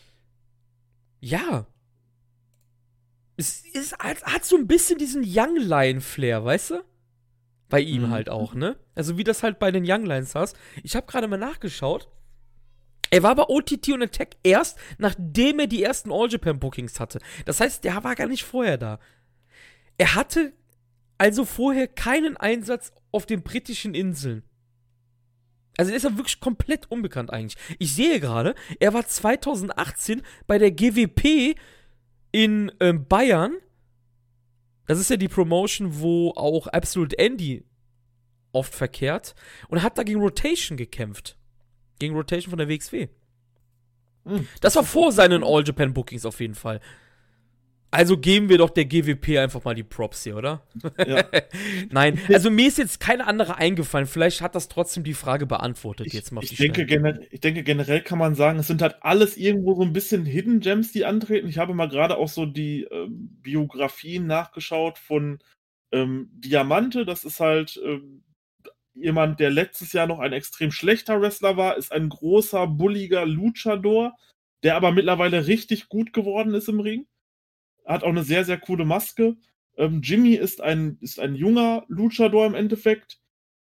ja, es ist, hat so ein bisschen diesen Young Lion Flair, weißt du? Bei ihm Mhm. halt auch, ne? Also wie das halt bei den Young Lions hast. Ich habe gerade mal nachgeschaut. Er war bei O T T und Attack erst, nachdem er die ersten All-Japan-Bookings hatte. Das heißt, der war gar nicht vorher da. Er hatte also vorher keinen Einsatz auf den britischen Inseln. Also ist er wirklich komplett unbekannt eigentlich. Ich sehe gerade, er war zwanzig achtzehn bei der G W P in ähm, Bayern. Das ist ja die Promotion, wo auch Absolute Andy oft verkehrt. Und hat da gegen Rotation gekämpft. Gegen Rotation von der W X W. Mhm. Das war vor seinen All-Japan-Bookings auf jeden Fall. Also geben wir doch der G W P einfach mal die Props hier, oder? Ja. Nein, also mir ist jetzt keine andere eingefallen. Vielleicht hat das trotzdem die Frage beantwortet. Ich, jetzt mal auf ich, die denke, Schnelle. gener ich denke, generell kann man sagen, es sind halt alles irgendwo so ein bisschen Hidden Gems, die antreten. Ich habe mal gerade auch so die ähm, Biografien nachgeschaut von ähm, Diamante. Das ist halt ähm, jemand, der letztes Jahr noch ein extrem schlechter Wrestler war, ist ein großer, bulliger Luchador, der aber mittlerweile richtig gut geworden ist im Ring. Hat auch eine sehr, sehr coole Maske. Ähm, Jimmy ist ein, ist ein junger Luchador im Endeffekt.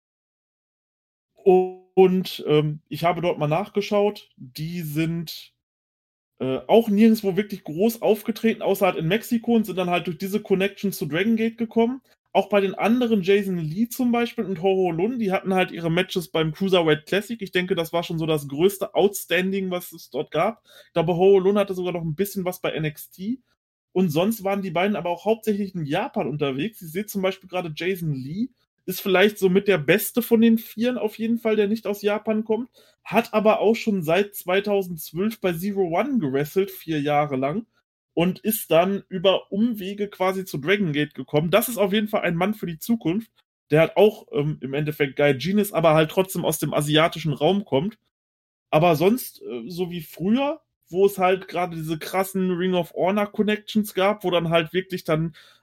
Und ähm, ich habe dort mal nachgeschaut. Die sind äh, auch nirgendwo wirklich groß aufgetreten, außer halt in Mexiko und sind dann halt durch diese Connection zu Dragon Gate gekommen. Auch bei den anderen, Jason Lee zum Beispiel und Ho-Ho Lun, die hatten halt ihre Matches beim Cruiserweight Classic. Ich denke, das war schon so das größte Outstanding, was es dort gab. Ich glaube, Ho-Ho Lun hatte sogar noch ein bisschen was bei N X T. Und sonst waren die beiden aber auch hauptsächlich in Japan unterwegs. Ich sehe zum Beispiel gerade Jason Lee, ist vielleicht so mit der Beste von den Vieren auf jeden Fall, der nicht aus Japan kommt, hat aber auch schon seit zweitausendzwölf bei Zero One gewrestelt, vier Jahre lang, und ist dann über Umwege quasi zu Dragon Gate gekommen. Das ist auf jeden Fall ein Mann für die Zukunft, der halt auch ähm, im Endeffekt Gaijin ist, aber halt trotzdem aus dem asiatischen Raum kommt. Aber sonst, äh, so wie früher, wo es halt gerade diese krassen Ring of Honor Connections gab, wo dann halt wirklich dann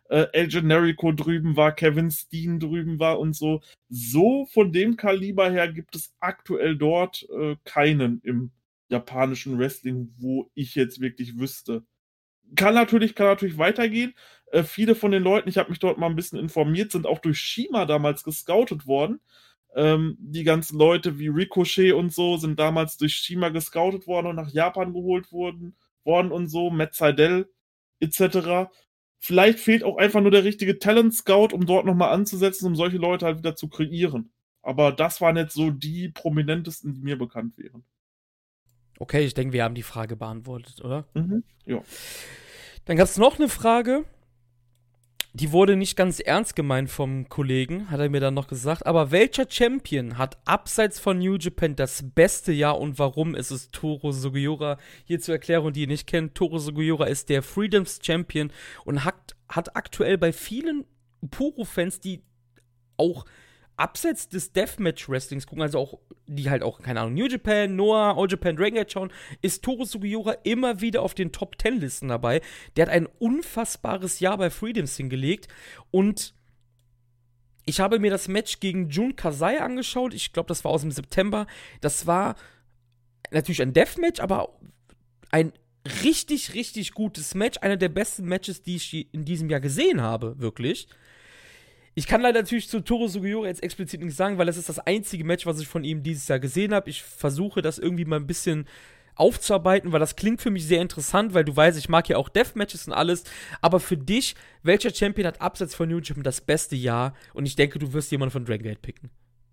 äh, El Generico drüben war, Kevin Steen drüben war und so. So von dem Kaliber her gibt es aktuell dort äh, keinen im japanischen Wrestling, wo ich jetzt wirklich wüsste. Kann natürlich, kann natürlich weitergehen. Äh, viele von den Leuten, ich habe mich dort mal ein bisschen informiert, sind auch durch Shima damals gescoutet worden. Ähm, die ganzen Leute wie Ricochet und so sind damals durch Shima gescoutet worden und nach Japan geholt worden, worden und so, Matt Sydal et cetera. Vielleicht fehlt auch einfach nur der richtige Talent-Scout, um dort nochmal anzusetzen, um solche Leute halt wieder zu kreieren. Aber das waren jetzt so die prominentesten, die mir bekannt wären. Okay, ich denke, wir haben die Frage beantwortet, oder? Mhm, ja. Dann gab es noch eine Frage, die wurde nicht ganz ernst gemeint vom Kollegen, hat er mir dann noch gesagt. Aber welcher Champion hat abseits von New Japan das beste Jahr und warum? Ist es Toru Sugiura? Hier zur Erklärung, die ihr nicht kennt. Toru Sugiura ist der Freedoms Champion und hat, hat aktuell bei vielen Puro-Fans, die auch abseits des Deathmatch-Wrestlings gucken, also auch, die halt auch, keine Ahnung, New Japan, Noah, All Japan, Dragon Gate schauen, ist Toru Sugiura immer wieder auf den Top Ten Listen dabei. Der hat ein unfassbares Jahr bei Freedoms hingelegt und ich habe mir das Match gegen Jun Kasai angeschaut. Ich glaube, das war aus dem September. Das war natürlich ein Deathmatch, aber ein richtig, richtig gutes Match. Einer der besten Matches, die ich in diesem Jahr gesehen habe, wirklich. Ich kann leider natürlich zu Toru Sugiura jetzt explizit nichts sagen, weil das ist das einzige Match, was ich von ihm dieses Jahr gesehen habe. Ich versuche das irgendwie mal ein bisschen aufzuarbeiten, weil das klingt für mich sehr interessant, weil du weißt, ich mag ja auch Deathmatches und alles. Aber für dich, welcher Champion hat abseits von New Japan das beste Jahr? Und ich denke, du wirst jemanden von Dragon Gate picken.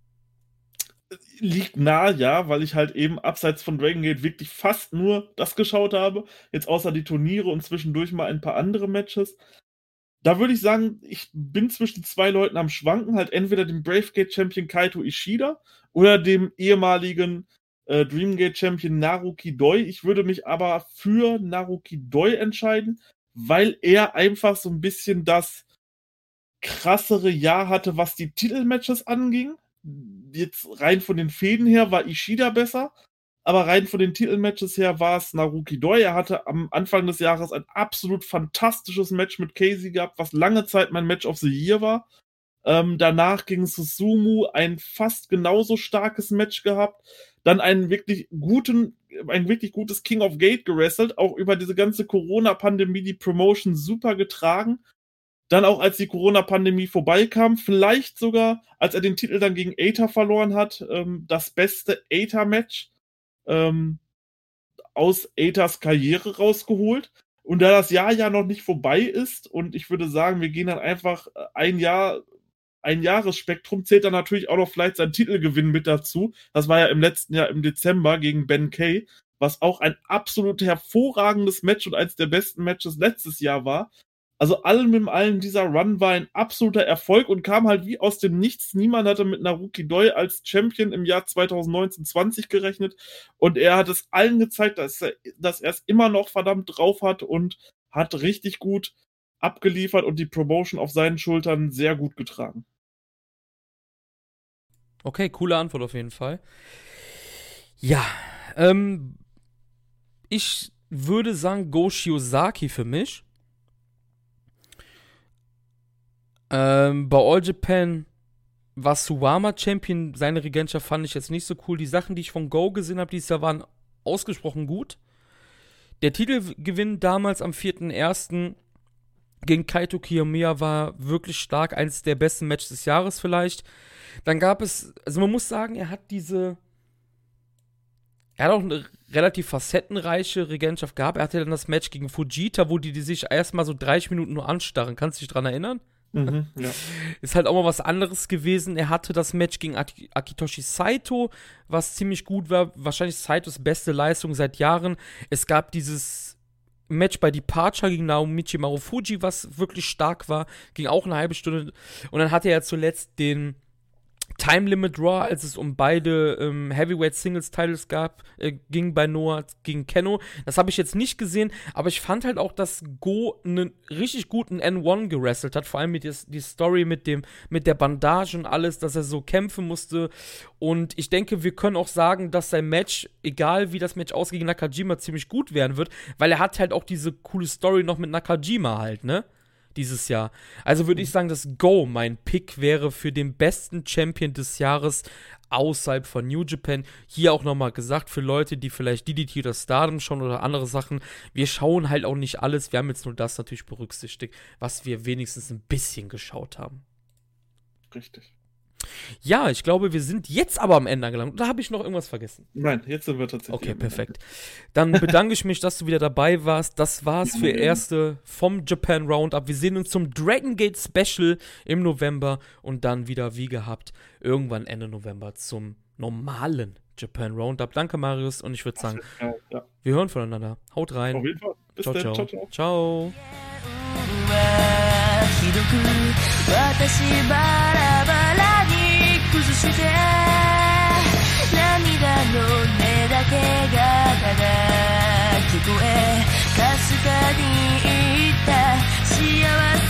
Liegt nahe, ja, weil ich halt eben abseits von Dragon Gate wirklich fast nur das geschaut habe. Jetzt außer die Turniere und zwischendurch mal ein paar andere Matches. Da würde ich sagen, ich bin zwischen zwei Leuten am Schwanken, halt entweder dem Bravegate-Champion Kaito Ishida oder dem ehemaligen äh, Dreamgate-Champion Naruki Doi. Ich würde mich aber für Naruki Doi entscheiden, weil er einfach so ein bisschen das krassere Jahr hatte, was die Titelmatches anging. Jetzt rein von den Fäden her war Ishida besser, aber rein von den Titelmatches her war es Naruki Doi. Er hatte am Anfang des Jahres ein absolut fantastisches Match mit Casey gehabt, was lange Zeit mein Match of the Year war. Ähm, danach gegen Susumu ein fast genauso starkes Match gehabt. Dann einen wirklich guten, ein wirklich gutes King of Gate gewrestelt, auch über diese ganze Corona-Pandemie die Promotion super getragen. Dann auch, als die Corona-Pandemie vorbeikam, vielleicht sogar, als er den Titel dann gegen Eita verloren hat, ähm, das beste Eita-Match ähm, aus Eitas Karriere rausgeholt. Und da das Jahr ja noch nicht vorbei ist und ich würde sagen, wir gehen dann einfach ein Jahr, ein Jahresspektrum, zählt dann natürlich auch noch vielleicht sein Titelgewinn mit dazu. Das war ja im letzten Jahr im Dezember gegen Ben Kay, was auch ein absolut hervorragendes Match und eines der besten Matches letztes Jahr war. Also allem in allem, dieser Run war ein absoluter Erfolg und kam halt wie aus dem Nichts. Niemand hatte mit Naruki Doi als Champion im Jahr zwanzig neunzehn zwanzig gerechnet. Und er hat es allen gezeigt, dass er, dass er es immer noch verdammt drauf hat und hat richtig gut abgeliefert und die Promotion auf seinen Schultern sehr gut getragen. Okay, coole Antwort auf jeden Fall. Ja, ähm, ich würde sagen Go Shiozaki für mich. Ähm, bei All Japan war Suwama Champion. Seine Regentschaft fand ich jetzt nicht so cool. Die Sachen, die ich von Go gesehen habe dieses Jahr, waren ausgesprochen gut. Der Titelgewinn damals am vierten ersten gegen Kaito Kiyomiya war wirklich stark. Eines der besten Matches des Jahres vielleicht. Dann gab es, also man muss sagen, er hat diese, er hat auch eine relativ facettenreiche Regentschaft gehabt. Er hatte dann das Match gegen Fujita, wo die, die sich erstmal so dreißig Minuten nur anstarren. Kannst du dich dran erinnern? Mhm, ja. Ist halt auch mal was anderes gewesen. Er hatte das Match gegen Ak- Akitoshi Saito, was ziemlich gut war. Wahrscheinlich Saitos beste Leistung seit Jahren. Es gab dieses Match bei Departure gegen Naomichi Marufuji, was wirklich stark war. Ging auch eine halbe Stunde. Und dann hatte er ja zuletzt den Time Limit Raw, als es um beide ähm, Heavyweight Singles Titles gab, äh, ging bei Noah gegen Kenoh. Das habe ich jetzt nicht gesehen, aber ich fand halt auch, dass Go einen richtig guten N eins gewrestelt hat, vor allem mit des, die Story mit dem mit der Bandage und alles, dass er so kämpfen musste. Und ich denke, wir können auch sagen, dass sein Match, egal wie das Match ausgeht gegen Nakajima, ziemlich gut werden wird, weil er hat halt auch diese coole Story noch mit Nakajima halt, ne? dieses Jahr. Also würde ich sagen, dass Go mein Pick wäre für den besten Champion des Jahres außerhalb von New Japan. Hier auch nochmal gesagt, für Leute, die vielleicht D D T oder Stardom schauen oder andere Sachen, wir schauen halt auch nicht alles. Wir haben jetzt nur das natürlich berücksichtigt, was wir wenigstens ein bisschen geschaut haben. Richtig. Ja, ich glaube, wir sind jetzt aber am Ende angelangt. Oder habe ich noch irgendwas vergessen? Nein, jetzt sind wir tatsächlich. Okay, perfekt. Dann bedanke ich mich, dass du wieder dabei warst. Das war's Ja, für ja. erste vom Japan Roundup. Wir sehen uns zum Dragon Gate Special im November und dann wieder, wie gehabt, irgendwann Ende November zum normalen Japan Roundup. Danke, Marius, und ich würde sagen, Ja, ja. wir hören voneinander. Haut rein. Auf jeden Fall. Bis Ciao, dann. ciao. Ciao, ciao. Ciao. ひどく私バラバラに崩して涙の音だけがただ聞こえかすかに言った幸せ